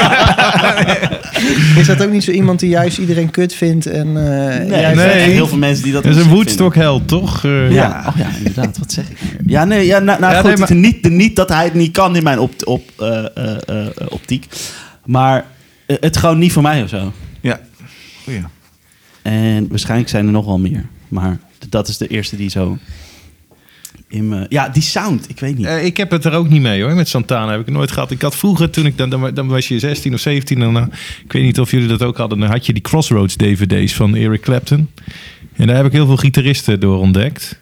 Is dat ook niet zo iemand die juist iedereen kut vindt? En, Nee, heel veel mensen die dat. Dat is een Woodstock-held, toch? Ja, inderdaad. Wat zeg ik nou? Ja, nee, goed. Nee, maar... niet dat hij het niet kan in mijn optiek. Maar het gewoon niet voor mij of zo. Ja. Goeie. En waarschijnlijk zijn er nog wel meer. Maar dat is de eerste die zo... Ja, die sound, ik weet niet. Ik heb het er ook niet mee hoor. Met Santana heb ik het nooit gehad. Ik had vroeger, toen ik dan was je 16 of 17. En, ik weet niet of jullie dat ook hadden. Dan had je die Crossroads DVD's van Eric Clapton. En daar heb ik heel veel gitaristen door ontdekt.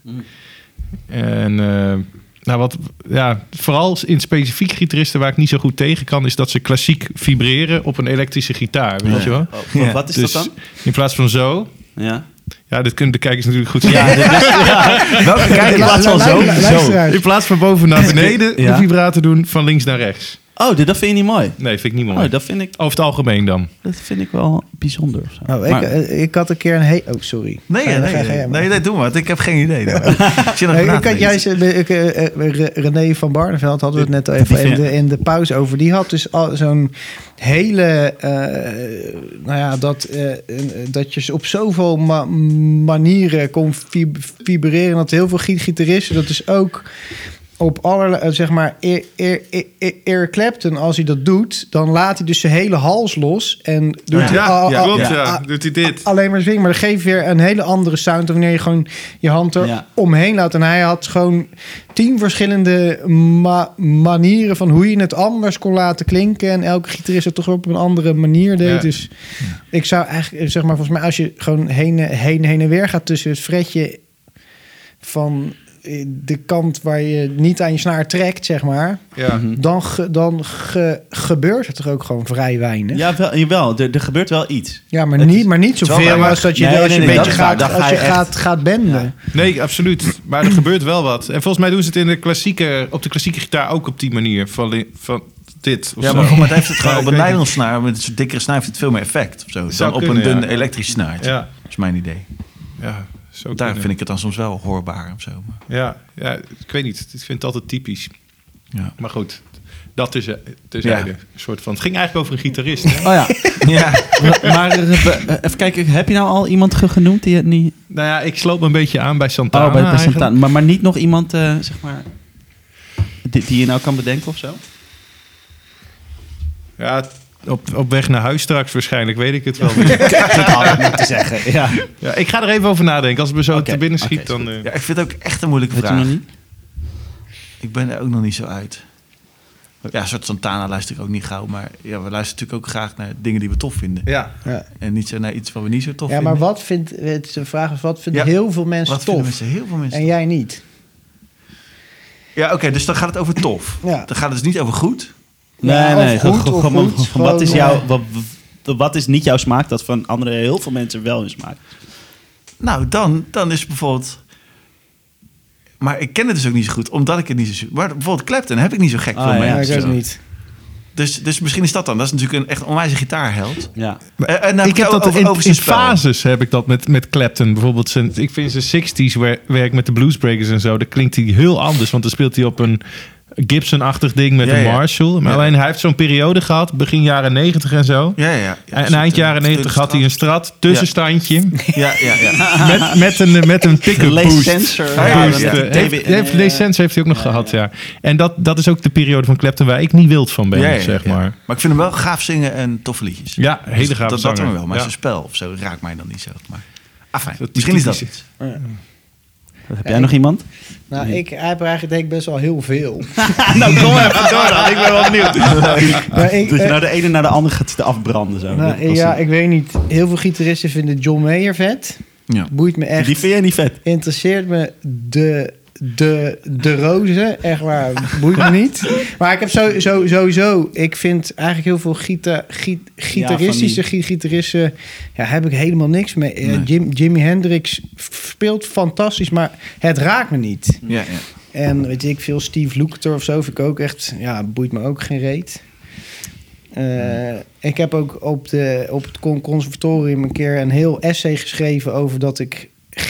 En vooral in specifiek gitaristen waar ik niet zo goed tegen kan, is dat ze klassiek vibreren op een elektrische gitaar. Weet je wel? Wat is dat dan? In plaats van zo. Ja. Ja, dit kunnen de kijkers natuurlijk goed zien. Ja, welke kijker in plaats van zo? In plaats van boven naar beneden de vibrator doen van links naar rechts. Oh, dat vind je niet mooi? Nee, vind ik niet mooi. Oh, dat vind ik... Over het algemeen dan. Dat vind ik wel bijzonder. Of zo. Oh, ik had een keer een... Oh, sorry. Nee, doe maar. Ik heb geen idee. Ik had juist... René van Barneveld hadden we het net even in de pauze over. Die had dus zo'n hele... dat je op zoveel manieren kon vibreren. Dat heel veel gitaristen... Dat is ook... op allerlei, zeg maar, Eric Clapton, als hij dat doet, dan laat hij dus zijn hele hals los en doet doet hij dit. Alleen maar zwingen, maar dat geeft weer een hele andere sound wanneer je gewoon je hand er omheen laat. En hij had gewoon 10 verschillende manieren van hoe je het anders kon laten klinken. En elke gitarist het toch op een andere manier deed. Ja. Dus ik zou eigenlijk, zeg maar, volgens mij, als je gewoon heen en weer gaat tussen het fretje van de kant waar je niet aan je snaar trekt, zeg maar, dan gebeurt er toch ook gewoon vrij weinig. Ja, jawel, er gebeurt wel iets. Ja, maar niet zoveel als dat je een beetje gaat benden. Ja. Nee, absoluut. Maar er gebeurt wel wat. En volgens mij doen ze het op de klassieke gitaar ook op die manier van dit. Ja, maar het heeft het gewoon op een nylonsnaar, met een dikkere snaar heeft het veel meer effect of zo, dan op een dun elektrisch snaartje. Ja. Dat is mijn idee. Ja. Daar vind ik het dan soms wel hoorbaar of zo. Ja, ik weet niet. Ik vind het altijd typisch. Ja. Maar goed, dat is een soort van... Het ging eigenlijk over een gitarist. Hè? Oh ja. Maar even kijken, heb je nou al iemand genoemd die het niet... Nou ja, ik sloot me een beetje aan bij Santana. Oh, bij Santana. Maar niet nog iemand, zeg maar, die je nou kan bedenken of zo? Ja, op weg naar huis straks waarschijnlijk, weet ik het wel. Dat had ik moeten zeggen, ja. Ik ga er even over nadenken. Als het me zo te binnen schiet, dan... Ja, ik vind het ook echt een moeilijke vraag. Nog niet? Ik ben er ook nog niet zo uit. Ja, een soort Santana luister ik ook niet gauw. Maar ja, we luisteren natuurlijk ook graag naar dingen die we tof vinden. Ja. En niet zo naar iets wat we niet zo tof vinden. Ja, maar de vraag is, wat vinden heel veel mensen tof? Heel veel mensen en jij niet? Ja, oké, dus dan gaat het over tof. Ja. Dan gaat het dus niet over goed... Nee. Wat is niet jouw smaak dat van andere heel veel mensen wel hun smaak? Nou, dan is het bijvoorbeeld... Maar ik ken het dus ook niet zo goed, omdat ik het niet zo... Maar bijvoorbeeld Clapton heb ik niet zo gek van mee. Ja, ik ook niet. Dus misschien is dat dan. Dat is natuurlijk een echt onwijze gitaarheld. Ja. En dan Ik heb dat over in zijn spel. fases heb ik dat met Clapton. Bijvoorbeeld, ik vind zijn 60s werk met de Bluesbreakers en zo. Daar klinkt hij heel anders. Want dan speelt hij op een Gibson-achtig ding met een Marshall. Maar alleen hij heeft zo'n periode gehad, begin jaren 90 en zo. Ja. En eind jaren 90 had hij een Strat tussenstandje. Ja. Met een pick-up boost. Sensor. Deze sensor heeft hij ook nog gehad, ja. En dat is ook de periode van Clapton waar ik niet wild van ben, zeg maar. Maar ik vind hem wel gaaf zingen en toffe liedjes. Ja, hele gaaf dat zanger. dan wel. Maar zijn spel of zo raakt mij dan niet zo. Maar afijn, misschien is dat iets. Heb jij nog iemand? Nou, ik heb er eigenlijk denk ik best wel heel veel. Nou, kom even door dan. Ik ben wel benieuwd. Maar ik, Dat je nou de ene naar de andere gaat zitten afbranden. Zo. Nou, ik weet niet. Heel veel gitaristen vinden John Mayer vet. Ja. Boeit me echt. Die vind jij niet vet? Interesseert me de rozen. Echt waar. Boeit me niet. Maar ik heb sowieso... Ik vind eigenlijk heel veel gitaristische gitaristen... Ja, heb ik helemaal niks mee. Nee. Jimi Hendrix speelt fantastisch, maar het raakt me niet. Ja. En weet ik veel, Steve Lukather of zo vind ik ook echt... Ja, boeit me ook geen reet. Ik heb ook op het conservatorium een keer een heel essay geschreven over dat ik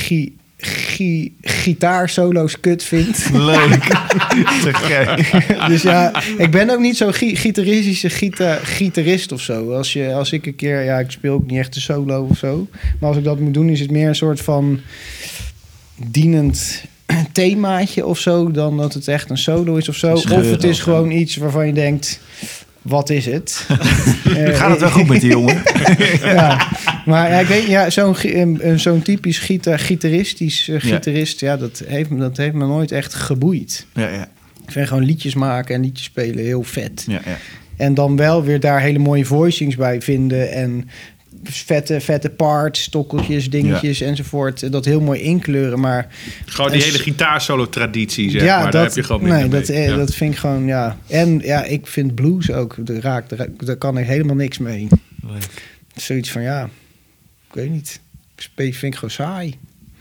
gitaarsolo's kut vind. Leuk. Te gek. Dus ja, ik ben ook niet zo'n gitaristische gitarist of zo. Als ik een keer... Ja, ik speel ook niet echt de solo of zo. Maar als ik dat moet doen, is het meer een soort van dienend themaatje of zo, dan dat het echt een solo is of zo. Of het is gewoon iets waarvan je denkt... Wat is het? Gaat het wel goed met die jongen? Ja, maar ja, ik weet, zo'n typisch gitarist, ja, dat heeft me nooit echt geboeid. Ja. Ik vind gewoon liedjes maken en liedjes spelen heel vet. Ja. En dan wel weer daar hele mooie voicings bij vinden en vette parts, stokkeltjes, dingetjes enzovoort. Dat heel mooi inkleuren, maar... Gewoon die hele gitaarsolo-traditie, zeg ja, maar. Daar heb je gewoon minder mee. Dat vind ik gewoon, ja. En ja, ik vind blues ook, daar kan ik helemaal niks mee. Leuk. Zoiets van, ja, ik weet niet. Vind ik gewoon saai.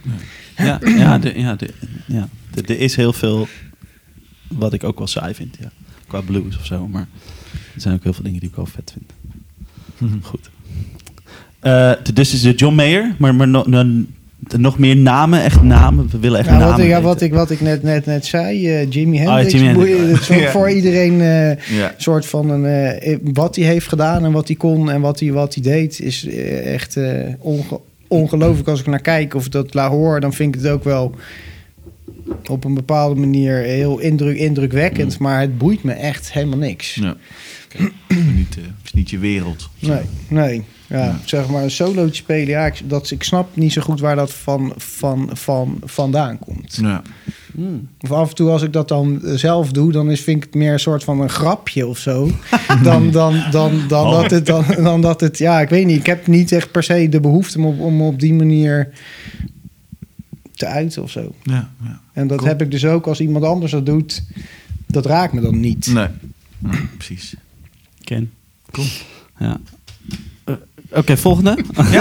Er is heel veel wat ik ook wel saai vind, ja. Qua blues of zo, maar er zijn ook heel veel dingen die ik wel vet vind. Goed. Dus is de John Mayer, maar nog meer namen, echt namen. We willen echt namen. Wat ik net zei, Jimi Hendrix. Voor iedereen soort van wat hij heeft gedaan en wat hij kon en wat hij deed, is echt ongelooflijk als ik naar kijk of dat laat hoor. Dan vind ik het ook wel op een bepaalde manier heel indrukwekkend, maar het boeit me echt helemaal niks. Ja. Okay. Is niet je wereld. Nee. Ja, zeg maar een solootje spelen. Ja, ik snap niet zo goed waar dat vandaan komt. Ja. Of af en toe als ik dat dan zelf doe, dan vind ik het meer een soort van een grapje of zo. Dan dat het. Ja, ik weet niet. Ik heb niet echt per se de behoefte om op die manier te uiten of zo. Ja. En dat heb ik dus ook als iemand anders dat doet. Dat raakt me dan niet. Nee, precies. Ken. Cool. Ja. Oké, volgende.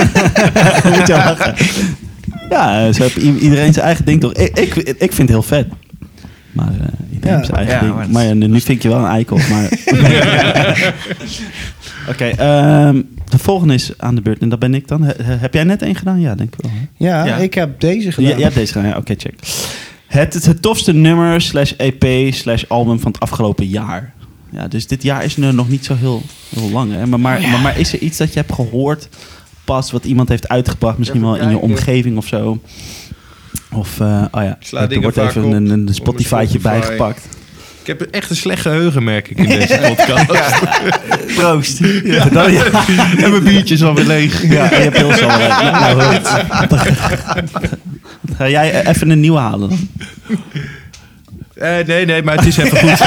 Ja, zo heb iedereen zijn eigen ding toch. Ik vind het heel vet. Maar iedereen heeft zijn eigen ding. Maar nu vind je wel een eikel. Maar... Oké, de volgende is aan de beurt. En dat ben ik dan. Heb jij net één gedaan? Ja, denk ik wel. Hè? Ja, ik heb deze gedaan. Jij hebt deze gedaan, ja. Oké, check. Het tofste nummer /EP/album van het afgelopen jaar. Ja, dus dit jaar is nu nog niet zo heel lang. Hè? Maar is er iets dat je hebt gehoord pas wat iemand heeft uitgebracht? Misschien wel in je omgeving of zo? Of, er wordt even een Spotify'tje bijgepakt. Ik heb echt een slecht geheugen, merk ik, in deze podcast. Proost. Ja. En mijn biertje is alweer leeg. Ja, en je pils al. Ga jij even een nieuwe halen dan? Nee, maar het is even goed zo.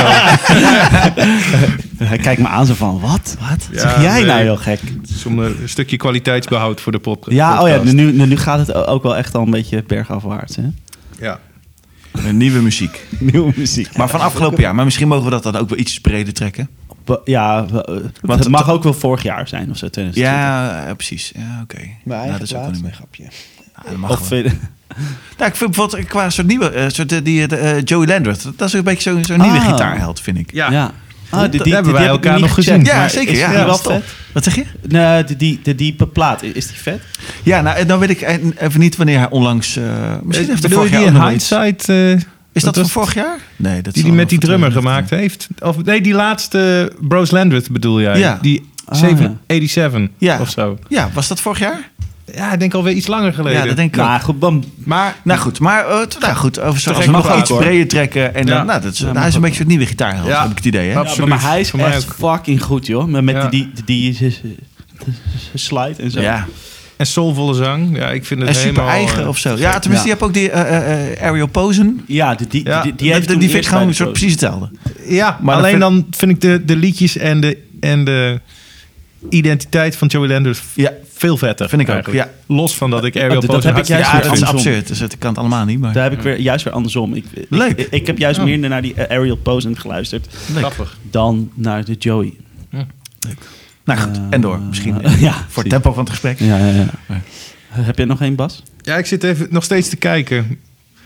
Hij kijkt me aan zo van, wat? Zeg jij nou heel gek? Het is om een stukje kwaliteitsbehoud voor de podcast. Ja, nu gaat het ook wel echt al een beetje bergafwaarts, hè? Ja. Nieuwe muziek. Maar van afgelopen jaar. Maar misschien mogen we dat dan ook wel iets breder trekken. Ja, want het mag ook wel vorig jaar zijn of zo. 2020. Ja, precies. Ja, oké. Mijn eigen dat is ook een grapje. Ja, dat mag wel. Ik vind bijvoorbeeld qua soort nieuwe, Joey Landreth. Dat is een beetje zo'n nieuwe gitaarheld, vind ik. Ja. Die hebben wij heb ik elkaar niet nog gecheckt, gezien. Ja, maar zeker. is Ja, die wel dat is top. vet? Wat zeg je? Nee, die plaat, is die vet? Ja, nou, dan weet ik even niet wanneer hij onlangs... misschien heeft hij Bedoel je vorig die jaar in ook nog iets. Hindsight... Is dat was van vorig jaar? Nee, dat die zal met die van drummer 2019. gemaakt heeft? Of nee, die laatste Bruce Landrith bedoel jij? Ja. Die Ah, 87 Ja. of zo. Ja, was dat vorig jaar? Ja, ik denk alweer iets langer geleden. Ja, dat denk ik ook. Nou, goed, bam. Maar Nou goed, maar over zo'n gek nog nog iets hoor. breder trekken. En Ja. dan, hij is een beetje het nieuwe gitaarheld, Ja. heb ik het idee. Hè? Absoluut. Maar hij is Voor mij echt ook. fucking goed, joh. Met Ja. die slide en zo. Ja. En soulvolle zang. Ja, ik vind het En super helemaal... eigen of zo. Ja, tenminste, Ja. je hebt ook die Ariel Posen. Ja, die heeft Die toen vind ik eerst gewoon bij een soort de precies hetzelfde. Ja, Maar alleen dan dan vind ik de liedjes en de identiteit van Joey Landers Ja. veel vetter. Vind ik ook, eigenlijk. ja. Los van dat ik Ariel dat Posen heb ik hartstikke juist Ja, goed dat is vind. andersom. absurd. Dus ik kan het allemaal niet. Maar Daar heb ik juist weer andersom. Leuk. Ik heb juist Oh. meer naar die Ariel Posen geluisterd Grappig. dan naar de Joey. nou goed, en door. Misschien ja, voor zie. het tempo van het gesprek. Ja. Heb jij nog één, Bas? Ja, ik zit even nog steeds te kijken.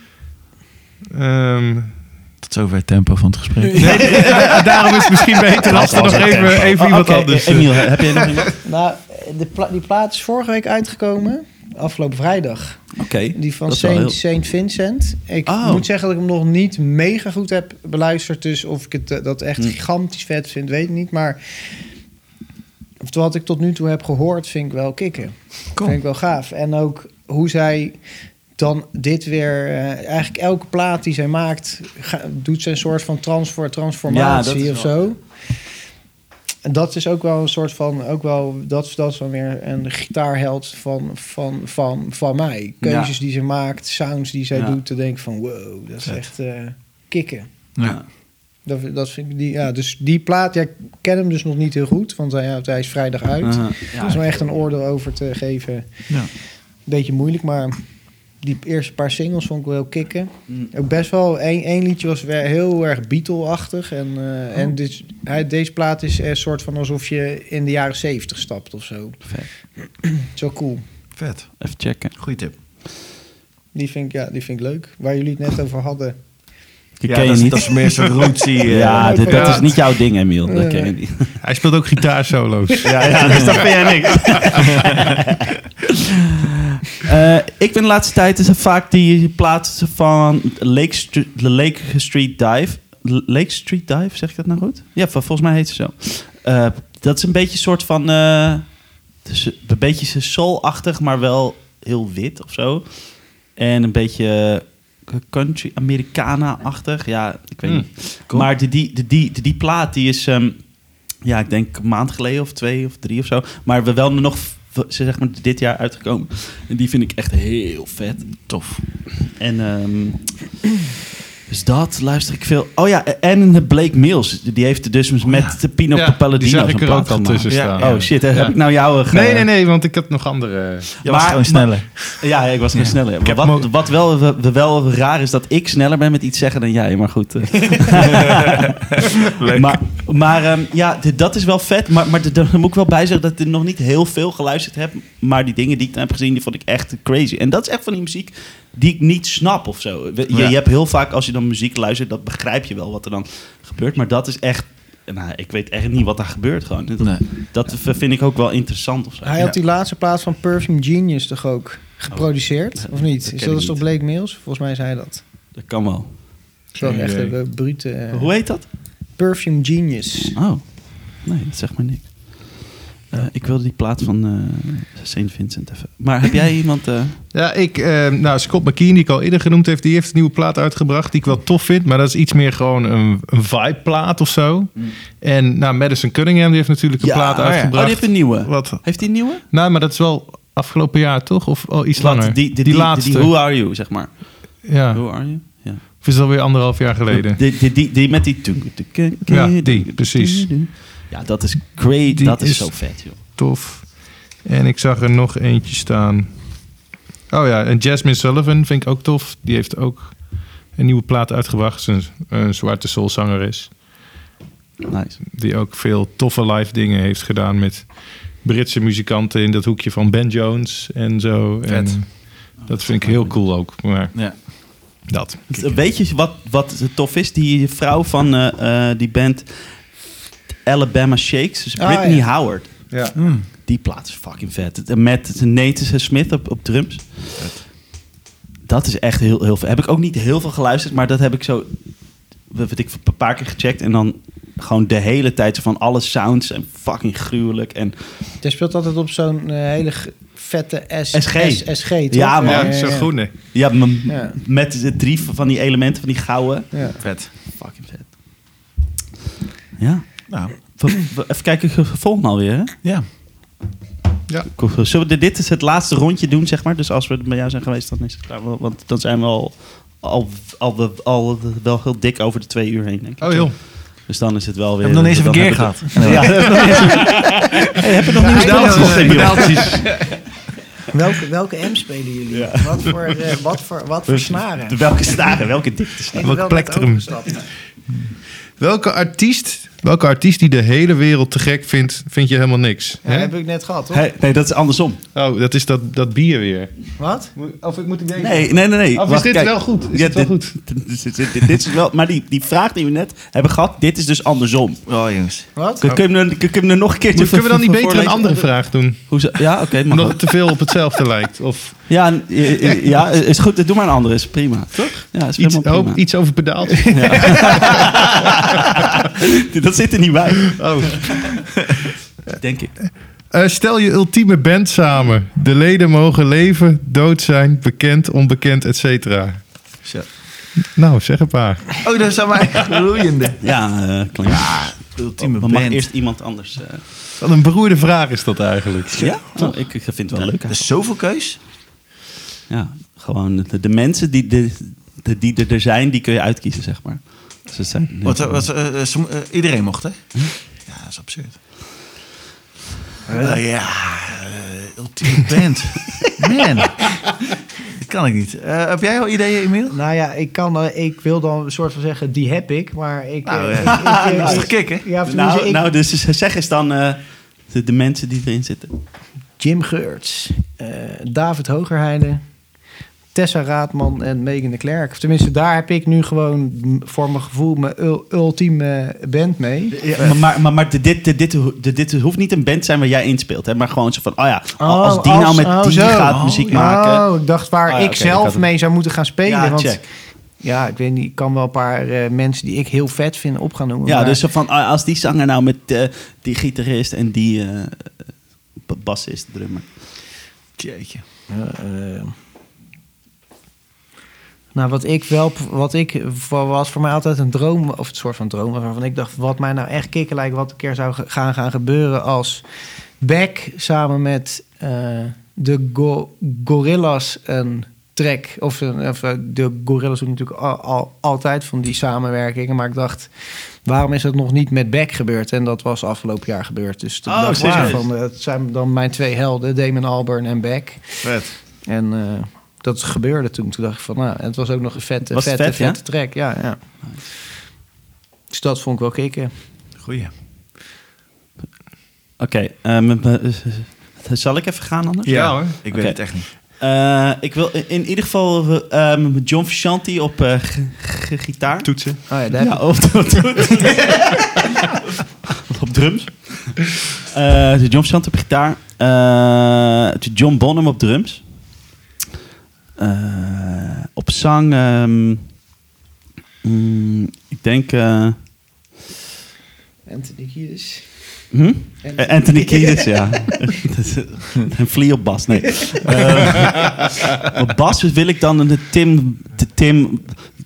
Tot zover het tempo van het gesprek. Daarom is het misschien beter als er nog even iemand Oké, anders... Emiel, heb jij nog iemand? Nou, die plaat is vorige week uitgekomen. Afgelopen vrijdag. Oké. Die van dat is wel Saint Vincent. Ik Oh. moet zeggen dat ik hem nog niet mega goed heb beluisterd. Dus of ik het dat echt gigantisch vet vind, weet ik niet. Maar wat ik tot nu toe heb gehoord, vind ik wel kicken. Cool. Vind ik wel gaaf. En ook hoe zij dan dit weer... eigenlijk elke plaat die zij maakt... doet ze een soort van transformatie is of wel- zo. En dat is ook wel een soort van... dat is dan weer een gitaarheld van mij. Keuzes die ze maakt, sounds die zij doet. Te denken van wow, dat is echt kicken. Ja. Dat vind ik dus die plaat, ik ken hem dus nog niet heel goed. Want hij is vrijdag uit. Dus om echt een oordeel over te geven... Ja. Beetje moeilijk, maar die eerste paar singles vond ik wel heel kicken. Ook best wel, één liedje was weer heel erg Beatle-achtig. En dus, deze plaat is een soort van alsof je in de jaren 70 stapt of zo. Vet. Zo cool. Vet. Even checken. Goeie tip. Die vind ik leuk. Waar jullie het net over hadden. Die Ja, ken je dat, niet. dat is meer zo'n rootsy. Ja, dat Ja. is niet jouw ding, Emiel. Dat ken je niet. Hij speelt ook gitaarsolo's. Ja, dus dat vind jij niks. Ik ben de laatste tijd dus vaak die plaats van Lake Street Dive. Lake Street Dive, zeg ik dat nou goed? Ja, volgens mij heet ze zo. Dat is een beetje een soort van... dus een beetje soul-achtig, maar wel heel wit of zo. En een beetje country Americana-achtig. Ja, ik weet niet. Cool. Maar die plaat, die is... ja, ik denk een maand geleden of 2 of 3 of zo. Maar we wel nog, zeg maar, dit jaar uitgekomen. En die vind ik echt heel vet. Tof. En dus dat luister ik veel. Oh ja, en Blake Mills. Die heeft dus met de Pino Ja, Palladino die zag ik zo'n er ook plaat al gemaakt. tussen staan. Ja. Oh shit, heb Ja. ik nou jou... Nee, want ik heb nog andere... Je was gewoon sneller. Ja, ik was gewoon sneller. heb Maar hem ook- wat wel raar is, dat ik sneller ben met iets zeggen dan jij. Maar goed. Maar ja, dat is wel vet. Maar daar moet ik wel bij zeggen dat ik er nog niet heel veel geluisterd heb. Maar die dingen die ik dan heb gezien, die vond ik echt crazy. En dat is echt van die muziek die ik niet snap of zo. Je hebt heel vaak, als je dan muziek luistert, dat begrijp je wel wat er dan gebeurt. Maar dat is echt... Nou, ik weet echt niet wat daar gebeurt gewoon. Dat vind ik ook wel interessant of zo. Hij had die laatste plaat van Perfume Genius toch ook geproduceerd? Of niet? ken ik Is toch Blake Mills? Volgens mij zei hij dat. Dat kan wel. Dat is wel Geen echt idee. een brute... Hoe heet dat? Perfume Genius. Oh, nee, dat zegt maar niks. Ik wilde die plaat van Saint Vincent even. Maar heb jij iemand... Ja, Scott McKean, die ik al eerder genoemd heb, die heeft een nieuwe plaat uitgebracht die ik wel tof vind. Maar dat is iets meer gewoon een vibe-plaat of zo. En Madison Cunningham, die heeft natuurlijk een plaat Oh, uitgebracht. die heeft een nieuwe. Wat? Heeft hij een nieuwe? Nou, maar dat is wel afgelopen jaar, toch? Of iets langer? Die laatste. Die Who Are You, zeg maar. Ja. Who Are You? Ja. Of is dat alweer 1,5 jaar geleden? Die met die... Ja, die, precies. Ja, dat is great. Die Dat is is- zo vet, joh. Tof. En ik zag er nog eentje staan. Oh ja, en Jasmine Sullivan vind ik ook tof. Die heeft ook een nieuwe plaat uitgebracht. Ze is een zwarte soulzangeres. Nice. Die ook veel toffe live dingen heeft gedaan met Britse muzikanten in dat hoekje van Ben Jones en zo. Vet. En dat vind ik heel cool ook. Maar Ja. dat. Weet je wat tof is? Die vrouw van die band Alabama Shakes. Dus Brittany ja. Howard. Ja. Die plaat is fucking vet. Met Nathan Smith op drums. Dat is echt heel, heel vet. Heb ik ook niet heel veel geluisterd, maar dat heb ik zo... Wat ik een paar keer gecheckt en dan gewoon de hele tijd zo van alle sounds en fucking gruwelijk. En Je speelt altijd op zo'n hele vette SG, toch? Ja, man. Ja, zo groene. ja, Ja. met de 3 van die elementen van die gouden. Ja. Vet. Fucking vet. Ja. Nou, Even kijken, volgende alweer, hè? ja. Ja. Zullen we dit is het laatste rondje doen, zeg maar? Dus als we bij jou zijn geweest, dan is het klaar. Want dan zijn we al wel heel dik over de 2 uur heen, denk ik. Oh joh. Dus dan is het wel weer... Heb je nog niet eens even een keer hebben gehad? Hey, heb je nog niet pedaaltjes. Welke M spelen jullie? Wat voor snaren? Welke snaren, welke dikte snaren? Welk plektrum? Welke artiest die de hele wereld te gek vindt, vind je helemaal niks? Ja, Hè? heb ik net gehad, toch? Nee, dat is andersom. Oh, dat is dat bier weer. Wat? Of moet ik deze? Nee. Of is Wacht, dit kijk. wel goed? Is Ja, dit wel goed? Dit is wel... Maar die vraag die we net hebben gehad, dit is dus andersom. Oh, jongens. Wat? Kun je hem nog een keertje Kunnen we dan niet beter een voorlezen? andere vraag doen? Ja, oké. mag Omdat wel. het te veel op hetzelfde lijkt. Of Ja, is goed. Doe maar een andere, is prima. toch? Ja, is helemaal prima. Iets over pedaaltjes. Dat zit er niet bij. Oh. Denk ik. Stel je ultieme band samen. De leden mogen leven, dood zijn, bekend, onbekend, et cetera. Zo. Nou, zeg een paar. Oh, dat zijn mijn gloeiende. Ja, klinkt. Ultieme Dan mag band. eerst iemand anders... Wat een beroerde vraag is dat eigenlijk. Ja? Oh, ik vind het wel leuk. Er is zoveel keus. Ja, gewoon de mensen die er zijn, die kun je uitkiezen, zeg maar. Dus het zijn, Iedereen mocht, hè? Ja, dat is absurd. Ultieme band. Man. Dat kan ik niet. Heb jij al ideeën, Emiel? Nou ja, ik wil dan een soort van zeggen, die heb ik, maar ik... Nou, ik is toch kicken? Ja, tenminste, dus zeg eens dan de mensen die erin zitten. Jim Geurts, David Hogerheide, Tessa Raadman en Megan de Klerk. Of tenminste, daar heb ik nu gewoon voor mijn gevoel mijn ultieme band mee. Ja, maar dit hoeft niet een band zijn waar jij inspeelt. Hè? Maar gewoon zo van, als die nou met die gaat muziek maken. Oh, ik dacht waar ik zelf mee zou moeten gaan spelen. Ja, want, check. Ja, ik weet niet. Ik kan wel een paar mensen die ik heel vet vind op gaan noemen. Ja, maar... dus zo van, als die zanger nou met die gitarist en die bassist, drummer. Jeetje. Nou, wat voor mij altijd een droom, of het soort van droom, waarvan ik dacht, wat mij nou echt kicken lijkt, wat een keer zou gaan gebeuren als Beck samen met de Gorillaz een track, of de Gorillaz doen natuurlijk altijd van die samenwerkingen, maar ik dacht, waarom is dat nog niet met Beck gebeurd? En dat was afgelopen jaar gebeurd. Dus toen dacht ik van, het zijn dan mijn 2 helden, Damon Albarn en Beck. Vet. En dat gebeurde toen. Toen dacht ik van, nou, het was ook nog een vette track. Ja. Dus dat vond ik wel kicken. Goeie. Oké, zal ik even gaan anders? Ja hoor. Ik Oké. weet het echt niet. Ik wil in ieder geval John Frusciante op gitaar. Toetsen. Oh ja, daar heb Op drums. John Frusciante op gitaar. John Bonham op drums. Op zang... ik denk... Anthony Kiedis. Anthony Kiedis, ja. En Flea op bas, nee. Op bas wil ik dan de Tim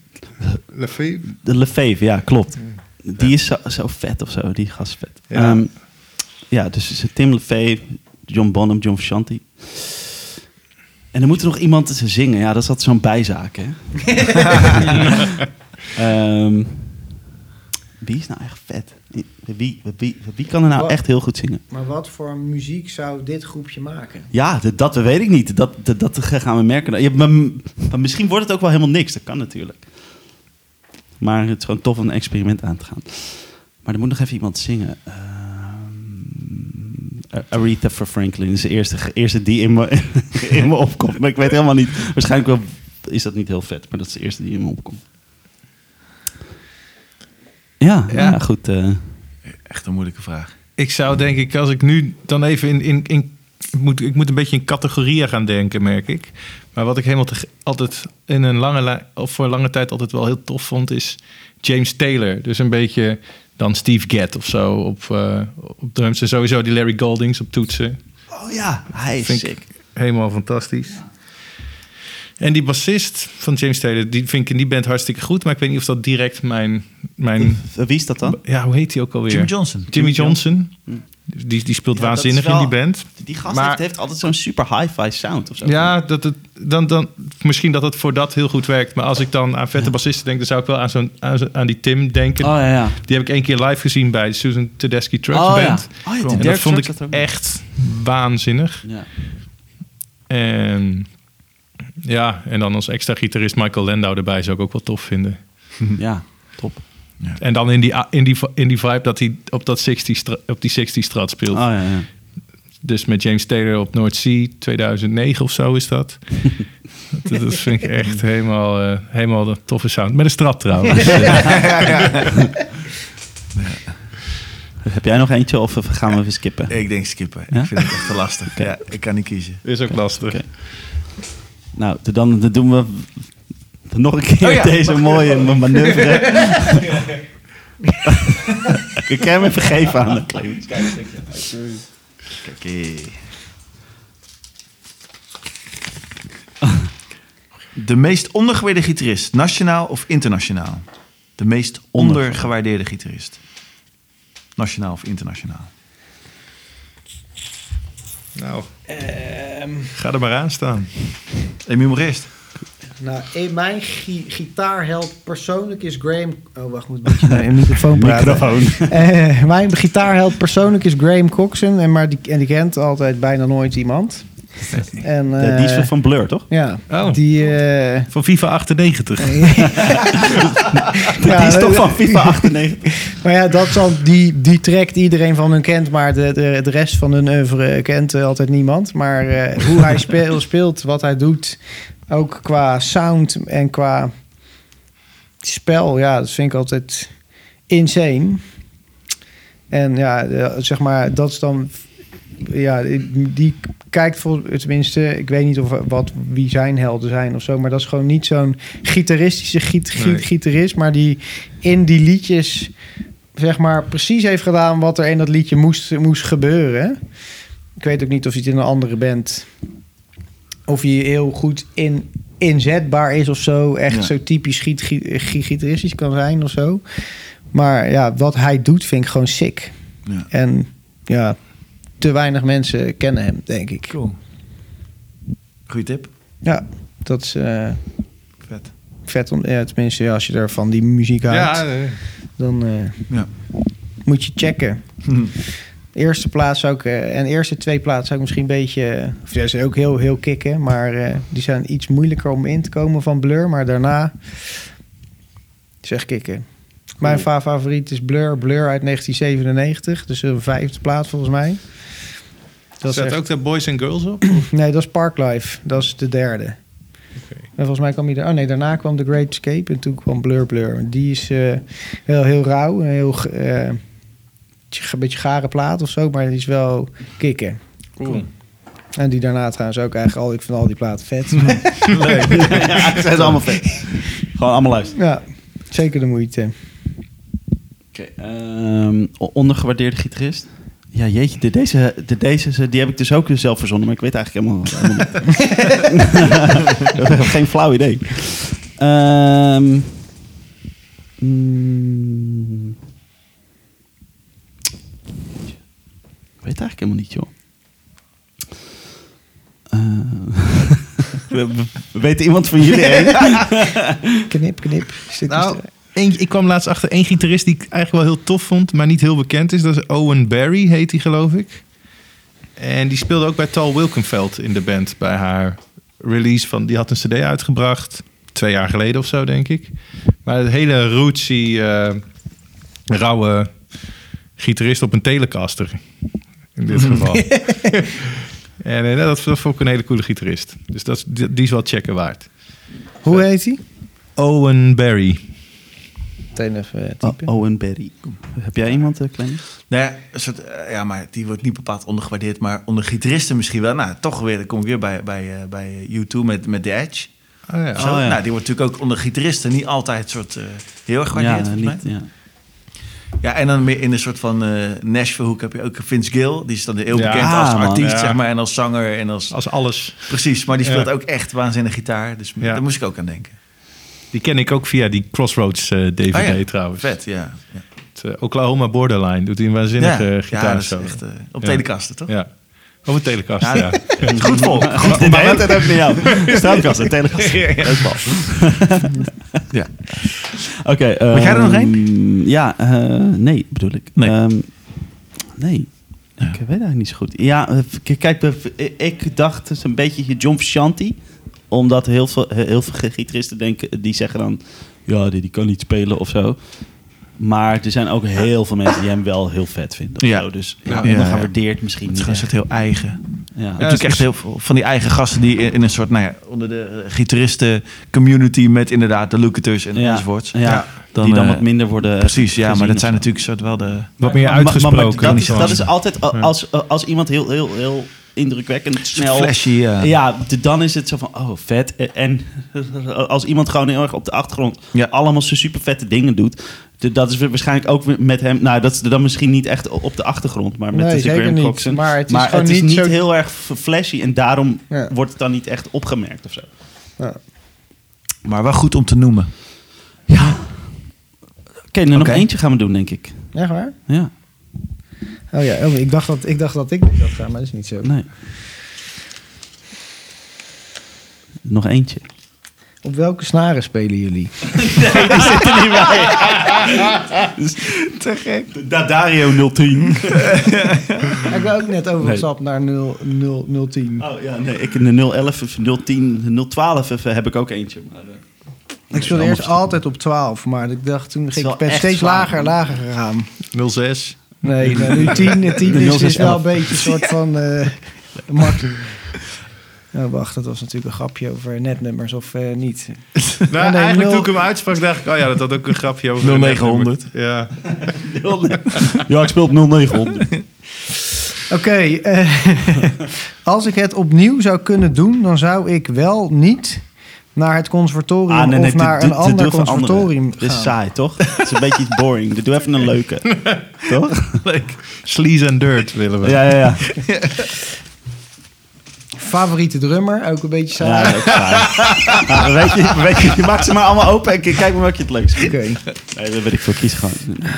Lefevre, ja, klopt. Die is zo vet of zo, die gast vet. Ja. Dus Tim Lefevre, John Bonham, John Frusciante. En er moet er nog iemand zingen. Ja, dat is altijd zo'n bijzaak, hè. Wie is nou echt vet? Wie kan er nou echt heel goed zingen? Maar wat voor muziek zou dit groepje maken? Ja, dat weet ik niet. Dat gaan we merken. Ja, maar misschien wordt het ook wel helemaal niks. Dat kan natuurlijk. Maar het is gewoon tof om een experiment aan te gaan. Maar er moet nog even iemand zingen. Aretha Franklin is de eerste die in me opkomt. Maar ik weet helemaal niet. Waarschijnlijk wel is dat niet heel vet. Maar dat is de eerste die in me opkomt. Ja, goed. Echt een moeilijke vraag. Ik zou denk ik, als ik nu dan even ik moet een beetje in categorieën gaan denken, merk ik. Maar wat ik altijd voor een lange tijd altijd wel heel tof vond, is James Taylor. Dus een beetje dan Steve Gadd of zo op drums. En sowieso die Larry Goldings op toetsen. Oh ja, hij is sick. Helemaal fantastisch. En die bassist van James Taylor, die vind ik in die band hartstikke goed. Maar ik weet niet of dat direct mijn... Wie is dat dan? Ja, hoe heet hij ook alweer? Jimmy Johnson. Die speelt waanzinnig in die band. Die gast heeft altijd zo'n super hi-fi sound of zo. Ja, dan misschien dat het voor dat heel goed werkt. Maar als ik dan aan vette bassisten denk, dan zou ik wel aan die Tim denken. Oh, ja. Die heb ik 1 keer live gezien bij Susan Tedeschi Trucks Band. Ja. Oh, ja, en dat vond ik echt waanzinnig. Ja. En ja, en dan als extra gitarist Michael Landau erbij zou ik ook wel tof vinden. Ja, top. Ja. En dan in die vibe dat hij op die 60 Strat speelt. Oh, ja. Dus met James Taylor op Noordzee 2009 of zo is dat. Dat vind ik echt helemaal de toffe sound. Met een Strat trouwens. Heb jij nog eentje of gaan we even skippen? Ik denk skippen. Ja? Ik vind het echt te lastig. Okay. Ja, ik kan niet kiezen. Is ook lastig. Okay. Nou, dan doen we nog een keer deze mooie manoeuvre. Ik kan hem even geven aan de Clemens. Kijk. De meest ondergewaardeerde gitarist, nationaal of internationaal? De meest ondergewaardeerde gitarist. Nationaal of internationaal? Nou, ga er maar aan staan. Emiel Morist. Nou, mijn gitaarheld persoonlijk is Graham... Oh, wacht, moet een beetje naar een microfoon praten. Mijn gitaarheld persoonlijk is Graham Coxon. Die kent altijd bijna nooit iemand. En, die is van Blur, toch? Ja. Oh, die, van FIFA 98. Die is toch van FIFA 98. Maar ja, die trekt iedereen van hun kent, maar de rest van hun oeuvre kent altijd niemand. Maar hoe hij speelt, wat hij doet, ook qua sound en qua spel, ja, dat vind ik altijd insane. En ja, zeg maar, dat is dan... Ja, die kijkt tenminste, ik weet niet wie zijn helden zijn of zo, maar dat is gewoon niet zo'n gitaristische gitarist, maar die in die liedjes, zeg maar, precies heeft gedaan wat er in dat liedje moest gebeuren. Ik weet ook niet of hij het in een andere band, of hij heel goed inzetbaar is of zo, echt zo typisch gitaristisch kan zijn of zo. Maar ja, wat hij doet vind ik gewoon sick. Ja. En ja, te weinig mensen kennen hem, denk ik. Cool. Goeie tip. Ja, dat is vet. Vet, tenminste, als je er van die muziek houdt, dan moet je checken. Eerste plaats ook, en eerste 2 plaatsen zou ik misschien een beetje... Of die zijn ook heel kicken, maar die zijn iets moeilijker om in te komen van Blur. Maar daarna zeg kicken. Mijn favoriet is Blur uit 1997. Dus een 5e plaats volgens mij. Dat staat echt... ook de Boys and Girls op? Nee, dat is Parklife. Dat is de 3e. Okay. En volgens mij kwam hij daarna kwam The Great Escape en toen kwam Blur. Die is heel rauw. Heel een beetje gare plaat of zo, maar die is wel kicken. Cool. En die daarna trouwens ook eigenlijk ik vind al die platen vet. Leuk. Ja, het zijn allemaal vet. Gewoon allemaal luisteren. Ja, zeker de moeite. Ondergewaardeerde gitarist? Ja, jeetje, deze die heb ik dus ook zelf verzonnen, maar ik weet eigenlijk helemaal niet. Ik heb geen flauw idee. Ik weet eigenlijk helemaal niet, joh. Weet iemand van jullie een? Knip. Nou, ik kwam laatst achter 1 gitarist die ik eigenlijk wel heel tof vond, maar niet heel bekend is. Dat is Owen Barry, heet hij geloof ik. En die speelde ook bij Tal Wilkenfeld in de band bij haar release van... Die had een cd uitgebracht, 2 jaar geleden of zo, denk ik. Maar het hele rootsy, rauwe gitarist op een Telecaster. In dit geval. En dat vond ik een hele coole gitarist. Dus die is wel checken waard. Hoe heet hij? Owen Barry. meteen even typen. Owen Barry. Heb jij iemand, Clem? Nou ja, een soort, maar die wordt niet bepaald ondergewaardeerd, maar onder gitaristen misschien wel. Nou, toch weer, dan kom ik weer bij U2 met The Edge. Oh, ja. Zo. Nou, die wordt natuurlijk ook onder gitaristen niet altijd soort heel erg gewaardeerd. Ja, en dan meer in een soort van Nashville-hoek heb je ook Vince Gill. Die is dan heel bekend als artiest, zeg maar, en als zanger. En als alles. Precies, maar die speelt ook echt waanzinnig gitaar. Dus daar moest ik ook aan denken. Die ken ik ook via die Crossroads DVD trouwens. Vet, ja. Oklahoma Borderline doet hij een waanzinnige gitaar. Ja, dat is echt op telekasten, toch? Ja. Of een telekast, ja. Goed vol. Goed, maar het ook niet jou. Straatkast en telekast. Ja. Oké. Ben jij er nog één? Ja, nee, bedoel ik. Nee. Nee. Ja. Ik weet eigenlijk niet zo goed. Ja, kijk, ik dacht het is een beetje John Frusciante. Omdat heel veel gitaristen denken, die zeggen dan, ja, die kan niet spelen of zo. Maar er zijn ook heel veel mensen die hem wel heel vet vinden. Ja. Zo. Dus ondergewaardeerd misschien niet. Het is gewoon heel eigen. Ja. Je hebt natuurlijk echt heel veel van die eigen gasten die in een soort, onder de gitaristen community met inderdaad de Lucators en enzovoorts. Ja. Die dan wat minder worden. Precies, ja, maar dat zijn natuurlijk soort wel de wat meer uitgesproken. Maar dat is altijd als iemand heel indrukwekkend snel. Flashy, dan is het zo van, oh, vet. En als iemand gewoon heel erg op de achtergrond allemaal zo super vette dingen doet. Dat is waarschijnlijk ook met hem. Nou, dat is dan misschien niet echt op de achtergrond, maar met de zeker niet. Coxon. Maar het is, maar gewoon het is niet zo heel erg flashy en daarom wordt het dan niet echt opgemerkt of zo. Ja. Maar wel goed om te noemen. Ja. Oké, nog eentje gaan we doen, denk ik. Echt waar? Ja. Oh ja, ik dacht dat ik dit zou gaan, maar dat is niet zo. Nee. Nog eentje. Op welke snaren spelen jullie? Nee, die zit er niet bij. Te gek. Dario 010. Ik ben ook net overgestapt naar 010. Oh ja, nee. Ik in de 011 of 010, 012 heb ik ook eentje. Maar, ik speelde eerst altijd op 12, maar ik dacht toen ben steeds lager gegaan. 06. Nee, nu 10 is wel een beetje een soort van makkelijk. Oh, wacht, dat was natuurlijk een grapje over netnummers of niet. Nou, eigenlijk toen ik hem uitsprak, dacht ik, dat had ook een grapje over 0900. Ja. Ja, ik speel op 0900. Oké, als ik het opnieuw zou kunnen doen, dan zou ik wel niet naar het conservatorium of naar een ander conservatorium gaan. Dat is saai, toch? Het is een beetje boring. Doe even een leuke. Toch? Leuk. Sleaze and dirt willen we. Ja. Favoriete drummer, ook een beetje saai. Ja, dat is saai. Weet je, je maakt ze maar allemaal open en kijk maar wat je het leukst vindt. Oké. Nee, dat weet ik veel. Kies gewoon.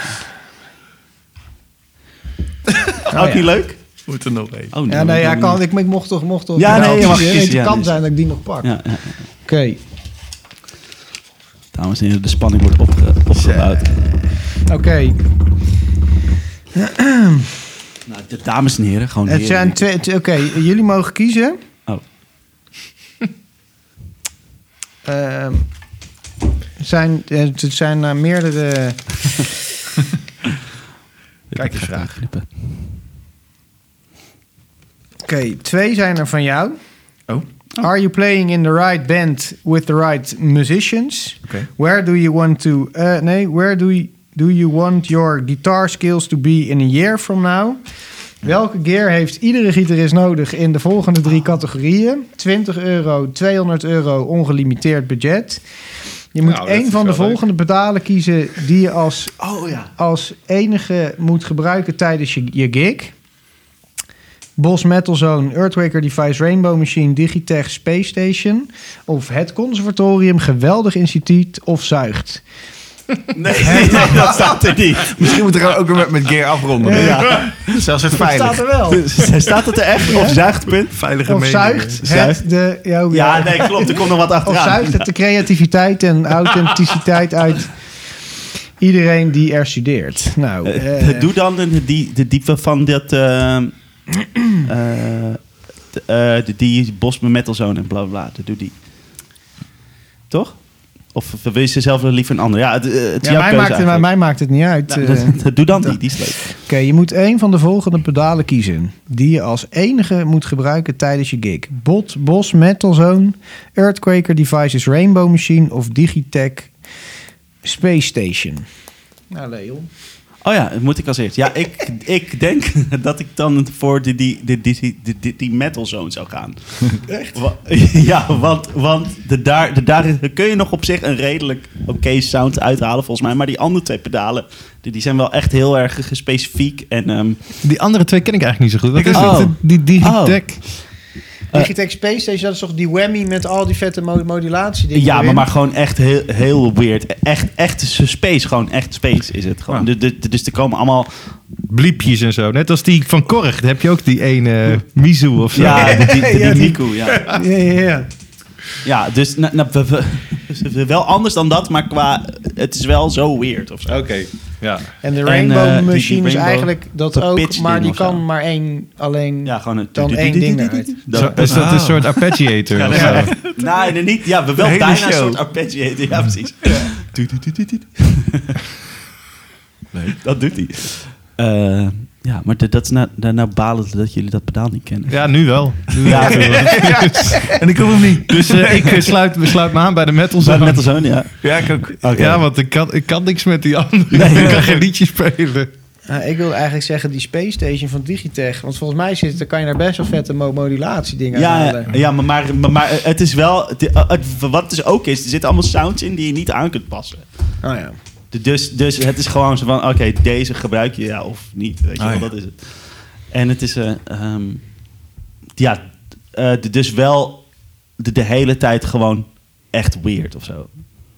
Ook niet leuk? Moet er nog één. Oh, ja, nee, ik mocht toch. Ja, nee, je mag kiezen. Het kan zijn dat ik die nog pak. Ja. Oké. Dames en heren, de spanning wordt opgebouwd. Oké. Nou, de dames en heren, gewoon het zijn twee. Oké, jullie mogen kiezen. Oh. Het zijn meerdere. Kijk eens vraag. Oké, 2 zijn er van jou. Oh. Are you playing in the right band with the right musicians? Okay. Where do you want to? Where do you want your guitar skills to be in a year from now? Welke gear heeft iedere gitarist nodig in de volgende 3 categorieën? €20, €200, ongelimiteerd budget. Je moet één van de volgende pedalen kiezen die je als enige moet gebruiken tijdens je gig. Boss Metal Zone, Earthquaker Device, Rainbow Machine, Digitech, Space Station. Of het conservatorium, Geweldig Instituut of Zuigt. Nee, dat staat er niet. Misschien moeten we ook weer met gear afronden. Ja. Zelfs het veilig. Dat staat er wel. Staat het er echt? Ja? Of zuigt, punt? Veilige of mening. Zuigt ja, nee, klopt. Er komt nog wat achteraan. Of zuigt het de creativiteit en authenticiteit uit iedereen die er studeert. Nou, doe dan de diepte van dat... die Boss Metal Zone en bla bla. Doe die. Toch? Of wil je zelf liever een ander? Ja, mij maakt het niet uit. Doe dan die is leuk. Oké, je moet één van de volgende pedalen kiezen. Die je als enige moet gebruiken tijdens je gig. Boss Metal Zone, Earthquaker Devices, Rainbow Machine of Digitech Space Station. Nou, Leon. Oh ja, dat moet ik als eerst. Ja, ik denk dat ik dan voor die metal zone zou gaan. Echt? Ja, want daar kun je nog op zich een redelijk oké sound uithalen volgens mij. Maar die andere 2 pedalen, die zijn wel echt heel erg specifiek. En, Die andere 2 ken ik eigenlijk niet zo goed. Wat is Oh. het? Die Digitech? Digitech Space Station, dat is toch die whammy met al die vette modulatie dingen ja, erin? maar gewoon echt heel weird. Echt space, gewoon echt space is het gewoon. Ja. Dus er komen allemaal... Bliepjes en zo. Net als die van Korg. Dan heb je ook die ene Mizu of zo. Ja, die Ja, die- Miku, ja. Ja. Ja, dus wel anders dan dat, maar het is wel zo weird of zo. Oké. Ja. En de En, Rainbow die Machine is Rainbow eigenlijk dat dat ook, pitch maar ding die of zo. kan maar alleen Ja, gewoon dan één ding eruit. Is dat een soort arpeggiator? of zo? Nee, niet. Ja, wel hele bijna show. een soort arpeggiator. Ja, precies. Dat doet hij. Ja, maar dat is nou balen dat jullie dat pedaal niet kennen. Ja, nu wel. Ja, En ik kom hem niet. Dus ik sluit me aan bij de metal bij zone. de Metal Zone, ja. Ja, ik ook. Oké. Ja, want ik kan niks met die andere. Ik kan geen liedje spelen. Ik wil eigenlijk zeggen die Space Station van Digitech. Want volgens mij kan je daar best wel vette modulatie dingen halen. Ja, maar het is wel... wat het dus ook is, er zitten allemaal sounds in die je niet aan kunt passen. Oh ja. Dus het is gewoon zo van, oké, deze gebruik je ja of niet. Weet je wel, ja. dat is het. En het is, dus wel de hele tijd gewoon echt weird of zo.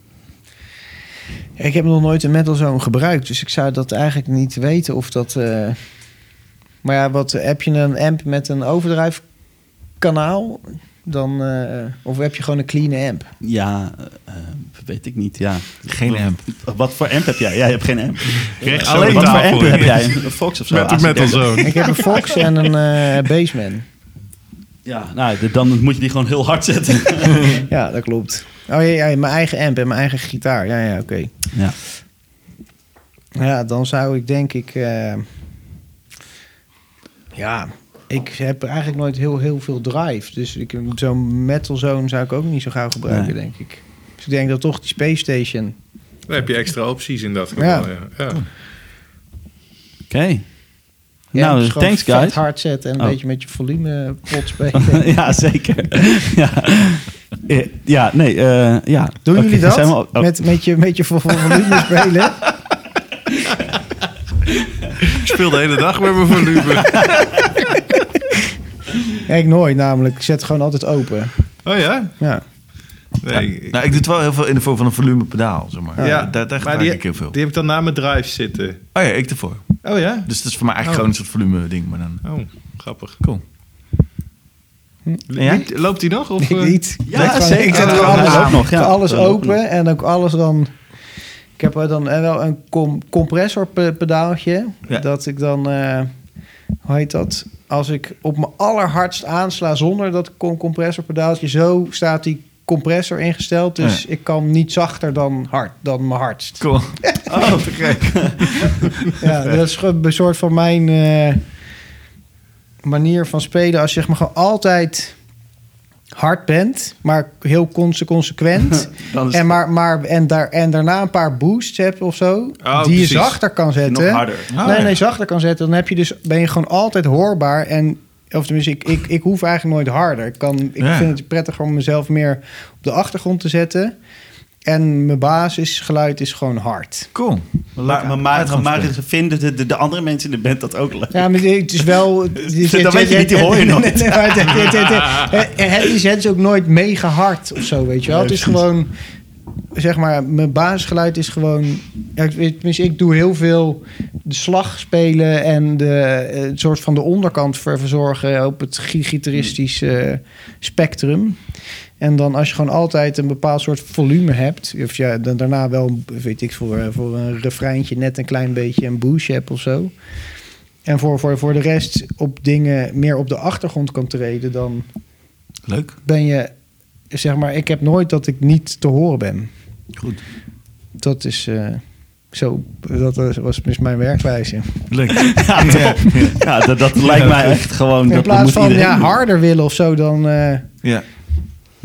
Ik heb nog nooit een Metal Zone gebruikt, dus ik zou dat eigenlijk niet weten of dat... Maar ja, heb je een amp met een overdrijfkanaal? Dan, of heb je gewoon een clean amp? Ja, weet ik niet, ja. Geen amp. Wat voor amp heb jij? Ja, je hebt geen amp. Rechts Alleen zo wat voor tafel. amp heb jij? Een Fox of zo? Met de metal zone. Ik heb een Fox en een Bassman. Ja, nou, dan moet je die gewoon heel hard zetten. Ja, dat klopt. Oh ja, mijn eigen amp en mijn eigen gitaar. Ja, oké. Ja. Ja, dan zou ik denk ik... ik heb eigenlijk nooit heel veel drive. Dus zo'n Metal Zone zou ik ook niet zo gauw gebruiken, Nee. denk ik. Dus ik denk dat toch die Space Station... Dan heb je extra opties in dat geval. Ja. Ja. Oké. Ja, Nou, dus gewoon thanks vet guys. hard zetten en een Oh. beetje met je volume pot spelen. Ja, zeker. Ja, nee, ja. Doen Oké, jullie dat? zijn we al- Met je volume spelen? Ik speel de hele dag met mijn volume. Ja, ik nooit namelijk. Ik zet het gewoon altijd open. Oh ja? Ja. Nee. Nou, ik doe het wel heel veel in de vorm van een volumepedaal, zeg maar. Ja, Daar maar gebruik ik heel veel. Die heb ik dan na mijn drive zitten. Oh ja, ik ervoor. Oh ja? Dus dat is voor mij eigenlijk gewoon een soort volume ding, maar dan... Oh, grappig. Cool. En jij? Loopt hij nog? Of, Ik niet. Ja, Ik gewoon- zeker. Ik zet Ja, gewoon hij alles, loopt nog, ja. alles Hij loopt open en ook alles dan... Ik heb er dan wel een compressorpedaaltje. Ja. Dat ik dan... hoe heet dat? Als ik op mijn allerhardst aansla zonder dat compressorpedaaltje... Zo staat die compressor ingesteld. Dus ik kan niet zachter dan mijn hardst. Cool. Oh, te gek. Ja, dat is gewoon een soort van mijn manier van spelen. Als je zeg maar gewoon altijd hard bent, maar heel consequent. Dan is En daarna een paar boosts hebt of zo, Oh, die je precies. zachter kan nog zetten. harder. Nee, zachter kan zetten. Dan ben je gewoon altijd hoorbaar. Of tenminste, ik hoef eigenlijk nooit harder. Ik vind het prettiger om mezelf meer op de achtergrond te zetten. En mijn basisgeluid is gewoon hard. Cool. Maar vinden de andere mensen in de band dat ook leuk? Ja, maar het is wel... Dan weet je niet, die hoor je nooit. Nee, maar het is ook nooit mega hard of zo, weet je wel. Ja, Het is precies. gewoon... Zeg maar, mijn basisgeluid is gewoon... Ja, ik doe heel veel de slag spelen en het soort van de onderkant verzorgen op het gitaristische spectrum. En dan als je gewoon altijd een bepaald soort volume hebt... of ja, dan daarna wel, weet ik, voor een refreintje net een klein beetje een boost hebt of zo... en voor de rest op dingen meer op de achtergrond kan treden... dan Leuk. ben je, zeg maar... Ik heb nooit dat ik niet te horen ben. Goed. Dat is zo... Dat was mijn werkwijze. Leuk. Ja, top. Ja, dat lijkt mij echt gewoon... In dat plaats moet van iedereen doen. harder willen of zo, dan... Ja.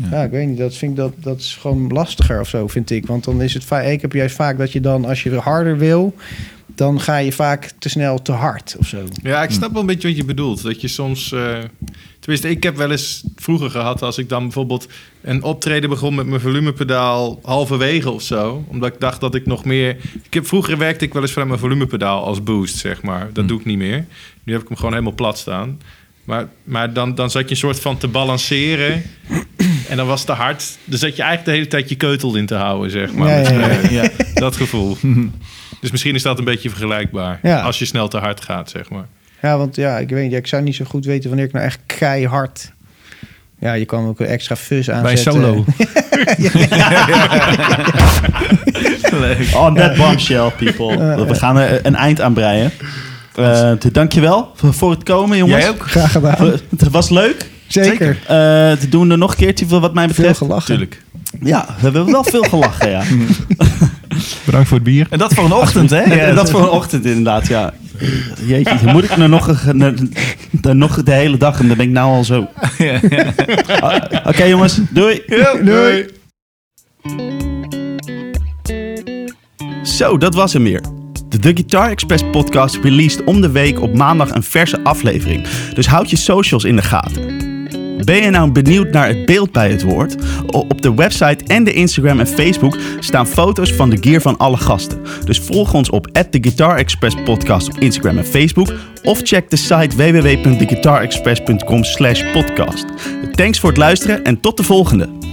Ja, ik weet niet. Dat is gewoon lastiger of zo, vind ik. Want dan is het ik heb juist vaak dat je dan, als je harder wil, dan ga je vaak te snel te hard of zo. Ja, ik snap wel een beetje wat je bedoelt. Dat je soms... tenminste, ik heb wel eens vroeger gehad... als ik dan bijvoorbeeld een optreden begon met mijn volumepedaal halverwege of zo. Omdat ik dacht dat ik nog meer... Vroeger werkte ik wel eens vanuit mijn volumepedaal als boost, zeg maar. Dat doe ik niet meer. Nu heb ik hem gewoon helemaal plat staan. Maar dan zat je een soort van te balanceren... En dan was het te hard. Dan zat je eigenlijk de hele tijd je keutel in te houden, zeg maar. Ja. Dat gevoel. Dus misschien is dat een beetje vergelijkbaar. Ja. Als je snel te hard gaat, zeg maar. Ja, want ik weet niet. Ik zou niet zo goed weten wanneer ik nou echt keihard... Ja, je kan ook een extra fuzz aanzetten. Bij solo. On that bombshell, people. We gaan er een eind aan breien. Dankjewel voor het komen, jongens. Jij ook? Graag gedaan. Het was leuk. Zeker. Te doen er nog een keertje, wat mij betreft. Veel gelachen. Tuurlijk. Ja, we hebben wel veel gelachen, ja. Bedankt voor het bier. En dat voor een ochtend, hè? Ja, dat voor een ochtend inderdaad, ja. Jeetje, dan moet ik er nog de hele dag en dan ben ik nou al zo. Oké, jongens, doei. Doei. Zo, dat was hem weer. De Guitar Express podcast released om de week op maandag een verse aflevering. Dus houd je socials in de gaten. Ben je nou benieuwd naar het beeld bij het woord? Op de website en de Instagram en Facebook staan foto's van de gear van alle gasten. Dus volg ons op @theguitarexpresspodcast op Instagram en Facebook. Of check de site www.theguitarexpress.com/podcast. Thanks voor het luisteren en tot de volgende.